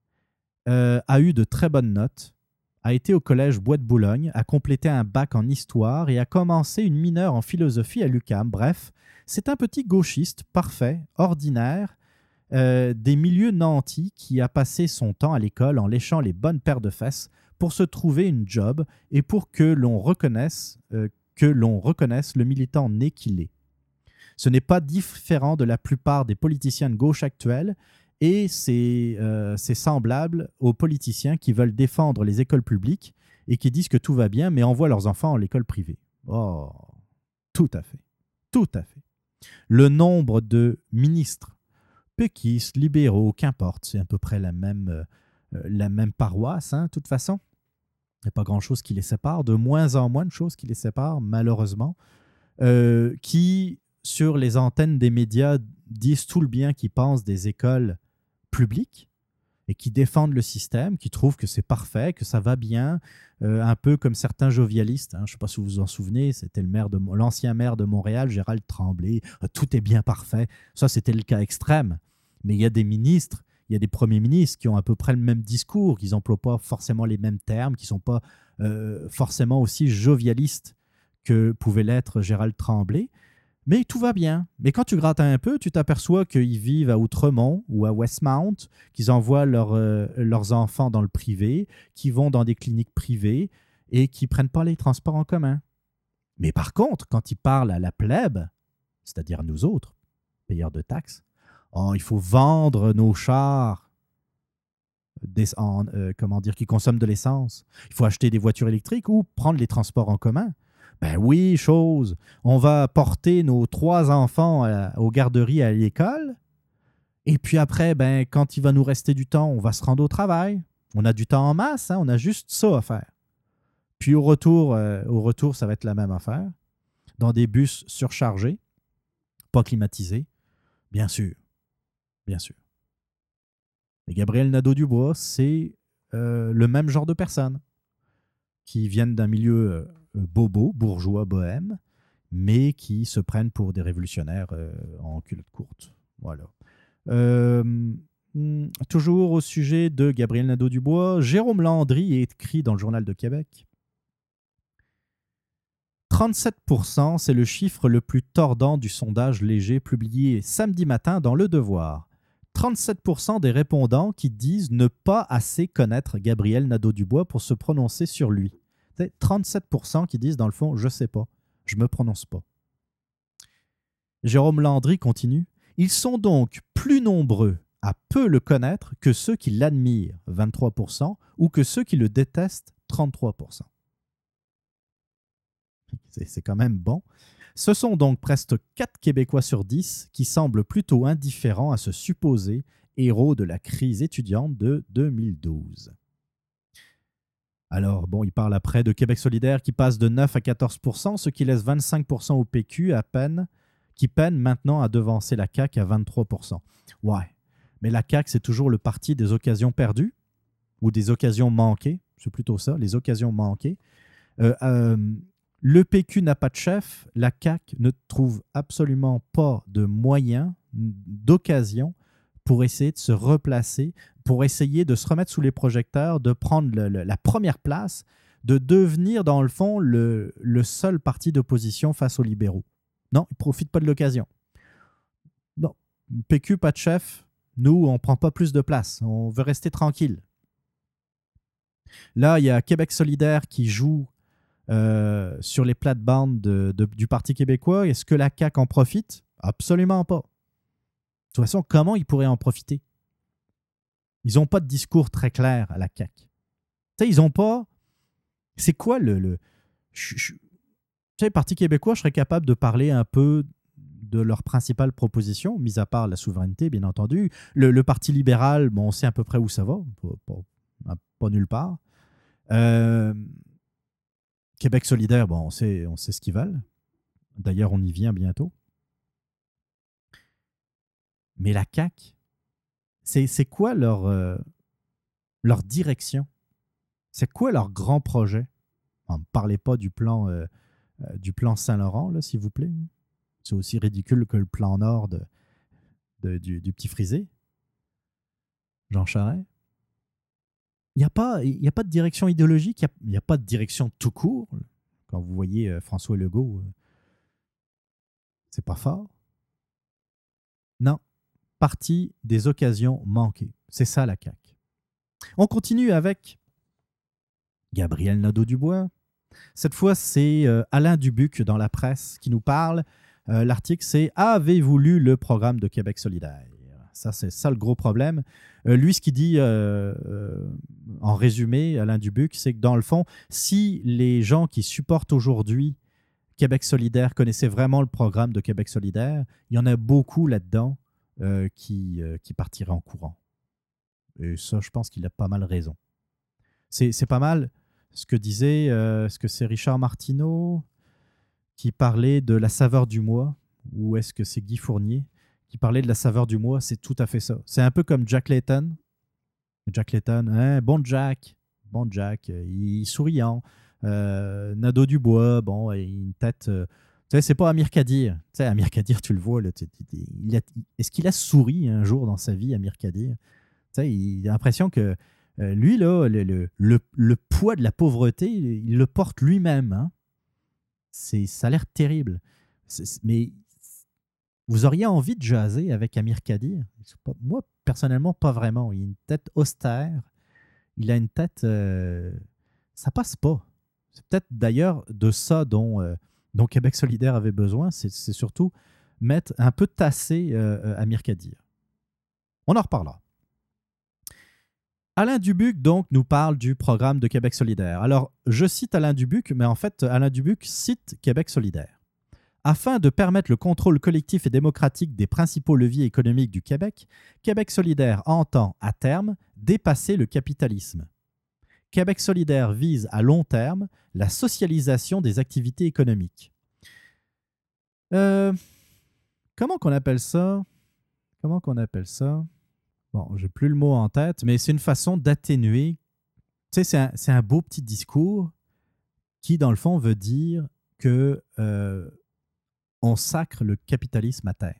euh, a eu de très bonnes notes, a été au collège Bois de Boulogne, a complété un bac en histoire et a commencé une mineure en philosophie à l'U Q A M. Bref, c'est un petit gauchiste parfait, ordinaire, euh, des milieux nantis qui a passé son temps à l'école en léchant les bonnes paires de fesses pour se trouver une job et pour que l'on reconnaisse euh, que l'on reconnaisse le militant né qu'il est. Ce n'est pas différent de la plupart des politiciens de gauche actuels et c'est, euh, c'est semblable aux politiciens qui veulent défendre les écoles publiques et qui disent que tout va bien mais envoient leurs enfants à l'école privée. Oh, tout à fait. Tout à fait. Le nombre de ministres, péquistes, libéraux, qu'importe, c'est à peu près la même, euh, la même paroisse, hein, de toute façon. Il n'y a pas grand-chose qui les sépare, de moins en moins de choses qui les séparent, malheureusement, euh, qui, sur les antennes des médias, disent tout le bien qu'ils pensent des écoles publiques et qui défendent le système, qui trouvent que c'est parfait, que ça va bien, euh, un peu comme certains jovialistes. Hein, je ne sais pas si vous vous en souvenez, c'était le maire de, l'ancien maire de Montréal, Gérald Tremblay, euh, tout est bien parfait. Ça, c'était le cas extrême. Mais il y a des ministres, il y a des premiers ministres qui ont à peu près le même discours, qui n'emploient pas forcément les mêmes termes, qui ne sont pas euh, forcément aussi jovialistes que pouvait l'être Gérald Tremblay. Mais tout va bien. Mais quand tu grattes un peu, tu t'aperçois qu'ils vivent à Outremont ou à Westmount, qu'ils envoient leur, euh, leurs enfants dans le privé, qu'ils vont dans des cliniques privées et qu'ils ne prennent pas les transports en commun. Mais par contre, quand ils parlent à la plèbe, c'est-à-dire nous autres, payeurs de taxes, oh, il faut vendre nos chars des, en, euh, comment dire, qui consomment de l'essence. Il faut acheter des voitures électriques ou prendre les transports en commun. Ben oui, chose. On va porter nos trois enfants à, aux garderies à l'école. Et puis après, ben, quand il va nous rester du temps, on va se rendre au travail. On a du temps en masse, hein, on a juste ça à faire. Puis au retour, euh, au retour, ça va être la même affaire. Dans des bus surchargés, pas climatisés, bien sûr. Bien sûr. Et Gabriel Nadeau-Dubois, c'est euh, le même genre de personnes qui viennent d'un milieu euh, bobo, bourgeois, bohème, mais qui se prennent pour des révolutionnaires euh, en culotte courte. Voilà. Euh, hmm, toujours au sujet de Gabriel Nadeau-Dubois, Jérôme Landry écrit dans le Journal de Québec. trente-sept pour cent, c'est le chiffre le plus tordant du sondage léger publié samedi matin dans Le Devoir. trente-sept pour cent des répondants qui disent ne pas assez connaître Gabriel Nadeau-Dubois pour se prononcer sur lui. C'est trente-sept pour cent qui disent, dans le fond, je ne sais pas, je ne me prononce pas. Jérôme Landry continue. Ils sont donc plus nombreux à peu le connaître que ceux qui l'admirent, vingt-trois pour cent, ou que ceux qui le détestent, trente-trois pour cent. C'est, c'est quand même bon. Ce sont donc presque quatre Québécois sur dix qui semblent plutôt indifférents à ce supposé héros de la crise étudiante de deux mille douze. Alors, bon, il parle après de Québec solidaire qui passe de neuf à quatorze pour cent, ce qui laisse vingt-cinq pour cent au P Q à peine, qui peine maintenant à devancer la C A Q à vingt-trois pour cent. Ouais, mais la C A Q, c'est toujours le parti des occasions perdues ou des occasions manquées. C'est plutôt ça, les occasions manquées. Euh, euh, le P Q n'a pas de chef, la C A Q ne trouve absolument pas de moyens, d'occasion pour essayer de se replacer, pour essayer de se remettre sous les projecteurs, de prendre le, le, la première place, de devenir, dans le fond, le, le seul parti d'opposition face aux libéraux. Non, ils ne profitent pas de l'occasion. Non, P Q, pas de chef. Nous, on ne prend pas plus de place. On veut rester tranquille. Là, il y a Québec solidaire qui joue euh, sur les plates-bandes de, de, du Parti québécois. Est-ce que la C A Q en profite? Absolument pas. De toute façon, comment ils pourraient en profiter? Ils n'ont pas de discours très clair à la C A Q. Tu sais, ils n'ont pas... C'est quoi le... le... Je, je... Tu sais, Parti québécois, je serais capable de parler un peu de leurs principales propositions, mis à part la souveraineté, bien entendu. Le, le Parti libéral, bon, on sait à peu près où ça va, pas, pas, pas nulle part. Euh, Québec solidaire, bon, on sait, on sait ce qu'ils valent. D'ailleurs, on y vient bientôt. Mais la C A Q, c'est, c'est quoi leur, euh, leur direction? C'est quoi leur grand projet? Ne me parlez pas du plan, euh, euh, du plan Saint-Laurent, là, s'il vous plaît. C'est aussi ridicule que le plan Nord de, de, du, du petit frisé. Jean Charest. Il n'y a, a pas de direction idéologique, il n'y a, a pas de direction tout court. Quand vous voyez euh, François Legault, euh, c'est pas fort. Non. Parti des occasions manquées. C'est ça la C A Q. On continue avec Gabriel Nadeau-Dubois. Cette fois, c'est euh, Alain Dubuc dans la presse qui nous parle. Euh, l'article, c'est « Avez-vous lu le programme de Québec solidaire ?» Ça, c'est ça le gros problème. Euh, lui, ce qu'il dit euh, euh, en résumé, Alain Dubuc, c'est que dans le fond, si les gens qui supportent aujourd'hui Québec solidaire connaissaient vraiment le programme de Québec solidaire, il y en a beaucoup là-dedans euh, qui, euh, qui partiraient en courant. Et ça, je pense qu'il a pas mal raison. C'est, c'est pas mal ce que disait, euh, est-ce que c'est Richard Martineau qui parlait de la saveur du mois, ou est-ce que c'est Guy Fournier qui parlait de la saveur du mois? C'est tout à fait ça. C'est un peu comme Jack Layton. Jack Layton, hein, bon Jack, bon Jack, il est souriant. Euh, Nadeau-Dubois, bon, une tête... Euh, tu sais, c'est pas Amir Kadir. Tu sais, Amir Kadir, tu le vois, là, tu, tu, il a, est-ce qu'il a souri un jour dans sa vie, Amir Kadir? Tu sais, il a l'impression que euh, lui, là, le, le, le, le poids de la pauvreté, il, il le porte lui-même. Hein? C'est, ça a l'air terrible. C'est, mais vous auriez envie de jaser avec Amir Kadir? Pas, moi, personnellement, pas vraiment. Il a une tête austère. Il a une tête... Euh, ça passe pas. C'est peut-être d'ailleurs de ça dont, euh, dont Québec solidaire avait besoin. C'est, c'est surtout mettre un peu tasser euh, Amir Kadir. On en reparlera. Alain Dubuc, donc, nous parle du programme de Québec solidaire. Alors, je cite Alain Dubuc, mais en fait, Alain Dubuc cite Québec solidaire. Afin de permettre le contrôle collectif et démocratique des principaux leviers économiques du Québec, Québec solidaire entend, à terme, dépasser le capitalisme. Québec solidaire vise à long terme la socialisation des activités économiques. Euh, comment qu'on appelle ça? Comment qu'on appelle ça? Bon, j'ai plus le mot en tête, mais c'est une façon d'atténuer. Tu sais, c'est un, c'est un beau petit discours qui, dans le fond, veut dire que euh, on sacre le capitalisme à terre.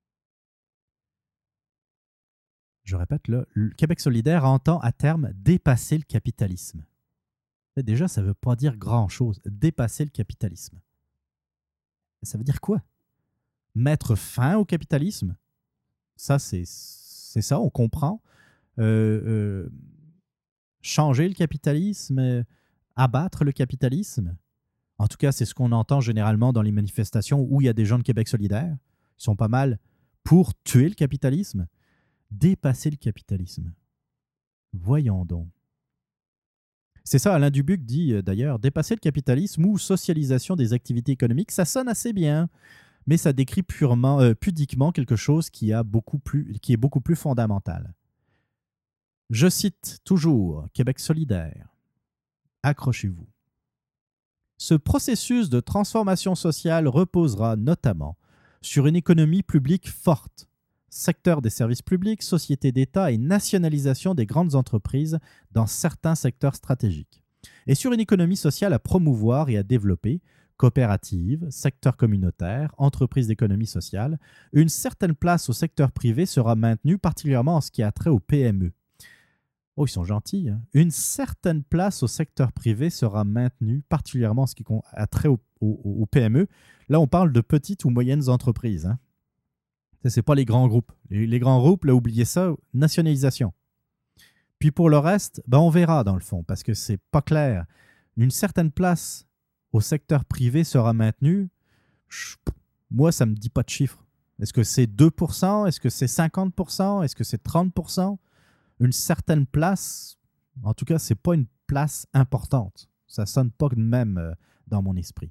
Je répète, là, le Québec solidaire entend à terme dépasser le capitalisme. Déjà, ça ne veut pas dire grand-chose. Dépasser le capitalisme. Ça veut dire quoi? Mettre fin au capitalisme? Ça, c'est, c'est ça, on comprend. Euh, euh, changer le capitalisme, euh, abattre le capitalisme. En tout cas, c'est ce qu'on entend généralement dans les manifestations où il y a des gens de Québec solidaire. Ils sont pas mal pour tuer le capitalisme. Dépasser le capitalisme. Voyons donc. C'est ça, Alain Dubuc dit euh, d'ailleurs, dépasser le capitalisme ou socialisation des activités économiques, ça sonne assez bien, mais ça décrit purement, euh, pudiquement quelque chose qui, a beaucoup plus, qui est beaucoup plus fondamental. Je cite toujours Québec solidaire. Accrochez-vous. Ce processus de transformation sociale reposera notamment sur une économie publique forte, secteur des services publics, société d'État et nationalisation des grandes entreprises dans certains secteurs stratégiques, et sur une économie sociale à promouvoir et à développer, coopératives, secteur communautaire, entreprises d'économie sociale. Une certaine place au secteur privé sera maintenue, particulièrement en ce qui a trait aux P M E. Oh, ils sont gentils. Hein. Une certaine place au secteur privé sera maintenue, particulièrement en ce qui a trait aux, aux, aux P M E. Là, on parle de petites ou moyennes entreprises. Hein. Ce n'est pas les grands groupes. Les, les grands groupes, là, oubliez ça, nationalisation. Puis pour le reste, ben on verra dans le fond, parce que c'est pas clair. Une certaine place au secteur privé sera maintenue. Je, moi, ça ne me dit pas de chiffre. Est-ce que c'est deux pour cent? Est-ce que c'est cinquante pour cent? Est-ce que c'est trente pour cent? Une certaine place, en tout cas, ce n'est pas une place importante. Ça ne sonne pas de même euh, dans mon esprit.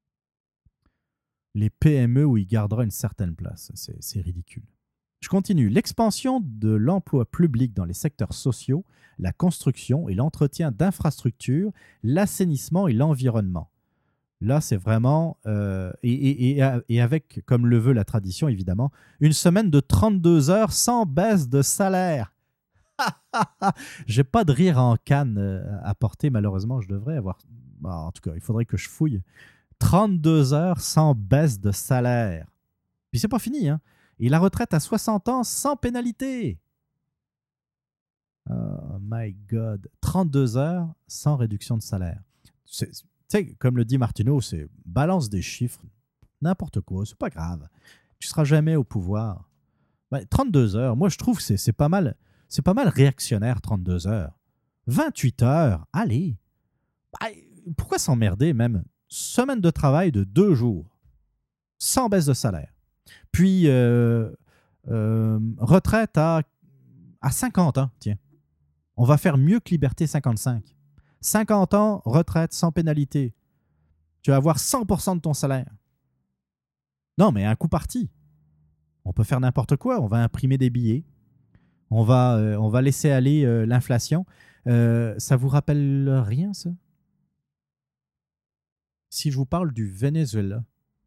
Les P M E où il gardera une certaine place, c'est, c'est ridicule. Je continue. L'expansion de l'emploi public dans les secteurs sociaux, la construction et l'entretien d'infrastructures, l'assainissement et l'environnement. Là, c'est vraiment, euh, et, et, et, et avec, comme le veut la tradition évidemment, une semaine de trente-deux heures sans baisse de salaire. J'ai pas de rire en canne à porter, malheureusement, je devrais avoir. En tout cas, il faudrait que je fouille. trente-deux heures sans baisse de salaire. Puis c'est pas fini, hein. Et la retraite à soixante ans sans pénalité. Oh my God. trente-deux heures sans réduction de salaire. Tu sais, comme le dit Martineau, c'est balance des chiffres, n'importe quoi, c'est pas grave. Tu seras jamais au pouvoir. Ouais, trente-deux heures, moi je trouve que c'est, c'est pas mal. C'est pas mal réactionnaire, trente-deux heures. vingt-huit heures, allez. Bah, pourquoi s'emmerder même? Semaine de travail de deux jours, sans baisse de salaire. Puis, euh, euh, retraite à, à cinquante ans, tiens. On va faire mieux que Liberté cinquante-cinq. cinquante ans, retraite sans pénalité. Tu vas avoir cent pour cent de ton salaire. Non, mais un coup parti. On peut faire n'importe quoi. On va imprimer des billets. On va, euh, on va laisser aller euh, l'inflation. Euh, ça vous rappelle rien, ça? Si je vous parle du Venezuela,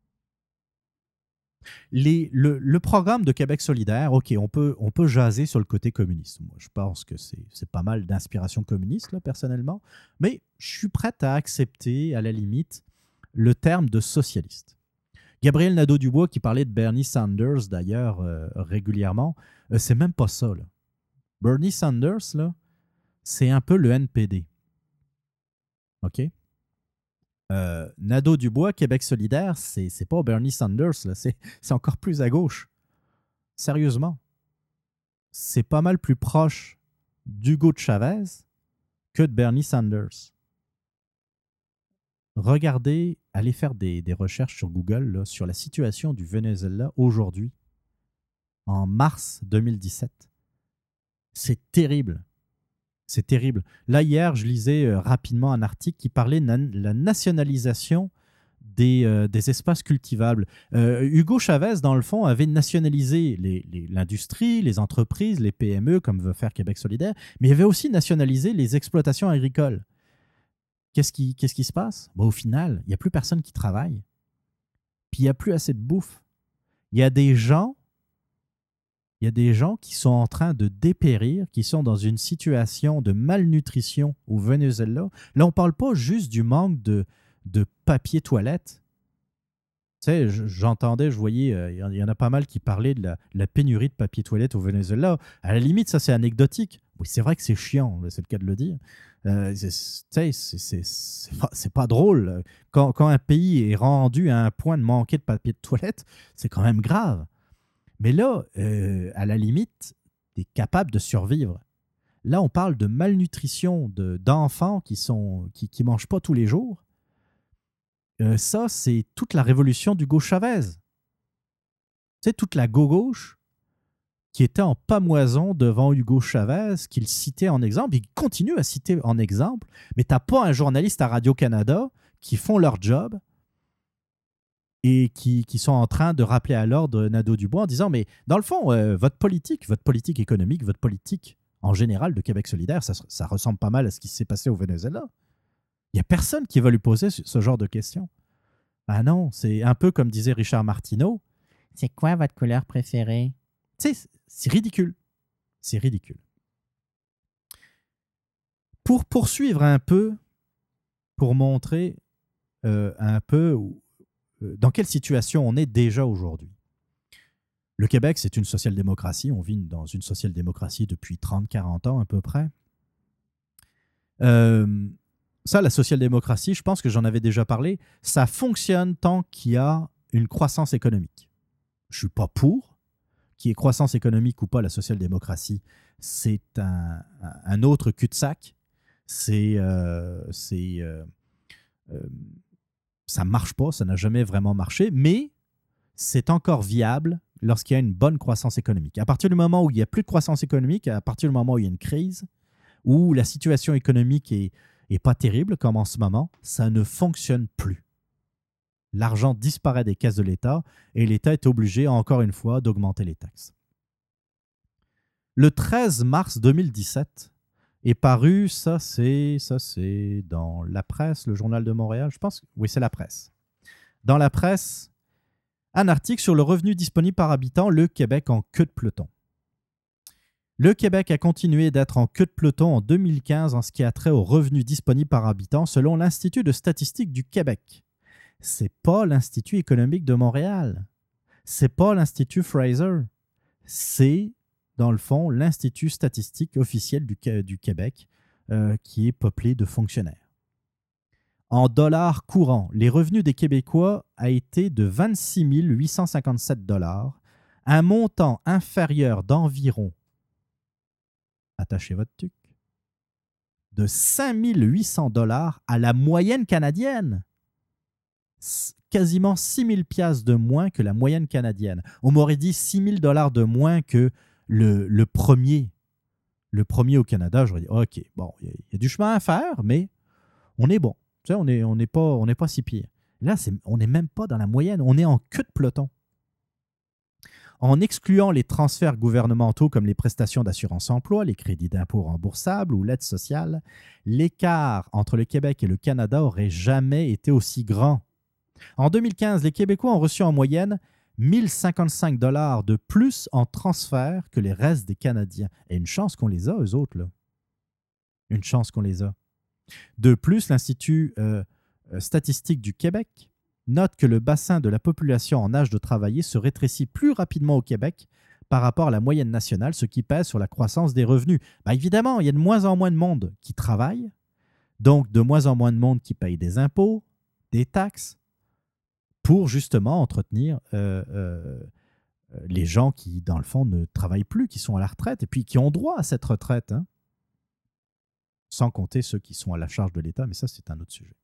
les, le, le programme de Québec solidaire, OK, on peut, on peut jaser sur le côté communiste. Moi, je pense que c'est, c'est pas mal d'inspiration communiste, là, personnellement, mais je suis prêt à accepter, à la limite, le terme de socialiste. Gabriel Nadeau-Dubois, qui parlait de Bernie Sanders, d'ailleurs, euh, régulièrement, euh, c'est même pas ça, là. Bernie Sanders, là, c'est un peu le N P D. OK? Euh, Nadeau-Dubois, Québec solidaire, c'est, c'est pas Bernie Sanders, là, c'est, c'est encore plus à gauche. Sérieusement. C'est pas mal plus proche d'Hugo Chavez que de Bernie Sanders. Regardez, allez faire des, des recherches sur Google là, sur la situation du Venezuela aujourd'hui, en mars deux mille dix-sept. C'est terrible. C'est terrible. Là, hier, je lisais euh, rapidement un article qui parlait de na- la nationalisation des, euh, des espaces cultivables. Euh, Hugo Chavez, dans le fond, avait nationalisé les, les, l'industrie, les entreprises, les P M E, comme veut faire Québec solidaire, mais il avait aussi nationalisé les exploitations agricoles. Qu'est-ce qui, qu'est-ce qui se passe? Bon, au final, il n'y a plus personne qui travaille. Puis il n'y a plus assez de bouffe. Il y a des gens Il y a des gens qui sont en train de dépérir, qui sont dans une situation de malnutrition au Venezuela. Là, on ne parle pas juste du manque de, de papier toilette. Tu sais, j'entendais, je voyais, euh, il y en a pas mal qui parlaient de la, de la pénurie de papier toilette au Venezuela. À la limite, ça, c'est anecdotique. Oui, c'est vrai que c'est chiant, c'est le cas de le dire. Euh, tu sais, c'est, c'est, c'est, pas, c'est pas drôle. Quand, quand un pays est rendu à un point de manquer de papier de toilette, c'est quand même grave. Mais là, euh, à la limite, tu es capable de survivre. Là, on parle de malnutrition de, d'enfants qui ne qui, qui mangent pas tous les jours. Euh, ça, c'est toute la révolution d'Hugo Chavez. C'est toute la gauche qui était en pamoison devant Hugo Chavez, qu'il citait en exemple. Il continue à citer en exemple, mais tu n'as pas un journaliste à Radio-Canada qui font leur job et qui, qui sont en train de rappeler à l'ordre Nadeau-Dubois en disant, mais dans le fond, euh, votre politique, votre politique économique, votre politique en général de Québec solidaire, ça, ça ressemble pas mal à ce qui s'est passé au Venezuela. Il n'y a personne qui va lui poser ce genre de questions. Ah non, c'est un peu comme disait Richard Martineau. C'est quoi votre couleur préférée? Tu sais, c'est ridicule. C'est ridicule. Pour poursuivre un peu, pour montrer euh, un peu euh, dans quelle situation on est déjà aujourd'hui. Le Québec, c'est une social-démocratie. On vit dans une social-démocratie depuis trente quarante ans à peu près. Euh, ça, la social-démocratie, je pense que j'en avais déjà parlé, ça fonctionne tant qu'il y a une croissance économique. Je ne suis pas pour, qu'il y ait croissance économique ou pas, la social-démocratie, c'est un, un autre cul-de-sac. C'est, euh, c'est, euh, euh, ça ne marche pas, ça n'a jamais vraiment marché, mais c'est encore viable lorsqu'il y a une bonne croissance économique. À partir du moment où il n'y a plus de croissance économique, à partir du moment où il y a une crise, où la situation économique est, est pas terrible comme en ce moment, ça ne fonctionne plus. L'argent disparaît des caisses de l'État et l'État est obligé, encore une fois, d'augmenter les taxes. Le treize mars deux mille dix-sept est paru, ça c'est, ça c'est dans La Presse, le Journal de Montréal, je pense, oui c'est La Presse. Dans La Presse, un article sur le revenu disponible par habitant, le Québec en queue de peloton. Le Québec a continué d'être en queue de peloton en deux mille quinze en ce qui a trait au revenu disponible par habitant selon l'Institut de statistique du Québec. C'est pas l'Institut économique de Montréal. C'est pas l'Institut Fraser. C'est, dans le fond, l'Institut statistique officiel du, du Québec euh, qui est peuplé de fonctionnaires. En dollars courants, les revenus des Québécois a été de vingt-six mille huit cent cinquante-sept dollars, un montant inférieur d'environ, attachez votre tuque, de cinq mille huit cents dollars à la moyenne canadienne. Quasiment six mille piastres de moins que la moyenne canadienne. On m'aurait dit six mille dollars de moins que le, le premier. Le premier au Canada, j'aurais dit, OK, bon, il y, y a du chemin à faire, mais on est bon. Tu sais, on n'est on est pas, on est pas si pire. Là, c'est, on n'est même pas dans la moyenne. On est en queue de peloton. En excluant les transferts gouvernementaux comme les prestations d'assurance-emploi, les crédits d'impôt remboursables ou l'aide sociale, l'écart entre le Québec et le Canada n'aurait jamais été aussi grand. En deux mille quinze, les Québécois ont reçu en moyenne mille cinquante-cinq dollars de plus en transfert que les restes des Canadiens. Et une chance qu'on les a, eux autres, là. Une chance qu'on les a. De plus, l'Institut euh, statistique du Québec note que le bassin de la population en âge de travailler se rétrécit plus rapidement au Québec par rapport à la moyenne nationale, ce qui pèse sur la croissance des revenus. Ben évidemment, il y a de moins en moins de monde qui travaille, donc de moins en moins de monde qui paye des impôts, des taxes, pour justement entretenir euh, euh, les gens qui, dans le fond, ne travaillent plus, qui sont à la retraite et puis qui ont droit à cette retraite, hein. Sans compter ceux qui sont à la charge de l'État, mais ça, c'est un autre sujet.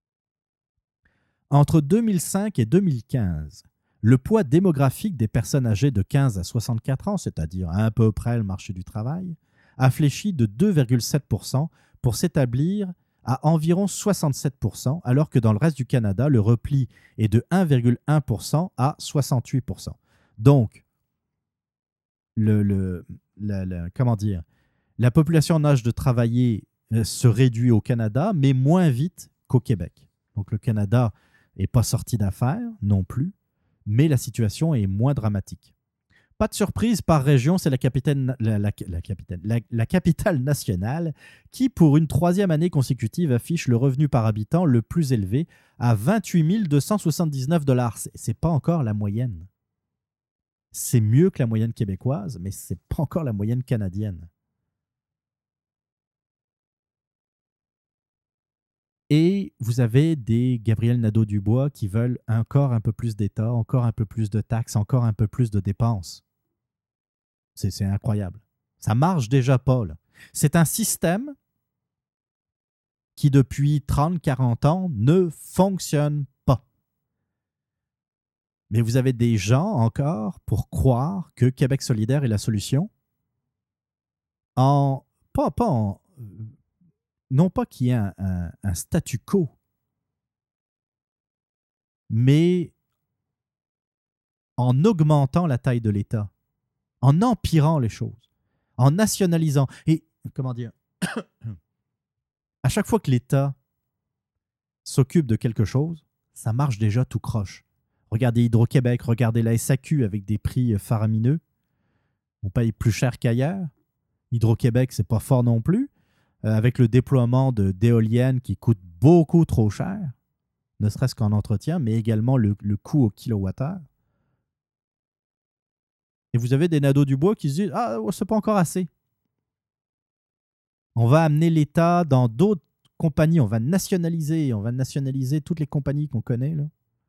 Entre deux mille cinq et deux mille quinze, le poids démographique des personnes âgées de quinze à soixante-quatre ans, c'est-à-dire à peu près le marché du travail, a fléchi de deux virgule sept pour cent pour s'établir à environ soixante-sept pour cent, alors que dans le reste du Canada, le repli est de un virgule un pour cent à soixante-huit pour cent. Donc, le, le, la, la, comment dire, la population en âge de travailler se réduit au Canada, mais moins vite qu'au Québec. Donc, le Canada n'est pas sorti d'affaires non plus, mais la situation est moins dramatique. Pas de surprise, par région, c'est la capitale, la, la, la, capitale, la, la capitale nationale qui, pour une troisième année consécutive, affiche le revenu par habitant le plus élevé à vingt-huit mille deux cent soixante-dix-neuf dollars. Ce n'est pas encore la moyenne. C'est mieux que la moyenne québécoise, mais ce n'est pas encore la moyenne canadienne. Et vous avez des Gabriel Nadeau-Dubois qui veulent encore un peu plus d'État, encore un peu plus de taxes, encore un peu plus de dépenses. C'est, c'est incroyable. Ça marche déjà pas, là. C'est un système qui, depuis trente à quarante ans, ne fonctionne pas. Mais vous avez des gens encore pour croire que Québec solidaire est la solution. En, pas, pas en... Non pas qu'il y ait un, un, un statu quo, mais en augmentant la taille de l'État, en empirant les choses, en nationalisant. Et, comment dire, à chaque fois que l'État s'occupe de quelque chose, ça marche déjà tout croche. Regardez Hydro-Québec, regardez la S A Q avec des prix faramineux. On paye plus cher qu'ailleurs. Hydro-Québec, c'est pas fort non plus. Euh, avec le déploiement de, d'éoliennes qui coûtent beaucoup trop cher. ne serait-ce qu'en entretien, mais également le, le coût au kilowattheure. Et vous avez des Nadeaux du bois qui se disent « Ah, c'est pas encore assez. On va amener l'État dans d'autres compagnies, on va nationaliser, on va nationaliser toutes les compagnies qu'on connaît. Là.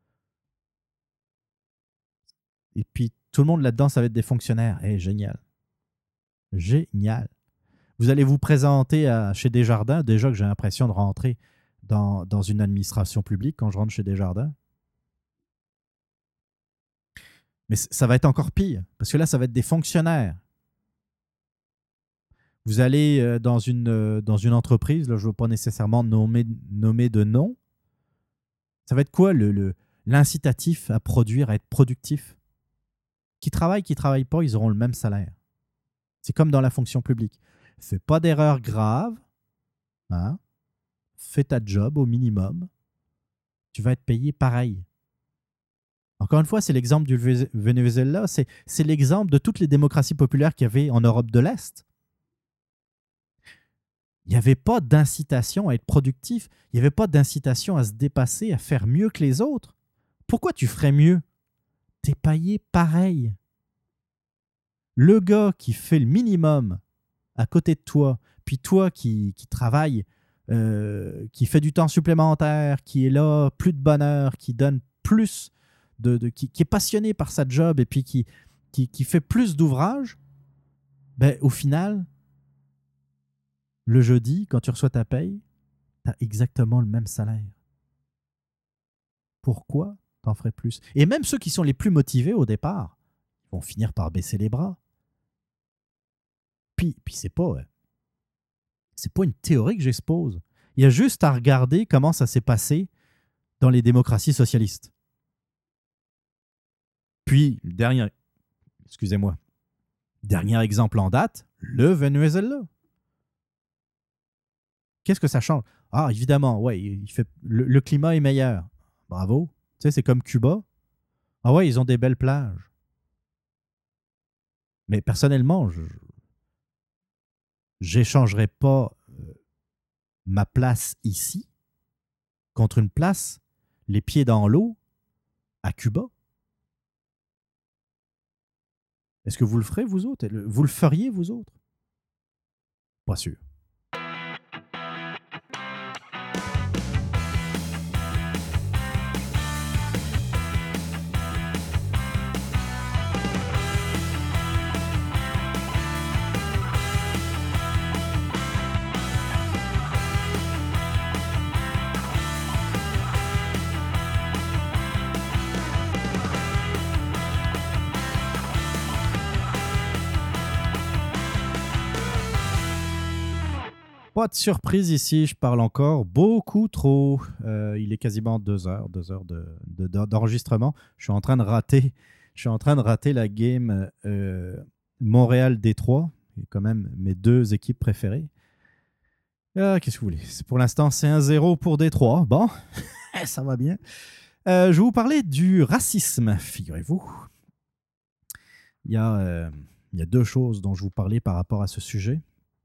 Et puis, tout le monde là-dedans, ça va être des fonctionnaires. Eh, génial. Génial. Vous allez vous présenter à, chez Desjardins. Déjà que j'ai l'impression de rentrer dans, dans une administration publique quand je rentre chez Desjardins. Mais ça va être encore pire, parce que là, ça va être des fonctionnaires. Vous allez euh, dans, une, euh, dans une entreprise, là, je ne veux pas nécessairement nommer, nommer de nom. Ça va être quoi le, le, l'incitatif à produire, à être productif? Qui travaillent, qui ne travaillent pas, ils auront le même salaire. C'est comme dans la fonction publique. Fais pas d'erreur grave. Hein? Fais ta job au minimum. Tu vas être payé pareil. Encore une fois, c'est l'exemple du Venezuela. C'est, c'est l'exemple de toutes les démocraties populaires qu'il y avait en Europe de l'Est. Il n'y avait pas d'incitation à être productif. Il n'y avait pas d'incitation à se dépasser, à faire mieux que les autres. Pourquoi tu ferais mieux? Tu es payé pareil. Le gars qui fait le minimum à côté de toi, puis toi qui, qui travaille, euh, qui fait du temps supplémentaire, qui est là, plus de bonheur, qui donne plus, de, de qui, qui est passionné par sa job et puis qui, qui, qui fait plus d'ouvrages, ben, au final, le jeudi, quand tu reçois ta paye, tu as exactement le même salaire. Pourquoi t'en ferais plus? Et même ceux qui sont les plus motivés au départ vont finir par baisser les bras. Puis, puis c'est pas, c'est pas une théorie que j'expose. Il y a juste à regarder comment ça s'est passé dans les démocraties socialistes. Puis, dernier, excusez-moi, dernier exemple en date, le Venezuela. Qu'est-ce que ça change? Ah, évidemment, ouais, il fait, le, le climat est meilleur. Bravo. Tu sais, c'est comme Cuba. Ah ouais, ils ont des belles plages. Mais personnellement, je n'échangerais pas euh, ma place ici contre une place, les pieds dans l'eau, à Cuba. Est-ce que vous le ferez, vous autres? Vous le feriez, vous autres? Pas sûr. Pas de surprise ici, je parle encore beaucoup trop. Euh, il est quasiment deux heures, deux heures de, de, d'enregistrement. Je suis en train de rater, je suis en train de rater la game euh, Montréal-Détroit, quand même mes deux équipes préférées. Euh, qu'est-ce que vous voulez? Pour l'instant, c'est un zéro pour Détroit. Bon, ça va bien. Euh, je vais vous parler du racisme, figurez-vous. Il y a, euh, il y a deux choses dont je vous parlais par rapport à ce sujet.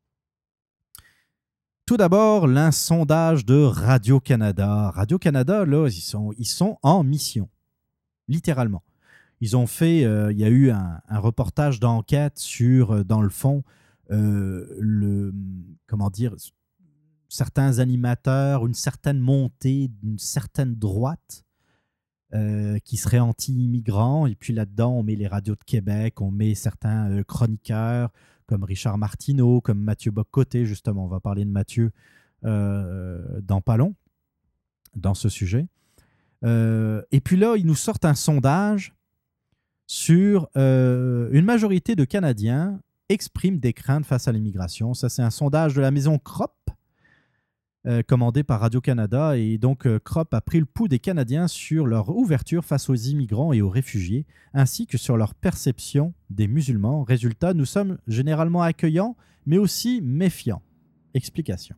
Tout d'abord, un sondage de Radio-Canada. Radio-Canada, là, ils sont, ils sont en mission, littéralement. Ils ont fait, euh, il y a eu un, un reportage d'enquête sur, euh, dans le fond, euh, le, comment dire, certains animateurs, une certaine montée d'une certaine droite euh, qui serait anti-immigrants. Et puis là-dedans, on met les radios de Québec, on met certains euh, chroniqueurs, comme Richard Martineau, comme Mathieu Bock-Côté, justement. On va parler de Mathieu euh, dans pas long, dans ce sujet. Euh, et puis là, ils nous sortent un sondage sur euh, une majorité de Canadiens expriment des craintes face à l'immigration. Ça, c'est un sondage de la maison Crop, euh, commandé par Radio-Canada. Et donc, euh, Crop a pris le pouls des Canadiens sur leur ouverture face aux immigrants et aux réfugiés, ainsi que sur leur perception des musulmans. Résultat, nous sommes généralement accueillants, mais aussi méfiants. Explication.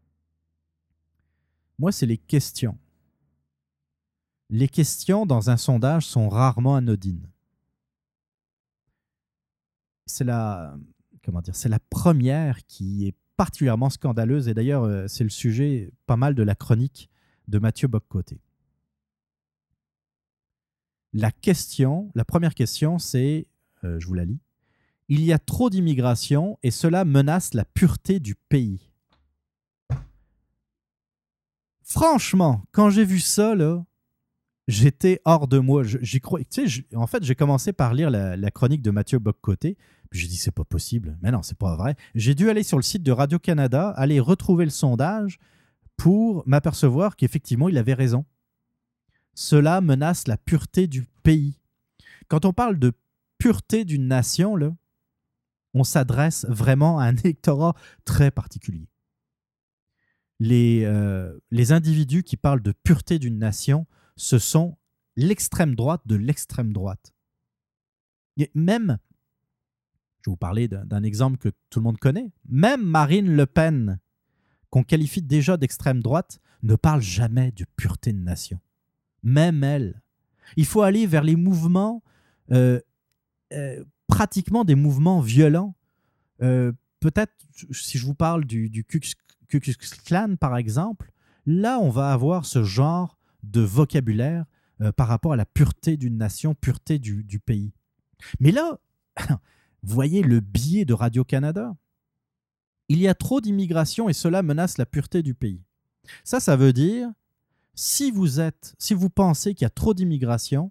Moi, c'est les questions. Les questions dans un sondage sont rarement anodines. C'est la, comment dire, c'est la première qui est particulièrement scandaleuse. Et d'ailleurs, c'est le sujet pas mal de la chronique de Mathieu Bock-Côté. La question, la première question, c'est, euh, je vous la lis, il y a trop d'immigration et cela menace la pureté du pays. Franchement, quand j'ai vu ça, là, j'étais hors de moi. Je- J'y crois. Tu sais, je- en fait, j'ai commencé par lire la, la chronique de Mathieu Boccoté. Puis j'ai dit, c'est pas possible. Mais non, c'est pas vrai. J'ai dû aller sur le site de Radio-Canada, aller retrouver le sondage pour m'apercevoir qu'effectivement, il avait raison. Cela menace la pureté du pays. Quand on parle de pureté d'une nation, là, on s'adresse vraiment à un électorat très particulier. Les, euh, les individus qui parlent de pureté d'une nation, ce sont l'extrême droite de l'extrême droite. Et même, je vais vous parler d'un d'un exemple que tout le monde connaît, même Marine Le Pen, qu'on qualifie déjà d'extrême droite, ne parle jamais de pureté de nation. Même elle. Il faut aller vers les mouvements, euh, euh, pratiquement des mouvements violents. Euh, Peut-être, si je vous parle du, du Ku Klux Ku Klux Klan, par exemple, là, on va avoir ce genre de vocabulaire euh, par rapport à la pureté d'une nation, pureté du, du pays. Mais là, vous voyez le biais de Radio-Canada. Il y a trop d'immigration et cela menace la pureté du pays. Ça, ça veut dire, si vous êtes, si vous pensez qu'il y a trop d'immigration,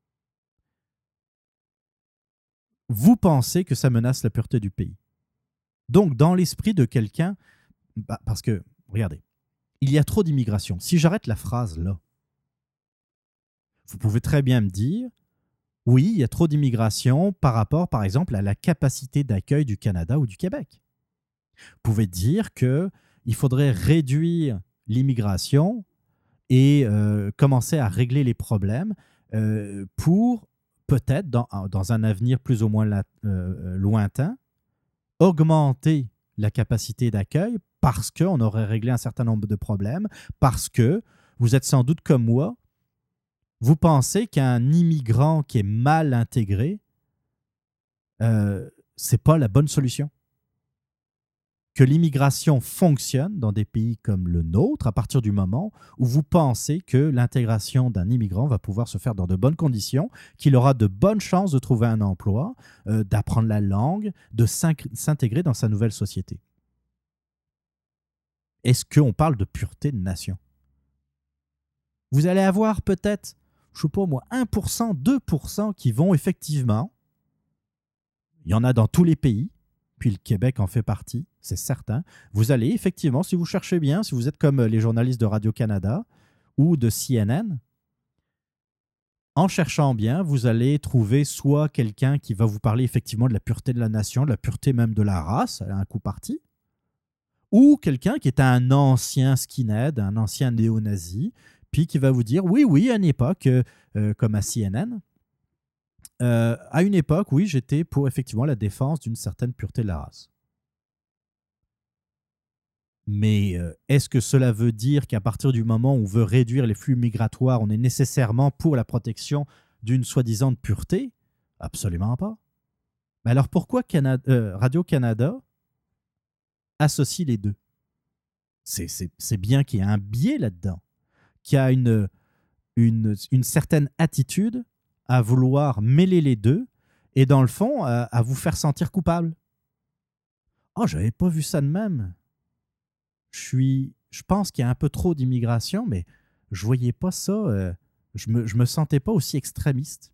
vous pensez que ça menace la pureté du pays. Donc, dans l'esprit de quelqu'un, bah, parce que, regardez, il y a trop d'immigration. Si j'arrête la phrase là, vous pouvez très bien me dire, oui, il y a trop d'immigration par rapport, par exemple, à la capacité d'accueil du Canada ou du Québec. Vous pouvez dire qu'il faudrait réduire l'immigration et euh, commencer à régler les problèmes euh, pour peut-être, dans, dans un avenir plus ou moins la, euh, lointain, augmenter la capacité d'accueil parce qu'on aurait réglé un certain nombre de problèmes, parce que vous êtes sans doute comme moi, vous pensez qu'un immigrant qui est mal intégré, euh, ce n'est pas la bonne solution. Que l'immigration fonctionne dans des pays comme le nôtre à partir du moment où vous pensez que l'intégration d'un immigrant va pouvoir se faire dans de bonnes conditions, qu'il aura de bonnes chances de trouver un emploi, euh, d'apprendre la langue, de s'intégrer dans sa nouvelle société. Est-ce qu'on parle de pureté de nation? Vous allez avoir peut-être, je ne sais pas moi, un pour cent, deux pour cent qui vont effectivement, il y en a dans tous les pays, puis le Québec en fait partie, c'est certain. Vous allez effectivement, si vous cherchez bien, si vous êtes comme les journalistes de Radio-Canada ou de C N N, en cherchant bien, vous allez trouver soit quelqu'un qui va vous parler effectivement de la pureté de la nation, de la pureté même de la race, un coup parti, ou quelqu'un qui est un ancien skinhead, un ancien néo-nazi, puis qui va vous dire, oui, oui, à une époque, euh, euh, comme à C N N, euh, à une époque, oui, j'étais pour effectivement la défense d'une certaine pureté de la race. Mais euh, est-ce que cela veut dire qu'à partir du moment où on veut réduire les flux migratoires, on est nécessairement pour la protection d'une soi-disant pureté? Absolument pas. Mais alors pourquoi Cana- euh, Radio-Canada associe les deux? C'est, c'est, c'est bien qu'il y a un biais là-dedans, qu'il y a une, une, une certaine attitude à vouloir mêler les deux et dans le fond, à, à vous faire sentir coupable. Oh, j'avais pas vu ça de même. Je suis, je pense qu'il y a un peu trop d'immigration, mais je voyais pas ça. Euh, je me, je me sentais pas aussi extrémiste.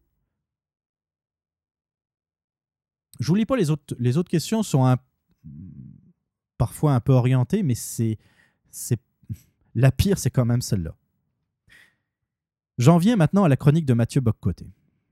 Je vous lis pas les autres. Les autres questions sont un, parfois un peu orientées, mais c'est, c'est la pire, c'est quand même celle-là. J'en viens maintenant à la chronique de Mathieu Boccoté.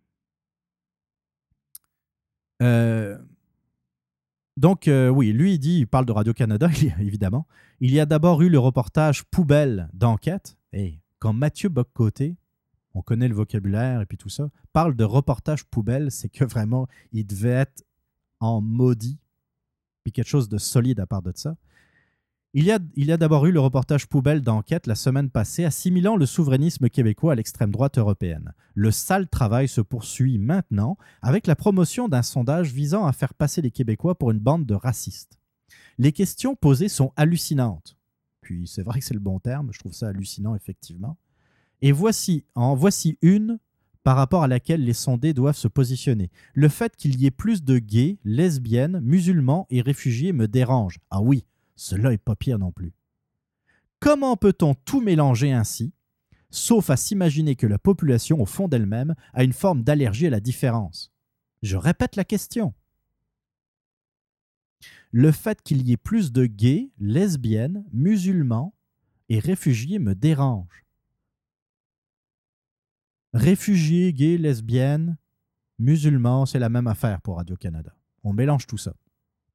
Euh, donc, euh, oui, lui, il dit, il parle de Radio-Canada, évidemment. Il y a d'abord eu le reportage poubelle d'enquête. Et quand Mathieu Boccoté, on connaît le vocabulaire et puis tout ça, parle de reportage poubelle, c'est que vraiment, il devait être en maudit, puis quelque chose de solide à part de ça. Il y a, il y a d'abord eu le reportage poubelle d'enquête la semaine passée, assimilant le souverainisme québécois à l'extrême droite européenne. Le sale travail se poursuit maintenant avec la promotion d'un sondage visant à faire passer les Québécois pour une bande de racistes. Les questions posées sont hallucinantes. Puis c'est vrai que c'est le bon terme, je trouve ça hallucinant effectivement. Et voici, en voici une par rapport à laquelle les sondés doivent se positionner. Le fait qu'il y ait plus de gays, lesbiennes, musulmans et réfugiés me dérange. Ah oui, cela n'est pas pire non plus. Comment peut-on tout mélanger ainsi, sauf à s'imaginer que la population, au fond d'elle-même, a une forme d'allergie à la différence? Je répète la question. Le fait qu'il y ait plus de gays, lesbiennes, musulmans et réfugiés me dérange. Réfugiés, gays, lesbiennes, musulmans, c'est la même affaire pour Radio-Canada. On mélange tout ça.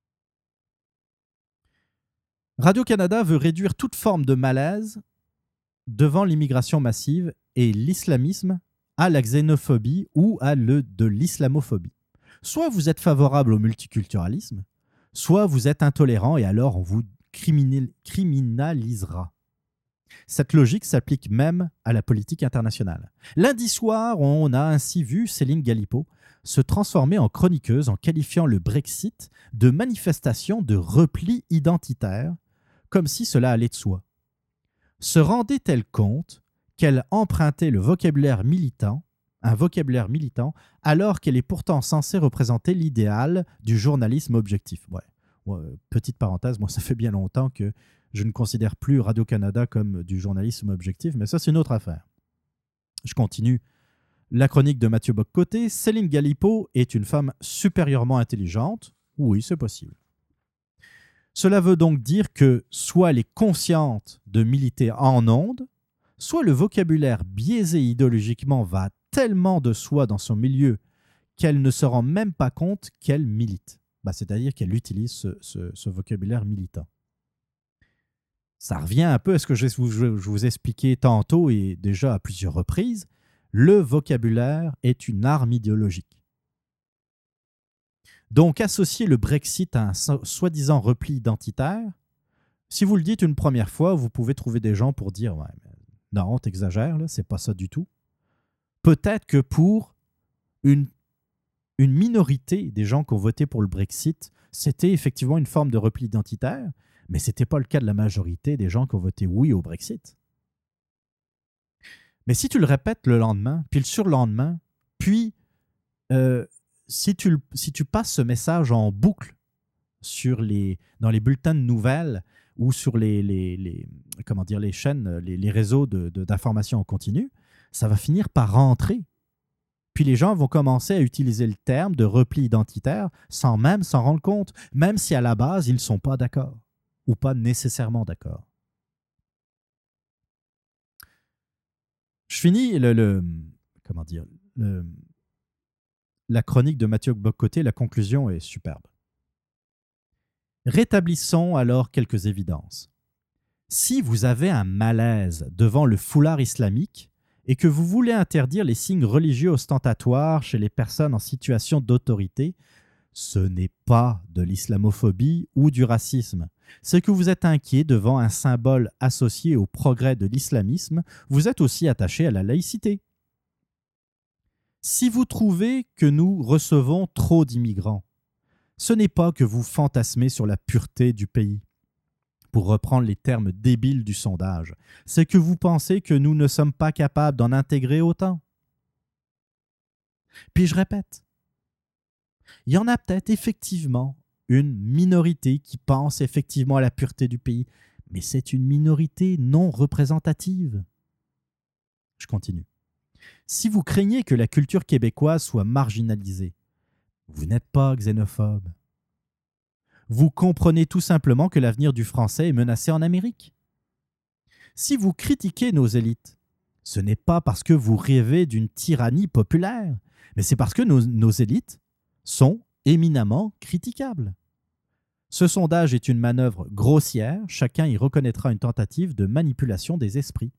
Radio-Canada veut réduire toute forme de malaise devant l'immigration massive et l'islamisme à la xénophobie ou à le, de l'islamophobie. Soit vous êtes favorable au multiculturalisme, soit vous êtes intolérant et alors on vous criminal- criminalisera. Cette logique s'applique même à la politique internationale. Lundi soir, on a ainsi vu Céline Galipeau se transformer en chroniqueuse en qualifiant le Brexit de manifestation de repli identitaire, comme si cela allait de soi. Se rendait-elle compte qu'elle empruntait le vocabulaire militant, un vocabulaire militant, alors qu'elle est pourtant censée représenter l'idéal du journalisme objectif? Ouais. Ouais, petite parenthèse, moi ça fait bien longtemps que je ne considère plus Radio-Canada comme du journalisme objectif, mais ça c'est une autre affaire. Je continue. La chronique de Mathieu Bock-Côté. Céline Galipeau est une femme supérieurement intelligente. Oui, c'est possible. Cela veut donc dire que soit elle est consciente de militer en ondes, soit le vocabulaire biaisé idéologiquement va tellement de soi dans son milieu qu'elle ne se rend même pas compte qu'elle milite. Bah, c'est-à-dire qu'elle utilise ce, ce, ce vocabulaire militant. Ça revient un peu à ce que je vous, je vous expliquais tantôt et déjà à plusieurs reprises. Le vocabulaire est une arme idéologique. Donc, associer le Brexit à un so- soi-disant repli identitaire, si vous le dites une première fois, vous pouvez trouver des gens pour dire ouais, mais non, t'exagères, là, c'est pas ça du tout. Peut-être que pour une, une minorité des gens qui ont voté pour le Brexit, c'était effectivement une forme de repli identitaire, mais ce n'était pas le cas de la majorité des gens qui ont voté oui au Brexit. Mais si tu le répètes le lendemain, puis le surlendemain, puis euh, si, tu, le- si tu passes ce message en boucle sur les, dans les bulletins de nouvelles ou sur les, les, les, comment dire, les chaînes, les, les réseaux de, de, d'information en continu, ça va finir par rentrer. Puis les gens vont commencer à utiliser le terme de repli identitaire sans même s'en rendre compte, même si à la base, ils ne sont pas d'accord ou pas nécessairement d'accord. Je finis le, le comment dire, le, la chronique de Mathieu Bock-Côté, la conclusion est superbe. Rétablissons alors quelques évidences. Si vous avez un malaise devant le foulard islamique et que vous voulez interdire les signes religieux ostentatoires chez les personnes en situation d'autorité, ce n'est pas de l'islamophobie ou du racisme. C'est que vous êtes inquiet devant un symbole associé au progrès de l'islamisme, vous êtes aussi attaché à la laïcité. Si vous trouvez que nous recevons trop d'immigrants, ce n'est pas que vous fantasmez sur la pureté du pays, pour reprendre les termes débiles du sondage, c'est que vous pensez que nous ne sommes pas capables d'en intégrer autant. Puis je répète, il y en a peut-être effectivement une minorité qui pense effectivement à la pureté du pays, mais c'est une minorité non représentative. Je continue. Si vous craignez que la culture québécoise soit marginalisée, vous n'êtes pas xénophobe. Vous comprenez tout simplement que l'avenir du français est menacé en Amérique. Si vous critiquez nos élites, ce n'est pas parce que vous rêvez d'une tyrannie populaire, mais c'est parce que nos, nos élites sont éminemment critiquables. Ce sondage est une manœuvre grossière, chacun y reconnaîtra une tentative de manipulation des esprits.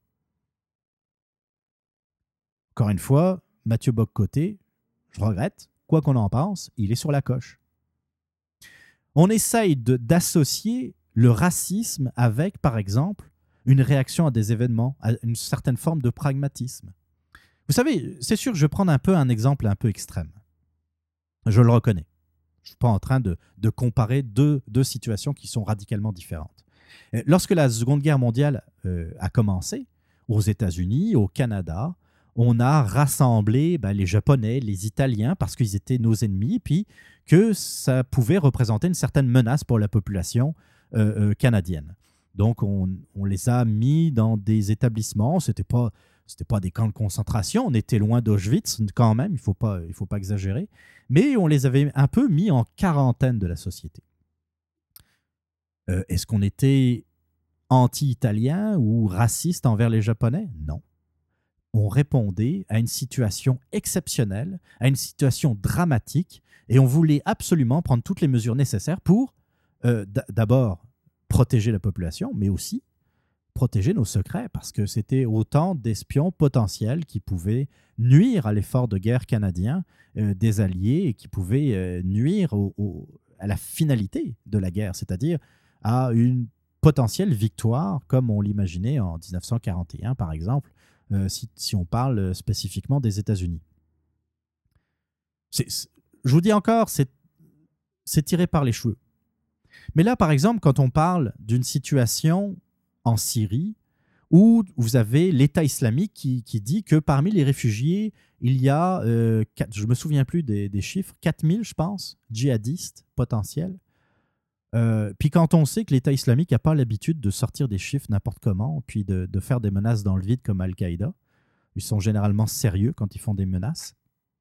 Encore une fois, Mathieu Bock-Côté, je regrette, quoi qu'on en pense, il est sur la coche. On essaye de, d'associer le racisme avec, par exemple, une réaction à des événements, à une certaine forme de pragmatisme. Vous savez, c'est sûr, je vais prendre un peu un exemple un peu extrême. Je le reconnais. Je ne suis pas en train de, de comparer deux, deux situations qui sont radicalement différentes. Lorsque la Seconde Guerre mondiale euh, a commencé, aux États-Unis, au Canada, on a rassemblé ben, les Japonais, les Italiens, parce qu'ils étaient nos ennemis, puis que ça pouvait représenter une certaine menace pour la population euh, euh, canadienne. Donc, on, on les a mis dans des établissements. Ce n'était pas, c'était pas des camps de concentration. On était loin d'Auschwitz quand même, il ne faut pas, il faut pas exagérer. Mais on les avait un peu mis en quarantaine de la société. Euh, est-ce qu'on était anti-italien ou raciste envers les Japonais? Non. On répondait à une situation exceptionnelle, à une situation dramatique, et on voulait absolument prendre toutes les mesures nécessaires pour, euh, d- d'abord, protéger la population, mais aussi protéger nos secrets, parce que c'était autant d'espions potentiels qui pouvaient nuire à l'effort de guerre canadien euh, des Alliés et qui pouvaient euh, nuire au, au, à la finalité de la guerre, c'est-à-dire à une potentielle victoire, comme on l'imaginait en dix-neuf cent quarante et un, par exemple, euh, si, si on parle spécifiquement des États-Unis. C'est, c'est, je vous dis encore, c'est, c'est tiré par les cheveux. Mais là, par exemple, quand on parle d'une situation en Syrie où vous avez l'État islamique qui, qui dit que parmi les réfugiés, il y a, euh, quatre, je ne me souviens plus des, des chiffres, quatre mille, je pense, djihadistes potentiels. Euh, puis quand on sait que l'État islamique n'a pas l'habitude de sortir des chiffres n'importe comment, puis de, de faire des menaces dans le vide comme Al-Qaïda, ils sont généralement sérieux quand ils font des menaces.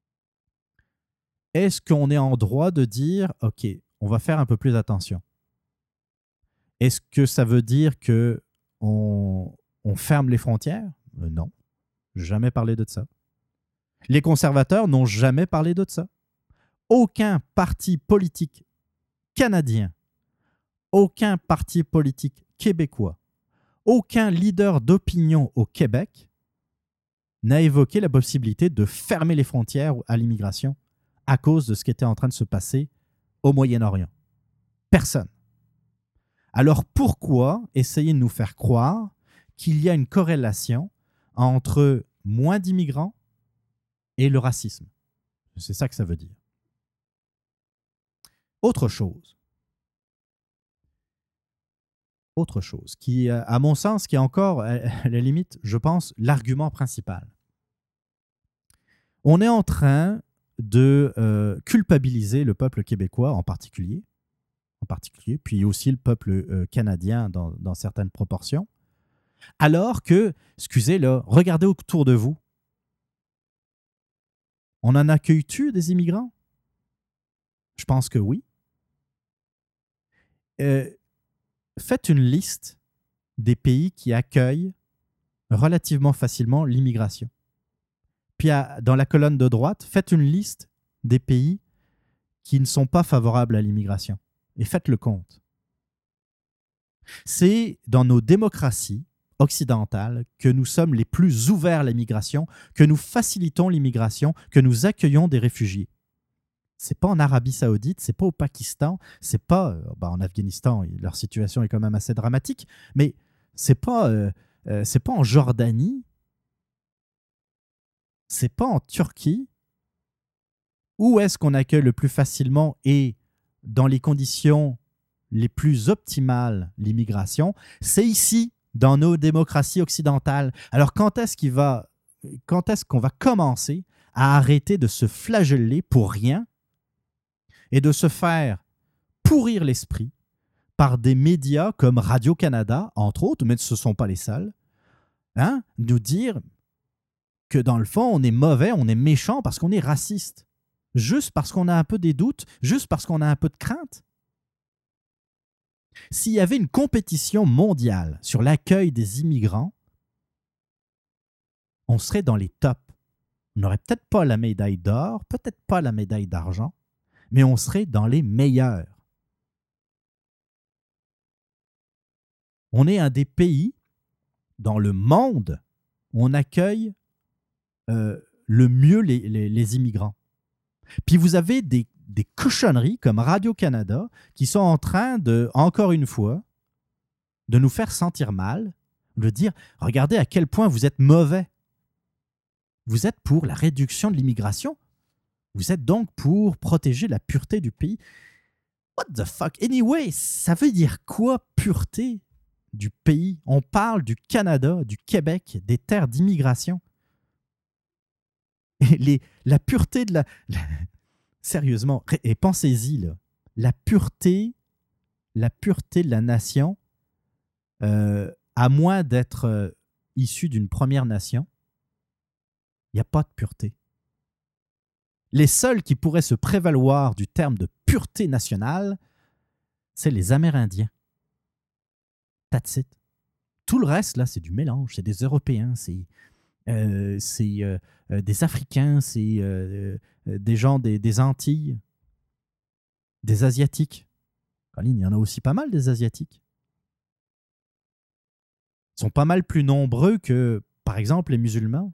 Est-ce qu'on est en droit de dire, OK, on va faire un peu plus attention? Est-ce que ça veut dire que on, on ferme les frontières? Euh, non, jamais parlé de ça. Les conservateurs n'ont jamais parlé de ça. Aucun parti politique canadien, aucun parti politique québécois, aucun leader d'opinion au Québec n'a évoqué la possibilité de fermer les frontières à l'immigration à cause de ce qui était en train de se passer au Moyen-Orient. Personne. Alors pourquoi essayer de nous faire croire qu'il y a une corrélation entre moins d'immigrants et le racisme? C'est ça que ça veut dire. Autre chose. Autre chose qui, à mon sens, qui est encore, à la limite, je pense, l'argument principal. On est en train de euh, culpabiliser le peuple québécois en particulier, en particulier, puis aussi le peuple euh, canadien dans, dans certaines proportions, alors que, excusez là, regardez autour de vous. On en accueille-tu des immigrants? Je pense que oui. Euh, faites une liste des pays qui accueillent relativement facilement l'immigration. Puis à, dans la colonne de droite, faites une liste des pays qui ne sont pas favorables à l'immigration. Et faites le compte. C'est dans nos démocraties occidentales que nous sommes les plus ouverts à l'immigration, que nous facilitons l'immigration, que nous accueillons des réfugiés. C'est pas en Arabie Saoudite, c'est pas au Pakistan, c'est pas euh, bah en Afghanistan, leur situation est quand même assez dramatique, mais c'est pas euh, euh, c'est pas en Jordanie, c'est pas en Turquie. Où est-ce qu'on accueille le plus facilement et dans les conditions les plus optimales l'immigration? C'est ici, dans nos démocraties occidentales. Alors quand est-ce qu'il va, quand est-ce qu'on va commencer à arrêter de se flageller pour rien et de se faire pourrir l'esprit par des médias comme Radio-Canada, entre autres, mais ce ne sont pas les seuls, hein, nous dire que dans le fond, on est mauvais, on est méchant parce qu'on est raciste. Juste parce qu'on a un peu des doutes, juste parce qu'on a un peu de crainte. S'il y avait une compétition mondiale sur l'accueil des immigrants, on serait dans les tops. On n'aurait peut-être pas la médaille d'or, peut-être pas la médaille d'argent, mais on serait dans les meilleurs. On est un des pays dans le monde où on accueille euh, le mieux les, les, les immigrants. Puis vous avez des, des cochonneries comme Radio-Canada qui sont en train de, encore une fois, de nous faire sentir mal, de dire « Regardez à quel point vous êtes mauvais. Vous êtes pour la réduction de l'immigration. Vous êtes donc pour protéger la pureté du pays. » What the fuck? Anyway, ça veut dire quoi, pureté du pays? On parle du Canada, du Québec, des terres d'immigration. Et les, la pureté de la, la- Sérieusement, et pensez-y, là, la pureté, la pureté de la nation, euh, à moins d'être euh, issu d'une première nation, il n'y a pas de pureté. Les seuls qui pourraient se prévaloir du terme de pureté nationale, c'est les Amérindiens. That's it. Tout le reste, là, c'est du mélange. C'est des Européens, c'est euh, c'est euh, euh, des Africains, c'est euh, euh, des gens des, des Antilles, des Asiatiques. Colline, il y en a aussi pas mal des Asiatiques. Ils sont pas mal plus nombreux que, par exemple, les musulmans.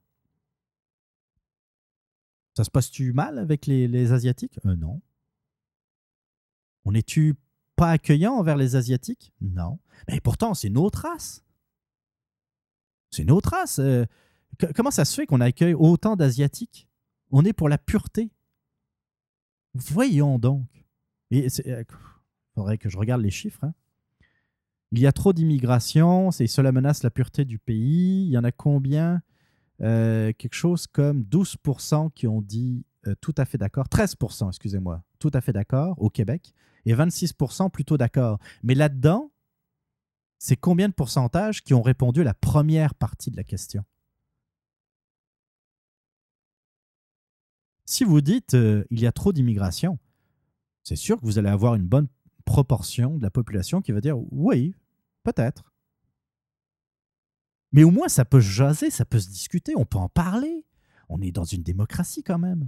Ça se passe-tu mal avec les, les Asiatiques? Euh, Non. On n'est-tu pas accueillant envers les Asiatiques? Non. Mais pourtant, c'est une autre race. C'est une autre race. Euh, c- comment ça se fait qu'on accueille autant d'Asiatiques? On est pour la pureté. Voyons donc. Il faudrait que je regarde les chiffres. Hein. Il y a trop d'immigration, c'est cela menace la pureté du pays. Il y en a combien? Euh, quelque chose comme douze pour cent qui ont dit euh, tout à fait d'accord, treize pour cent, excusez-moi, tout à fait d'accord au Québec, et vingt-six pour cent plutôt d'accord. Mais là-dedans, c'est combien de pourcentages qui ont répondu à la première partie de la question? Si vous dites euh, il y a trop d'immigration, c'est sûr que vous allez avoir une bonne proportion de la population qui va dire oui, peut-être. Mais au moins, ça peut se jaser, ça peut se discuter, on peut en parler. On est dans une démocratie quand même.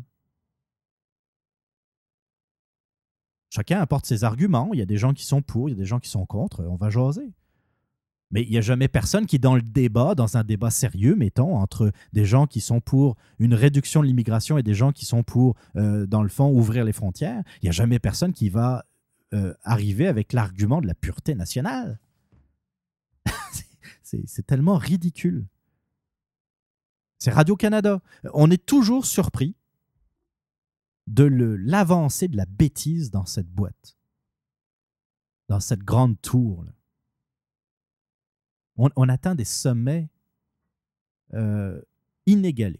Chacun apporte ses arguments. Il y a des gens qui sont pour, il y a des gens qui sont contre. On va jaser. Mais il n'y a jamais personne qui, dans le débat, dans un débat sérieux, mettons, entre des gens qui sont pour une réduction de l'immigration et des gens qui sont pour, euh, dans le fond, ouvrir les frontières, il n'y a jamais personne qui va euh, arriver avec l'argument de la pureté nationale. c'est, c'est tellement ridicule. C'est Radio-Canada. On est toujours surpris de le- l'avancée de la bêtise dans cette boîte, dans cette grande tour. Là. On, on atteint des sommets euh, inégalés.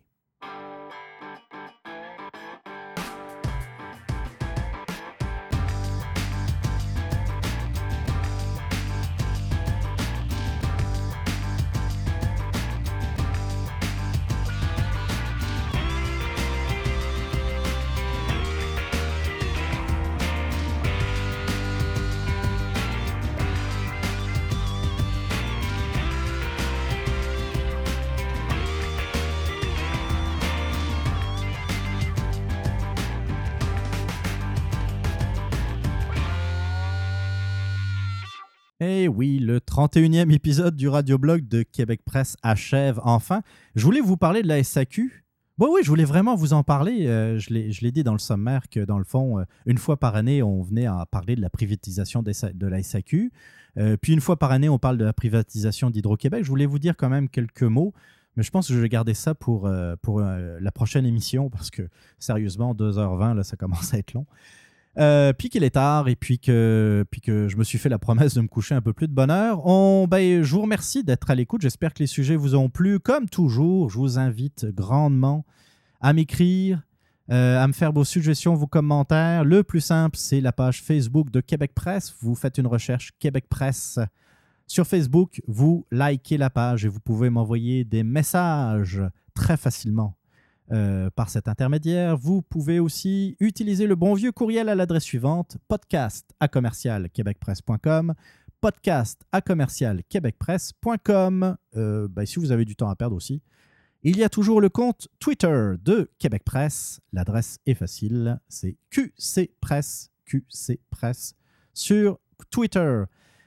Eh oui, le trente et unième épisode du radioblog de Québec Presse achève enfin. Je voulais vous parler de la S A Q. Bon, oui, je voulais vraiment vous en parler. Euh, je l'ai je l'ai dit dans le sommaire que, dans le fond, euh, une fois par année, on venait à parler de la privatisation des sa- de la S A Q. Euh, puis une fois par année, on parle de la privatisation d'Hydro-Québec. Je voulais vous dire quand même quelques mots, mais je pense que je vais garder ça pour, euh, pour euh, la prochaine émission parce que, sérieusement, deux heures vingt, là, ça commence à être long. Euh, puis qu'il est tard et puis que, puis que je me suis fait la promesse de me coucher un peu plus de bonne heure. On, ben, je vous remercie d'être à l'écoute. J'espère que les sujets vous ont plu. Comme toujours, je vous invite grandement à m'écrire, euh, à me faire vos suggestions, vos commentaires. Le plus simple, c'est la page Facebook de Québec Presse. Vous faites une recherche Québec Presse sur Facebook. Vous likez la page et vous pouvez m'envoyer des messages très facilement. Euh, par cet intermédiaire, vous pouvez aussi utiliser le bon vieux courriel à l'adresse suivante podcast à commercial québecpresse point com podcast à commercial québecpresse point com. Euh, ben, si vous avez du temps à perdre aussi, il y a toujours le compte Twitter de Québec Presse. L'adresse est facile, c'est Q C Presse, Q C Presse sur Twitter.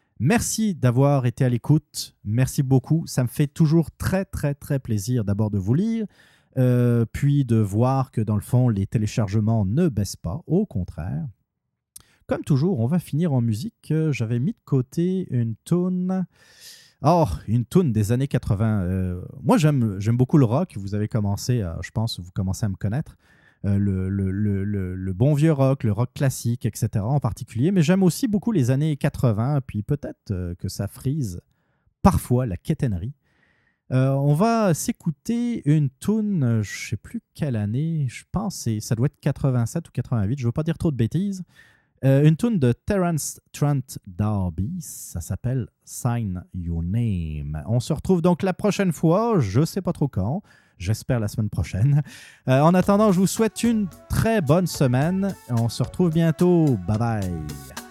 Merci d'avoir été à l'écoute. Merci beaucoup. Ça me fait toujours très, très, très plaisir d'abord de vous lire. Euh, puis de voir que dans le fond, les téléchargements ne baissent pas, au contraire. Comme toujours, on va finir en musique. J'avais mis de côté une toune. Oh, une toune des années quatre-vingts. Euh, moi, j'aime, j'aime beaucoup le rock. Vous avez commencé, à, je pense, vous commencez à me connaître. Euh, le, le, le, le, le bon vieux rock, le rock classique, et cetera en particulier. Mais j'aime aussi beaucoup les années quatre-vingts. Puis peut-être euh, que ça frise parfois la quétainerie. Euh, on va s'écouter une tune, je ne sais plus quelle année, je pense que ça doit être quatre-vingt-sept ou quatre-vingt-huit, je ne veux pas dire trop de bêtises. Euh, une tune de Terence Trent D'Arby, ça s'appelle Sign Your Name. On se retrouve donc la prochaine fois, je ne sais pas trop quand, j'espère la semaine prochaine. Euh, en attendant, je vous souhaite une très bonne semaine. On se retrouve bientôt. Bye bye.